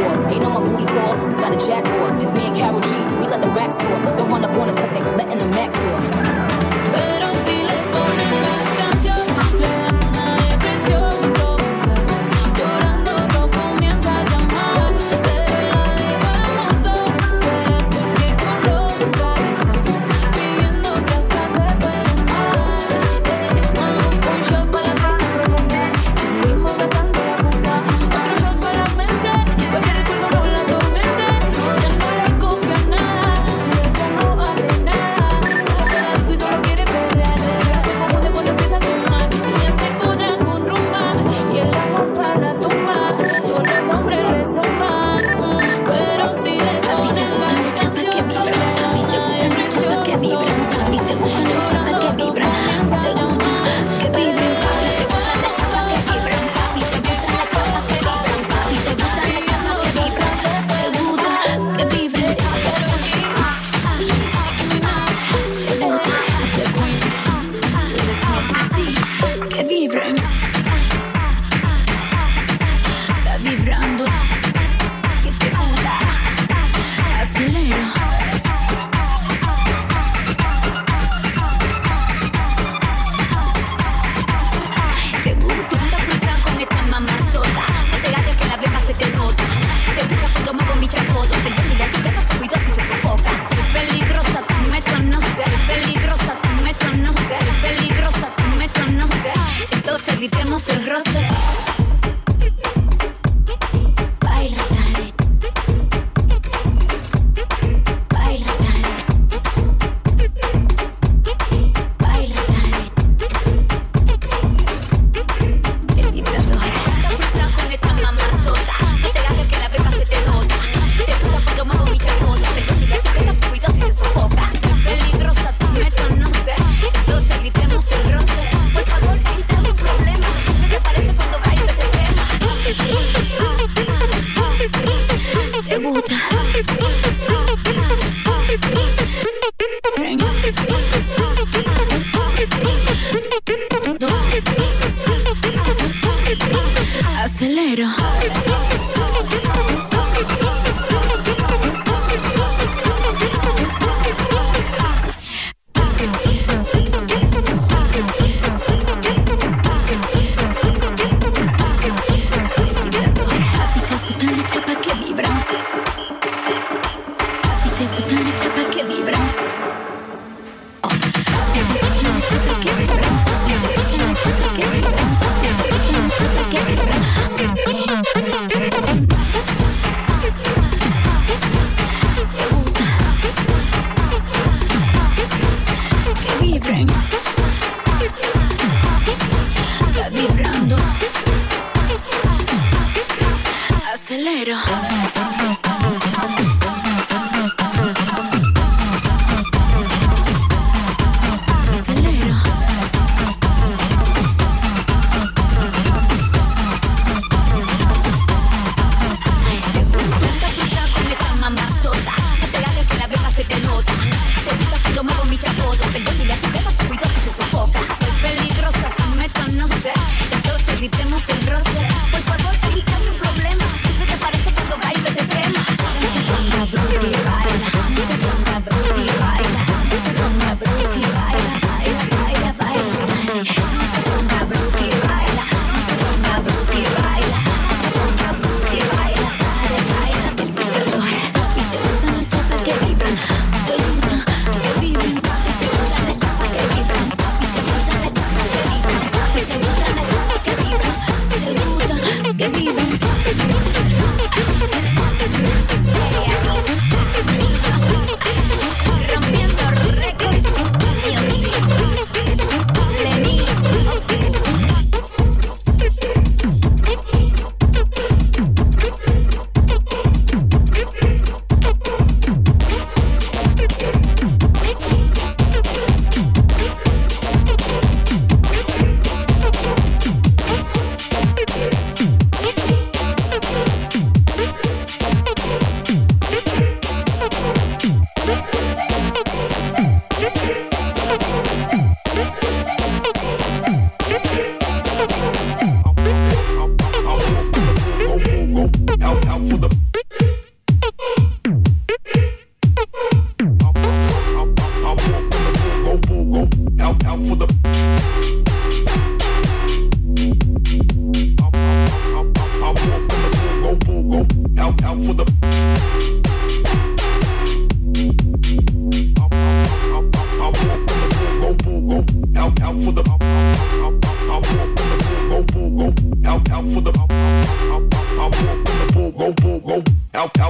off. Ain't no more booty calls, you gotta jack off. It's me and Karol G, we let the racks talk. Don't run up on us cause they letting the max off. Pero si le ponen la canción, le dan una depresión loca. Llorando no comienza a llamar, pero la dejamos sola. Será porque con otra está pidiendo que hasta se pueda amar. Dejamos un shot para la pena profunda y seguimos gastando la funda. Otro shot para la mente, pa' que recuerdo con la tormenta. Ya no le copia nada, su ex no abre nada. Se la cara de y solo quiere perrear. Ella se confunde cuando empieza a tomar. Ella se cura con rumba y el amor para la tumba. Con los hombres le suman, pero si le ponen la canción, le dan una depresión que vibra. Llorando no comienza a llamar. Que vibren, papi, te gustan las chapas que vibran. Papi, te gustan las chapas que vibran. Papi, te gustan las chapas que vibran. Te gusta que vibren. Que vibren, está vibrando, que te gusta, acelero. Te gusta frustrado con esta mamá sola, no te hagas que la beba se te rosa. Te gusta cuando muevo mi chapodo, perdónale a tu jefa, cuida si se sofoca. Soy peligrosa, tú me conoces, peligrosa, tú me conoces, peligrosa, tú me conoces. Entonces evitemos el roce. Baila, dale. Baila, dale. Baila, dale. El vibrador. Estás frustrado con esta mamá sola. No te hagas que la beba se te rosa. Te gusta cuando muevo mi chapoda. Perdónale a tu jefa, cuida si se sofoca. Soy peligrosa, tú me conoces. Entonces evitemos el roce. Por favor, evitamos problemas. ¿No te parece cuando bailo te quema? ¿Te gusta? Ven. Acelero. Acelero. Evitemos el roce, por favor, evitamos un problema. ¿No te parece cuando bailo te quema? No te pongas bruta y baila, no te pongas bruta y baila, no te pongas bruta y baila, baila, baila, baila. No te pongas bruta y baila, no te pongas bruta y baila, no te pongas bruta y baila, baila, baila del vibrador. Y te gustan las chapas que vibran, te gustan que vibren, y te gustan las chapas que vibran, y te gustan las chapas que vibran, y te gustan las chapas que vibran. Te gusta que viven. Rompiendo récords. Lenny.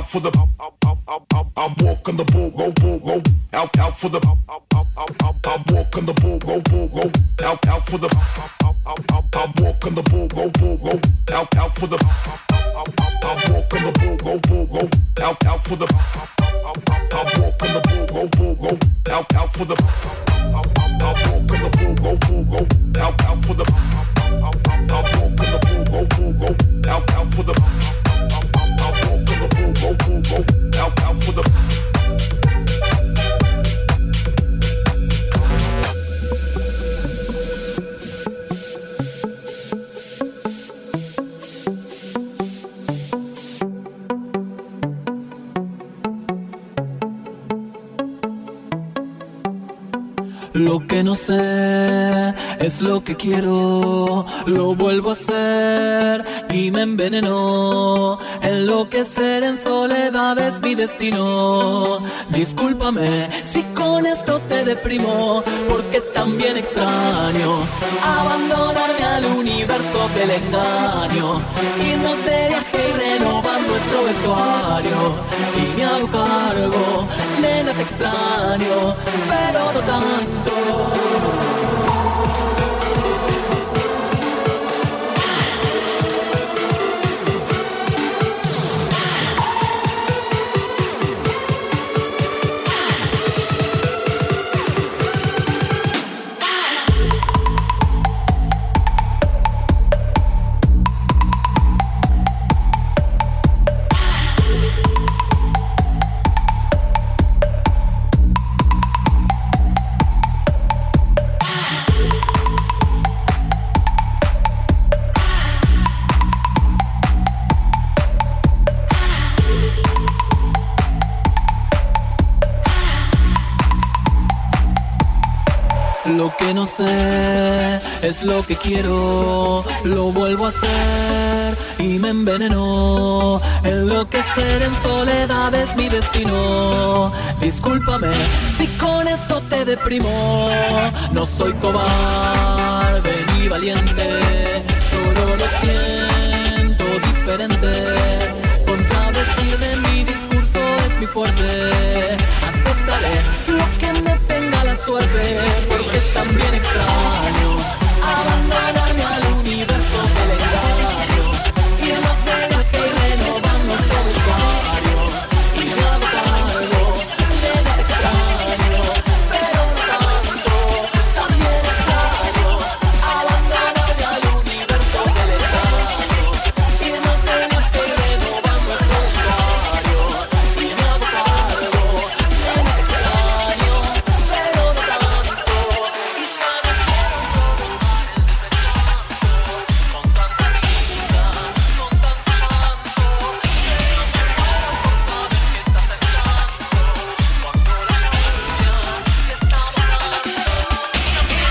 out for the. I'm walking the bull, go, out for the. I'm walking the bull, go, out for the. I'm walking the bull, go, out for the. I'm walking the bull, go, out for the. I'm walking the bull, go, out for the. I'm walking the bull, go, out for the. I'm walking the bull, go, out for the. I'm walking the bull, go, out for the. Lo que no sé es lo que quiero, lo vuelvo a hacer y me envenenó. Enloquecer en soledad es mi destino. Discúlpame si con esto te deprimo, porque también extraño abandonarme al universo del engaño, irnos de viaje y renovar nuestro vestuario. Y me hago cargo, nena, te extraño, pero no tanto. Lo que no sé es lo que quiero, lo vuelvo a hacer y me envenenó. Enloquecer en soledad es mi destino. Discúlpame si con esto te deprimo. No soy cobarde ni valiente, solo lo siento diferente. Contradecirme mi discurso es mi fuerte. Aceptaré lo que me tenga la suerte, porque también extraño abandonarme al universo del engaño, irnos de viaje y renovar nuestro vestuario. Y me hago cargo de lo que extraño, pero no tanto. También extraño abandonarme al universo del engaño, irnos de viaje y renovar nuestro vestuario. Y me hago cargo de lo que extraño, pero no tanto. Y ya no quiero prolongar el desencanto con tanta risa, con tanto llanto. Pero me muero por saber qué estás pensando cuando la lluvia te está mojando. También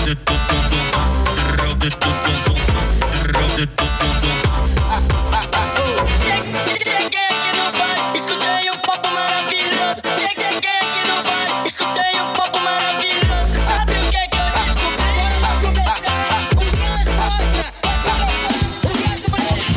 Escutei um papo maravilhoso. Escutei um papo maravilhoso. Sabe o que é que eu descobri? Vai começar o que elas gostam. Vai começar o que as mulheres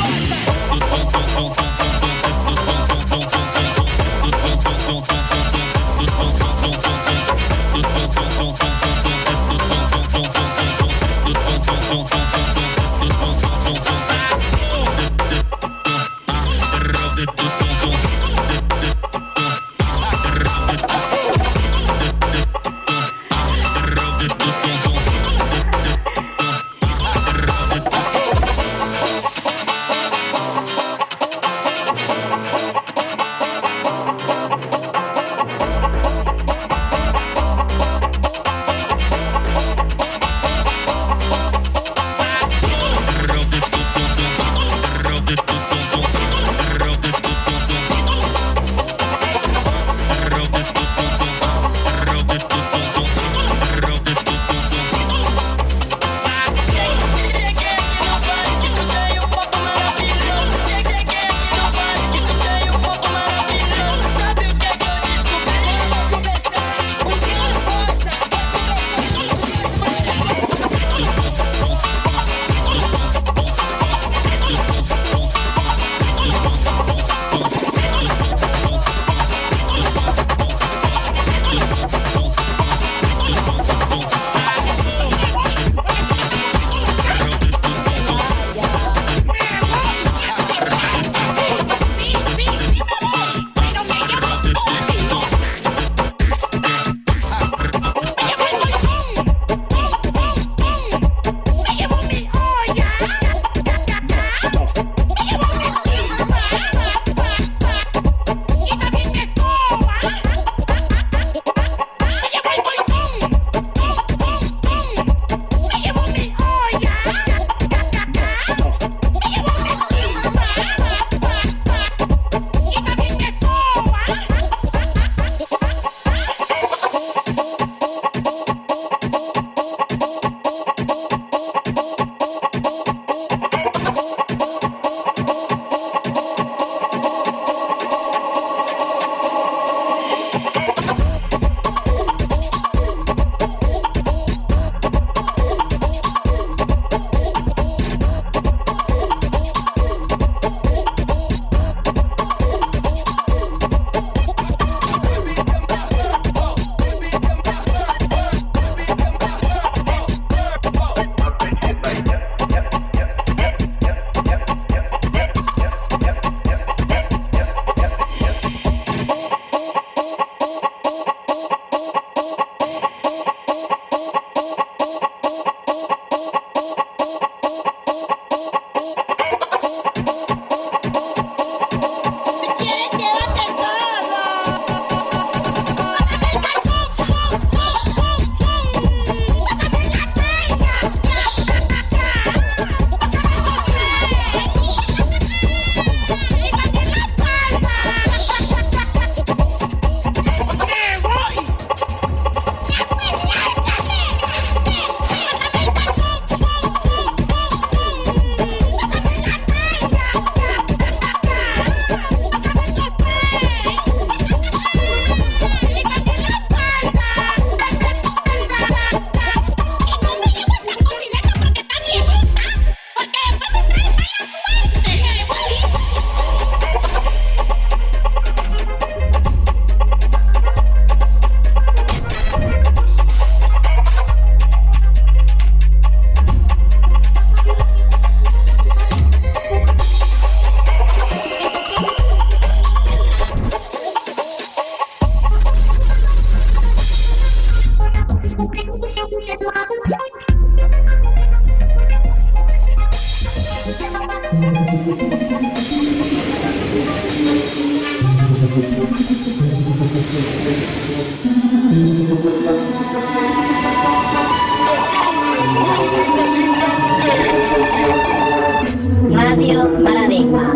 Radio Paradigma.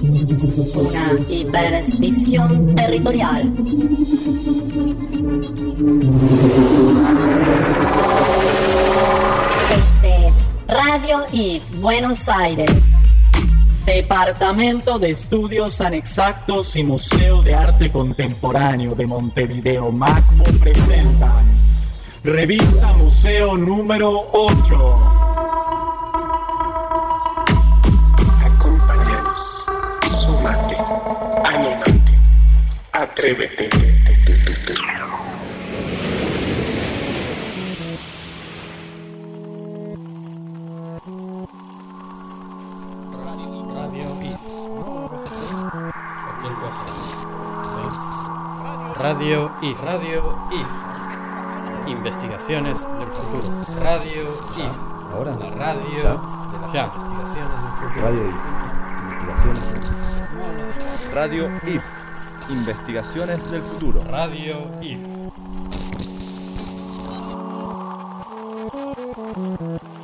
Una hipervisión territorial. Desde Radio IF Buenos Aires, Departamento de Estudios Anexactos y Museo de Arte Contemporáneo de Montevideo MACMO presentan Revista Museo número 8. Acompáñanos, súmate, anímate, atrévete. Radio IF. Investigaciones del futuro. Radio IF. Ahora. La radio de las investigaciones del futuro. Radio IF. Investigaciones. Radio IF. Investigaciones del futuro. Radio IF.